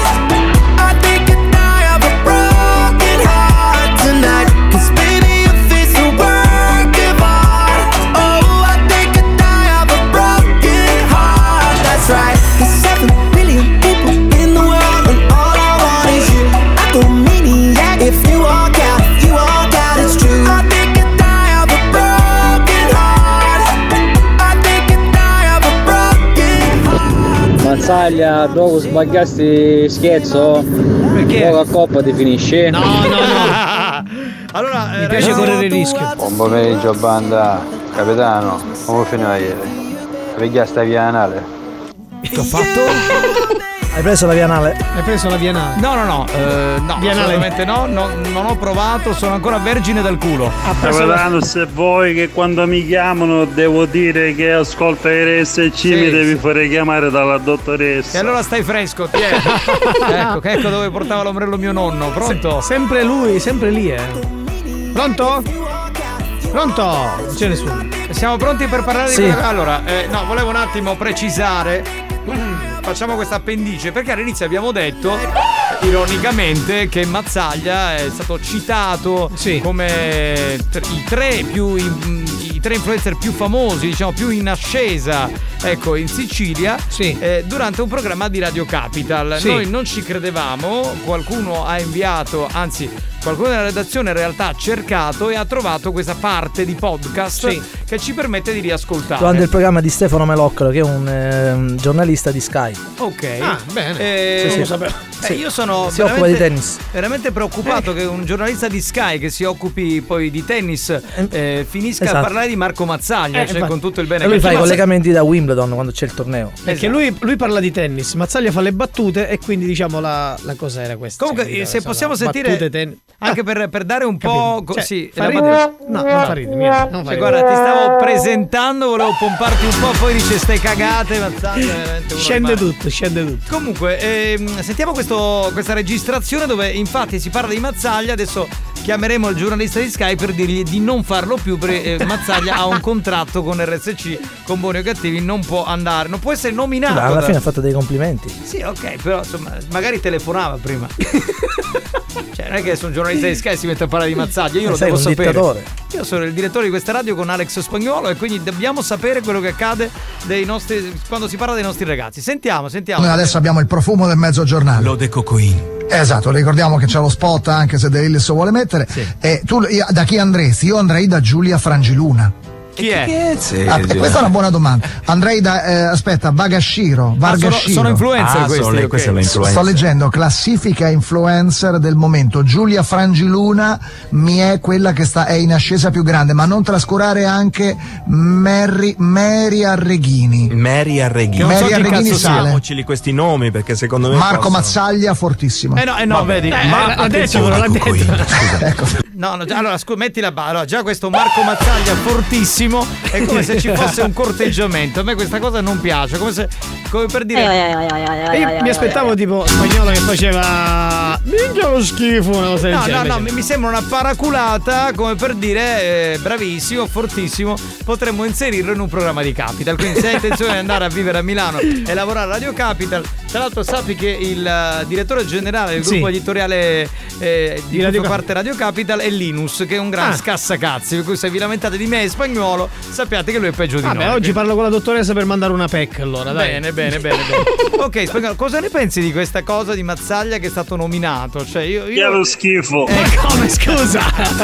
I think I die of a broken heart tonight. Cause baby, your face a work of art. Oh, I think I die of a broken heart. That's right. There's seven billion people in the world, and all I want is you. I go maniac if you walk out, if you walk out, it's true. I think I die of a broken heart. I think I die of a broken heart. Mazzaglia, dopo sbagliasti scherzo? Perché? Poco a coppa ti finisce? No, no, no. Allora, mi piace correre il rischio. Buon pomeriggio banda, capitano, come finiva ieri? Veglia sta via anale. Che ho fatto? Hai preso la vianale? Hai preso la vianale? No, no, no, eh, no, Vianale. assolutamente no, no, non ho provato, sono ancora vergine dal culo. Capitano, se vuoi che quando mi chiamano devo dire che ascolta R S C, Sì, mi devi sì. fare chiamare dalla dottoressa. E allora stai fresco, ti è. Ecco, che ecco dove portava l'ombrello mio nonno, pronto? Se- sempre lui, sempre lì, eh. Pronto? Pronto? Non c'è nessuno. Siamo pronti per parlare Sì. di quella... Allora, eh, no, volevo un attimo precisare. Facciamo questa appendice perché all'inizio abbiamo detto ironicamente che Mazzaglia è stato citato come t- i tre più in- i tre influencer più famosi, diciamo più in ascesa, ecco, in Sicilia, eh, durante un programma di Radio Capital. Sì. Noi non ci credevamo, qualcuno ha inviato, anzi qualcuno della redazione in realtà ha cercato e ha trovato questa parte di podcast Sì. che ci permette di riascoltare. Durante il programma di Stefano Meloccolo, che è un eh, giornalista di Sky. Ok. Ah, bene. Eh, Sì, sì. lo sapevo. Eh, io sono Si occupa di tennis. veramente preoccupato che un giornalista di Sky che si occupi poi di tennis eh, finisca Esatto. a parlare di Marco Mazzaglia, Eh, cioè infatti. con tutto il bene E lui che fa i tu- collegamenti da Wimbledon quando c'è il torneo. Perché lui, lui parla di tennis, Mazzaglia fa le battute e quindi diciamo la, la cosa era questa. Comunque, Cioè, se insomma, possiamo sentire battute, ten- anche per, per dare un po' Capito. Cioè, così fa la ridere? battuta- No, non fa ridere, niente, non fa Cioè, ridere. guarda, ti stavo presentando, volevo pomparti un po', poi dice stai cagate, Mazzaglia, veramente uno Scende ormai. tutto, scende tutto. Comunque, ehm, sentiamo questo, questa registrazione dove infatti si parla di Mazzaglia. Adesso chiameremo il giornalista di Sky per dirgli di non farlo più perché eh, Mazzaglia ha un contratto con R S C, con Buoni o Cattivi, non può andare, non può essere nominato. Beh, alla da- fine ha fatto dei complimenti. Sì, ok, però insomma, magari telefonava prima. Cioè, non è che sono giornalista di Sky si mette a parlare di massaggio, io lo sei devo un sapere. dittatore. Io sono il direttore di questa radio con Alex Spagnuolo e quindi dobbiamo sapere quello che accade dei nostri, quando si parla dei nostri ragazzi. Sentiamo, sentiamo. Noi adesso abbiamo il profumo del mezzogiornale. L'Ode Cocoin. Esatto, ricordiamo che c'è lo spot anche se De Illis vuole mettere. Sì. E tu io- da chi andresti? Io andrei da Giulia Frangiluna. Chi è? Ah, questa è una buona domanda. Andrei da eh, aspetta, Bagashiro, Vargashiro. sono- sono influencer Ah, questi, sono le- ok. queste sono le influencer. Sto leggendo classifica influencer del momento. Giulia Frangiluna mi è quella che sta è in ascesa più grande, ma non trascurare anche Mary, Mary Arreghini. Mary Arreghini. Mary Arreghini sale. Facciamoceli questi nomi perché secondo me Marco possono- Mazzaglia fortissimo. Eh no, eh no, Vabbè. vedi. Eh, ma l'ha attenzione, detto, l'ha detto. Scusa, ecco. No, no, già- allora scusa, metti la barra. Allora, già questo Marco Mazzaglia fortissimo è come se ci fosse un corteggiamento. A me questa cosa non piace, come se come per dire E io mi aspettavo tipo Spagnolo che faceva minchia lo schifo, una cosa del No, no, genere. no, mi mi sembra una paraculata come per dire eh, bravissimo, fortissimo, potremmo inserirlo in un programma di Capital. Quindi se hai intenzione di andare a vivere a Milano e lavorare a Radio Capital, tra l'altro sappi che il eh, direttore generale del gruppo Sì. editoriale eh, di cui Radio fa Cap- parte Radio Capital è Linus, che è un gran Ah. scassacazzi, per cui se vi lamentate di me e Spagnolo, sappiate che lui è peggio di Vabbè, noi. oggi parlo con la dottoressa per mandare una P E C allora, dai. Bene, bene, bene, bene. Ok, Spagnolo, cosa ne pensi di questa cosa di Mazzaglia che è stato nominato? Cioè, io. io... Che lo schifo. Ma come, scusa?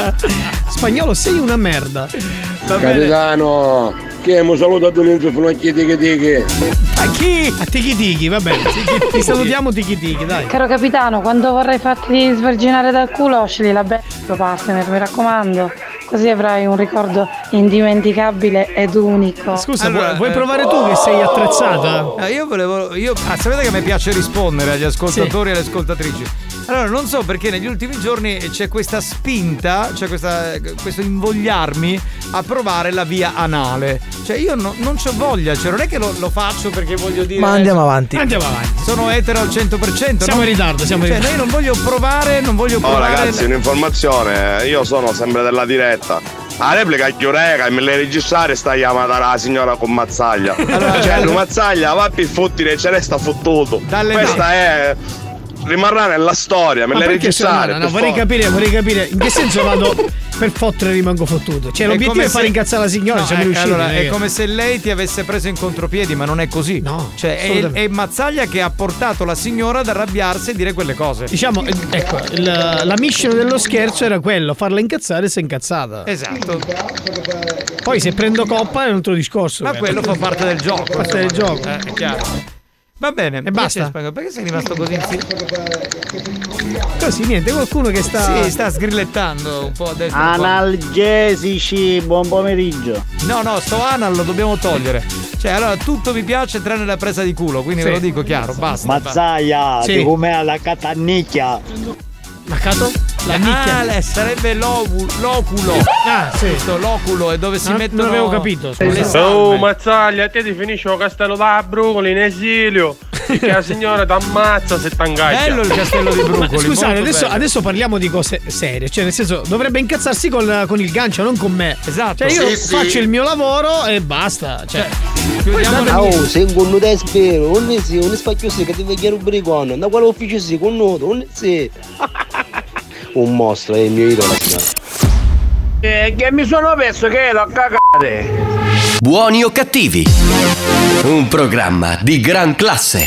Spagnolo, sei una merda. Va bene. Capitano, che mi saluto a Donenzo Finocchi Tighi Tighi. A chi? A Tiki Tiki, va bene. Ti salutiamo Tiki Tiki, dai. Caro capitano, quando vorrai farti sverginare dal culo, scegli la bella partner, mi raccomando. Così avrai un ricordo indimenticabile ed unico. Scusa, Allora, vuoi, vuoi eh, provare tu che sei attrezzata? Eh, io volevo. Io, ah, sapete che a me piace rispondere agli ascoltatori e alle ascoltatrici. Allora, non so perché negli ultimi giorni c'è questa spinta, c'è questa, questo invogliarmi a provare la via anale. Cioè, io no, non c'ho voglia, cioè non è che lo, lo faccio perché voglio dire. Ma andiamo avanti. Andiamo avanti. Sono etero al cento per cento. Siamo no? in ritardo, siamo in Cioè, ritardo. io non voglio provare, non voglio Oh provare. ragazzi, un'informazione, io sono sempre della diretta. La replica è chiurega e me le registrare sta chiamata la signora con Mazzaglia. Cioè, lui Mazzaglia va per fottire, ce ne sta fottuto. Dalle Questa me- è. rimarrà nella storia, me Ma le perché se- registrare. no, no, no, per vorrei favore. capire, vorrei capire in che senso vado per fottere e rimango fottuto. Cioè, È l'obiettivo come è fare se- incazzare la signora, No, siamo eh, riusciti. allora, non è che- come se lei ti avesse preso in contropiedi, ma non è così. No, cioè è, assolutamente. è Mazzaglia che ha portato la signora ad arrabbiarsi e dire quelle cose. Diciamo, eh, ecco, il- la mission dello scherzo era quello, farla incazzare e si è incazzata. Esatto. Poi se prendo coppa è un altro discorso. Ma quello. quello fa parte del gioco. Parte del insomma. gioco. Eh, è chiaro. Va bene. E basta? Perché sei rimasto così in Così, niente, qualcuno che sta. Sì, sta sgrillettando un po' a destra. un po'. Analgesici, buon pomeriggio. No, no, sto anal lo dobbiamo togliere. Cioè, allora tutto mi piace tranne la presa di culo, quindi Sì. ve lo dico chiaro, basta. Mazzaia, Sì. di come alla catannicchia. Ma cato? La Ah, nicchia. le- sarebbe l'ovu- l'oculo. Ah, sì. Questo, l'oculo è dove si Non- mettono. non avevo capito, scusa. le Oh salme. Mazzaglia, te ti finisce il castello da Brucoli in esilio. Perché la signora ti ammazza se t'angaglia. Bello il castello di Ma Brucoli. scusate, molto adesso, bello. adesso parliamo di cose serie. Cioè, nel senso, dovrebbe incazzarsi con, con il gancio, non con me. Esatto. Cioè, io Sì, sì. faccio il mio lavoro e basta. Cioè, Chiudiamo Ah, oh, sei un conno da spero, non sì, un spacchio sì che ti vedi rubricone, da quale ufficio sì, con noto, non sì. Un mostro, è il mio idolo, signora. Eh, che mi sono perso che ero a cagare. Buoni o cattivi? Un programma di gran classe.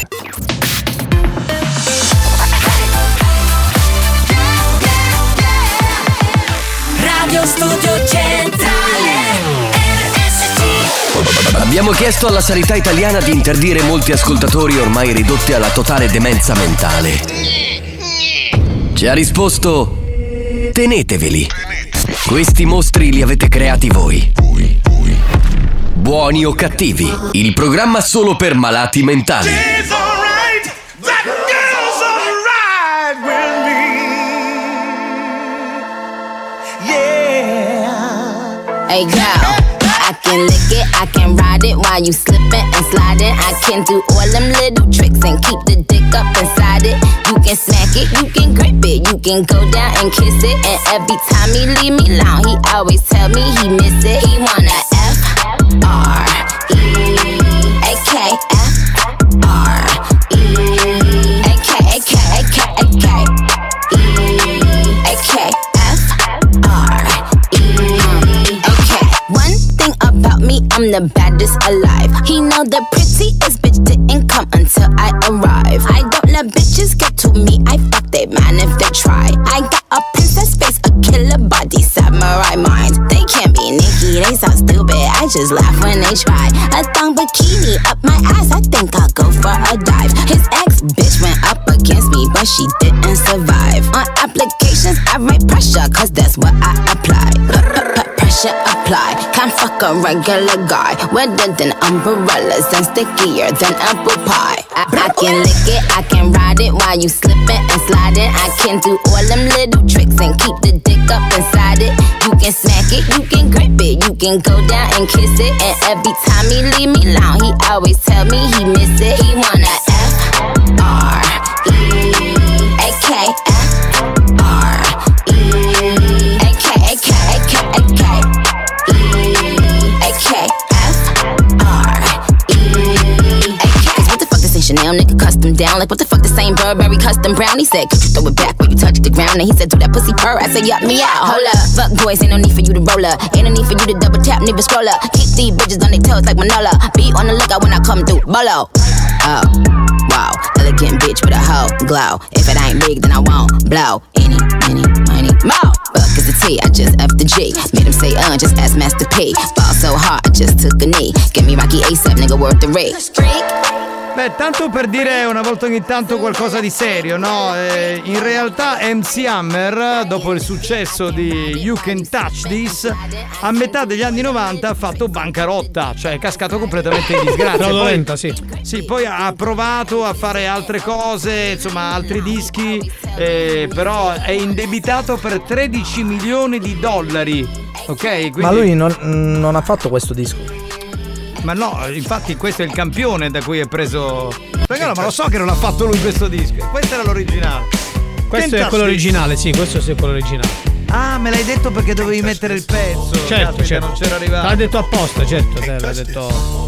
Radio Studio Centrale R S C. Abbiamo chiesto alla sanità italiana di interdire molti ascoltatori ormai ridotti alla totale demenza mentale. Ci ha risposto: teneteveli. Questi mostri li avete creati voi. Buoni o cattivi? Il programma solo per malati mentali. Hey girl, I can lick it, I can ride it while you slipping and sliding. I can do all them little tricks and keep the dick up inside it. You can smack it, you can grip it, you can go down and kiss it. And every time he leave me alone, he always tell me he miss it. He wanna F R E A K F R E A K A K A K A K E I'm the baddest alive. He know the prettiest bitch didn't come until I arrive. I don't let bitches get to me, I fuck they man if they try. I got a princess face, a killer body, samurai mind. They can't be Nicki, they so stupid, I just laugh when they try. A thong bikini up my ass, I think I'll go for a dive. His ex bitch went up against me, but she didn't survive. On applications, I write pressure, cause that's what I apply. Pressure apply, can't fuck a regular guy. Wetter than umbrellas and stickier than apple pie. I, I can lick it, I can ride it while you slipping and sliding. I can do all them little tricks and keep the dick up inside it. You can smack it, you can grip it, you can go down and kiss it. And every time he leave me alone, he always tell me he miss it. He wanna F R E A K F R E A K A K A K A K E A K F R E A K. Cause what the fuck this ain't Chanel, nigga custom down. Like what the fuck this ain't Burberry custom brown. He said could you throw it back when you touch the ground. And he said do that pussy purr. I said yup me out. Hold up, fuck boys, ain't no need for you to roll up. Ain't no need for you to double tap, never scroll up. Keep these bitches on their toes like Manola. Be on the lookout when I come through, bolo. Oh, wow, elegant bitch with a hoe glow. If it ain't big, then I won't blow. Any, any, any, more. Fuck is the T, I just F the G. Made him say, uh, just ask Master P. Ball so hard, I just took a knee. Give me Rocky ASAP, nigga, worth the rate. Beh, tanto per dire una volta ogni tanto qualcosa di serio, no? Eh, in realtà M C Hammer, dopo il successo di You Can Touch This, a metà degli anni novanta ha fatto bancarotta, cioè è cascato completamente in disgrazia. Fraudolenta, sì. Sì, poi ha provato a fare altre cose, insomma, altri dischi, eh, però è indebitato per tredici milioni di dollari, ok? Quindi... Ma lui non, non ha fatto questo disco. Ma no, infatti questo è il campione da cui è preso. Perché no, ma lo so che non ha fatto lui questo disco. Questo era l'originale. Questo è quello originale, sì, questo è quello originale. Ah, me l'hai detto perché dovevi mettere il pezzo. Certo, Caspita, certo. non c'era arrivato. L'ha detto apposta, certo, te l'ha detto.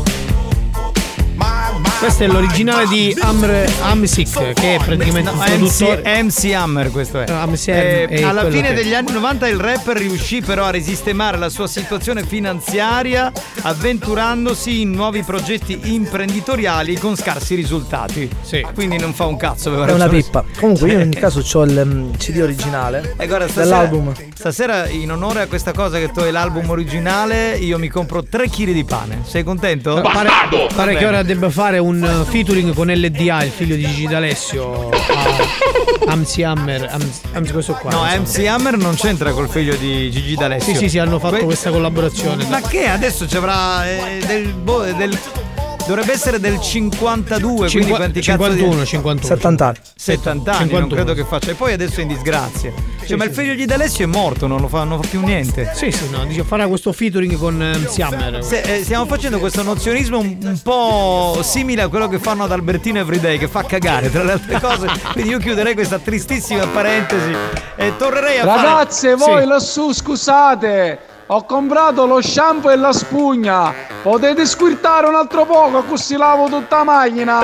Questo è l'originale di Amr Amsic, che è praticamente no, un M C, produttore. M C Hammer, questo è. No, M C eh, è alla quello fine che... degli anni novanta il rapper riuscì però a risistemare la sua situazione finanziaria avventurandosi in nuovi progetti imprenditoriali con scarsi risultati. Sì. Quindi non fa un cazzo. È una pippa. Comunque io in ogni caso c'ho il um, C D originale eh, guarda, stasera, dell'album. Stasera in onore a questa cosa che tu hai l'album originale, io mi compro tre chili di pane. Sei contento? Pare, pare che ora debba fare un uh, featuring con L D A, il figlio di Gigi D'Alessio, a M C Hammer. M C questo qua. No, M C Hammer non c'entra col figlio di Gigi D'Alessio. Sì, sì, sì, hanno fatto que- questa collaborazione. Ma che adesso ci avrà eh, del, boh, del dovrebbe essere del cinquantadue, Cinqua- quindi quanti cinquantuno, cazzo di... cinquantuno. settanta anni. settanta anni, cinquantuno. non credo che faccia. E poi adesso è in disgrazia. Cioè, Sì, ma sì. il figlio di D'Alessio è morto, non lo fa, non fa più niente. Sì, sì, no, dice farà questo featuring con M C Hammer. Se, eh, stiamo facendo questo nozionismo un, un po' simile a quello che fanno ad Albertino Everyday, che fa cagare tra le altre cose. Quindi io chiuderei questa tristissima parentesi e tornerei a Ragazze, fare... voi Sì. lassù scusate, ho comprato lo shampoo e la spugna, potete squirtare un altro poco così lavo tutta la macchina.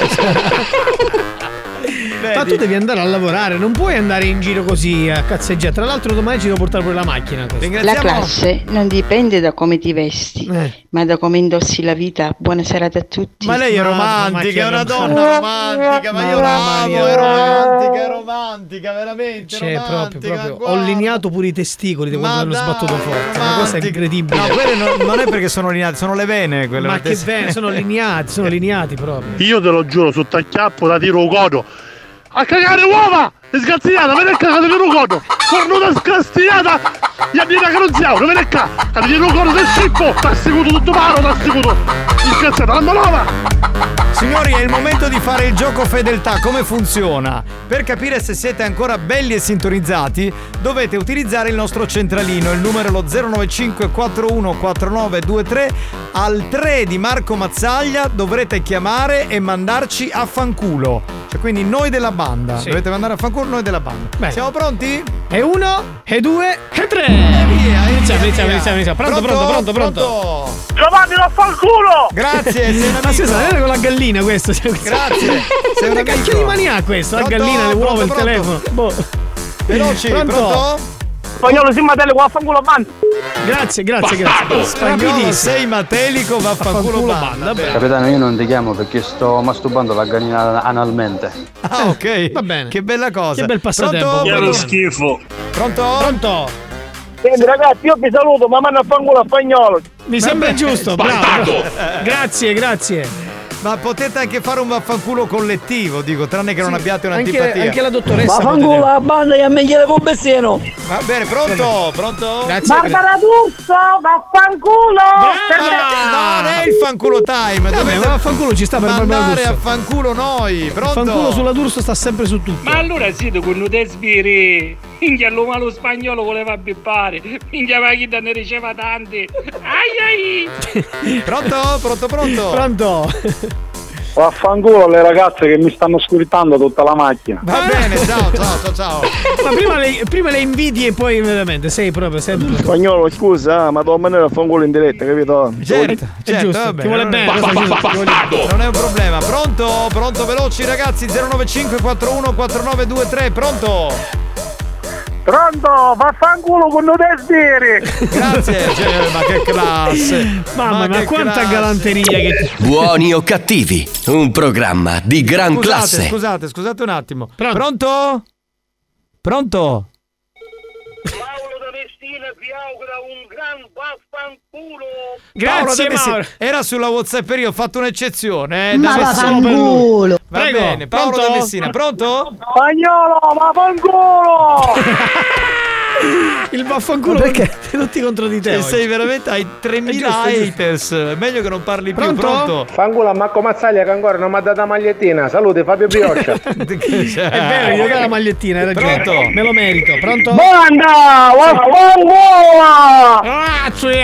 Ma tu devi andare a lavorare, non puoi andare in giro così a cazzeggiare. Tra l'altro domani ci devo portare pure la macchina. La classe non dipende da come ti vesti, Eh. ma da come indossi la vita. Buona serata a tutti. Ma lei è romantica, è una donna romantica, ma io la amo, è romantica, è romantica, veramente Cioè, romantica. proprio, proprio. guarda. Ho lineato pure i testicoli di quando Ma hanno dai, sbattuto forte. Una cosa romantica. incredibile. No, quelle non, non è perché sono lineate, sono le vene quelle. Ma le che teste. bene, sono lineati, sono lineati proprio. Io te lo giuro, sotto a chiappo da tiro codo. A cagare uova! È scazzata, me ne è cagato tiro codo! Cornuta scazzata! Gli anni che non siamo, me ne è cagato! Tiro codo del scippo! T'ha seguito tutto paro, t'ha seguito! Scazzata, la nuova! Signori, è il momento di fare il gioco fedeltà. Come funziona? Per capire se siete ancora belli e sintonizzati, dovete utilizzare il nostro centralino, il numero lo zero nove cinque quattro uno quattro nove due tre. Al tre di Marco Mazzaglia dovrete chiamare e mandarci a fanculo. Cioè, quindi noi della banda. Sì. Dovete mandare a fanculo noi della banda. Bene. Siamo pronti? E uno, e due, e tre. E via, e Iniziamo, via, iniziamo, via. iniziamo, iniziamo. Pronto, pronto, pronto, pronto. Giovanni, lo fa il culo! Grazie, sei un amico. Ma scusa, non era con la gallina questo. Grazie. Sei un Che amico. cacchio di mania questo? La Pronto, gallina, le uova, pronto, il pronto. telefono. Boh. Veloci, Pronto? pronto? Spagnolo si matele con affanculo banda. Grazie, grazie, grazie. Spagnolo sei matelico, vaffanculo banda. Capitano, io non ti chiamo perché sto masturbando la gallina analmente. Ah, ok. Va bene. Che bella cosa. Che bel passatempo. Pronto? Che Pronto? schifo. Pronto? Pronto? Senti ragazzi, io vi saluto, ma manda a fanculo a Spagnolo. Mi sembra giusto, bravo. Grazie, grazie. Ma potete anche fare un vaffanculo collettivo, dico, tranne che non abbiate Anche, un'antipatia. anche la dottoressa. Vaffanculo a banda e a me gliele con Bessino. Va bene, pronto? Pronto? Grazie. Barbara D'Urso, vaffanculo. No, non è il fanculo time. Vabbè, ma vaffanculo ci sta per Barbara mandare a D'Urso. fanculo noi. Pronto? Fanculo sulla D'Urso sta sempre su tutto. Ma allora siete con te sbiri. Minchia lo malo spagnolo voleva bippare. Minchia ma chi ne riceva tanti. Ai ai. Pronto? Pronto, pronto? Pronto? Vaffanculo alle ragazze che mi stanno squirtando tutta la macchina. Va bene, ciao, ciao, ciao, ciao. Ma prima le, prima le invidie e poi veramente sei proprio sempre. Spagnolo, scusa, ma devo mandare a fanculo in diretta, capito? Certo, È certo, giusto, va bene, ti vuole non bene, è- cosa ci- ti vuole- Non è un problema. Pronto? Pronto, veloci ragazzi. zero nove cinque quattro uno quattro nove due tre. Pronto? Pronto, vaffanculo con te sbiri. Grazie, cioè, ma che classe. Mamma, ma che quanta classe. galanteria che. Buoni o cattivi, un programma di gran Scusate, classe. scusate, scusate un attimo. Pronto? Pronto? Pronto? Paolo da Messina vi augura un gran vaffanculo. Paolo Grazie, De Messina. Mauro. Era sulla WhatsApp, io ho fatto un'eccezione. Eh, Ma da- vaffanculo. Va Prego, bene, Paolo pronto? da Messina, pronto? Spagnolo, vaffanculo. Il vaffanculo perché? tutti contro di te. Cioè, oggi. sei veramente hai tremila È giusto, è giusto. haters. È meglio che non parli Pronto? più. Pronto? Fanculo a Marco Mazzaglia che ancora non mi ha dato la magliettina. Salute Fabio Brioscia. È È vero, io ho la magliettina, hai ragione. Pronto? Me lo merito. Pronto? Banda, vaffanculo. Ah, cioè.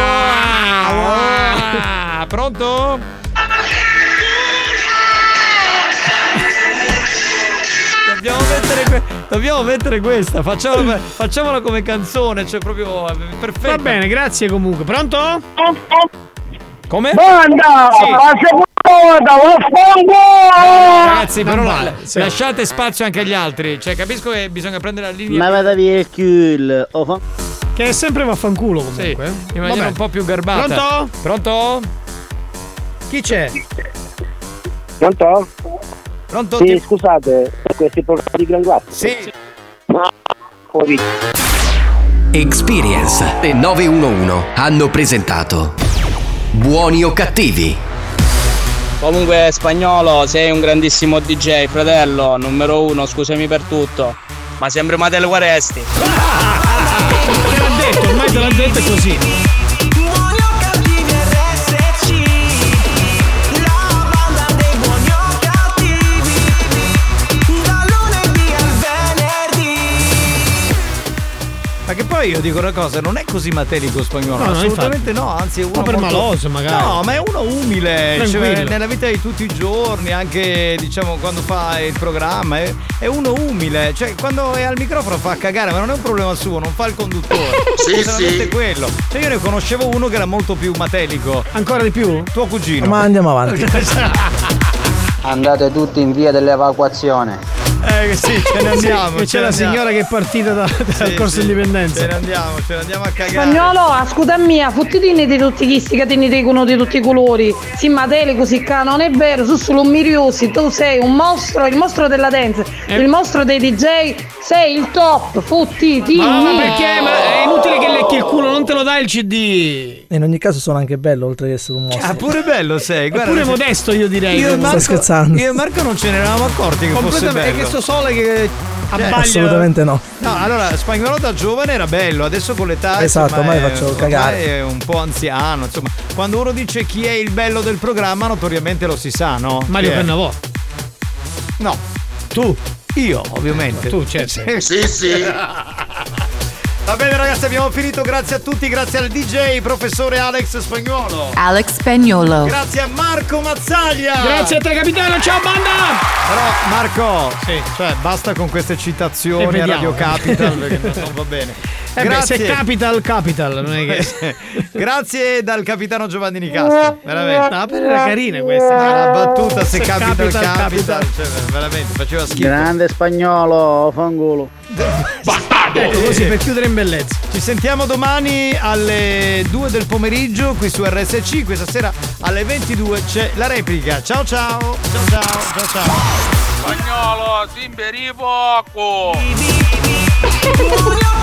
Ah, pronto? Dobbiamo mettere, que- dobbiamo mettere questa, facciamola, facciamola come canzone, cioè proprio eh, perfetta. Va bene, grazie comunque. Pronto? Come? Banda, Sì. la seconda, vaffanculo. Ragazzi, però Non la- vale, sì. lasciate spazio anche agli altri. Cioè, capisco che bisogna prendere la linea. Ma vada via il culo. Oh, fa- Che è sempre vaffanculo Sì, comunque. in maniera Vabbè. un po' più garbata. Pronto? Pronto? Chi c'è? Pronto? Pronto? Sì, Ti- scusate, questi programmi di gran classe. Sì. Ma fuori. Experience e nove uno uno hanno presentato Buoni o cattivi. Comunque Spagnolo, sei un grandissimo D J, fratello, numero uno, scusami per tutto. Ma sempre Matele Guaresti. Te l'ha detto, ormai te l'ha detto, è così. Ma che poi io dico una cosa, non è così matelico spagnolo, No, no, assolutamente no, anzi è uno Un po' molto- permaloso, magari. No, ma è uno umile, cioè, Tranquillo. nella vita di tutti i giorni, anche diciamo quando fa il programma, è, è uno umile, cioè quando è al microfono fa cagare, ma non è un problema suo, non fa il conduttore. Sì, è solamente sì. quello. Cioè io ne conoscevo uno che era molto più matelico. Ancora di più? Tuo cugino. Ma andiamo avanti. Andate tutti in via dell'evacuazione. Eh sì, ce ne andiamo. E ce c'è ne la andiamo. signora che è partita da- dal Sì, corso sì. indipendenza. Ce ne andiamo, ce ne andiamo a cagare. Spagnolo, ascolta mia, fottitini di tutti gli stigatini dicono di tutti i colori. Sì, ma te così ca, non è vero, su solo un miriosi, tu sei un mostro, il mostro della dance, Eh. il mostro dei D J, sei il top, fottitini. Ma, ma perché? Ma è inutile che lecchi il culo, non te lo dai il C D. In ogni caso sono anche bello, oltre che essere un mostro. Ah, pure bello sei, È guarda. pure non c'è- modesto, io direi. Io e comunque. Marco, Stai scherzando? Io e Marco non ce ne eravamo accorti che fosse Completamente. bello. È che sto sole che abbaglia. Assolutamente no. No, allora, Spagnolo da giovane era bello, adesso con l'età Esatto, insomma, ormai è- faccio cagare. ormai è un po' anziano, insomma. Quando uno dice chi è il bello del programma, notoriamente lo si sa, no? Mario Chi è? Pennavò. No, Tu. io, ovviamente. Tu, certo. Sì, sì. Va bene ragazzi, abbiamo finito, grazie a tutti, grazie al D J, professore Alex Spagnuolo. Alex Spagnuolo. Grazie a Marco Mazzaglia. Grazie a te capitano, ciao banda! Però Marco, Sì. cioè basta con queste E citazioni a vediamo. Radio Capital perché non va bene. Eh beh, Grazie. se capital, capital, non è che. Grazie dal capitano Giovanni Nicastro, veramente. No, però era carina questa. La battuta se, Se capital capital, capital, capital. cioè veramente faceva schifo. Grande Spagnolo, fangolo. Bastardo! Ecco, così per chiudere in bellezza. Ci sentiamo domani alle due del pomeriggio qui su R S C. Questa sera alle ventidue c'è la replica. Ciao ciao. Ciao ciao. Ciao ciao. Spagnolo, timberi poco.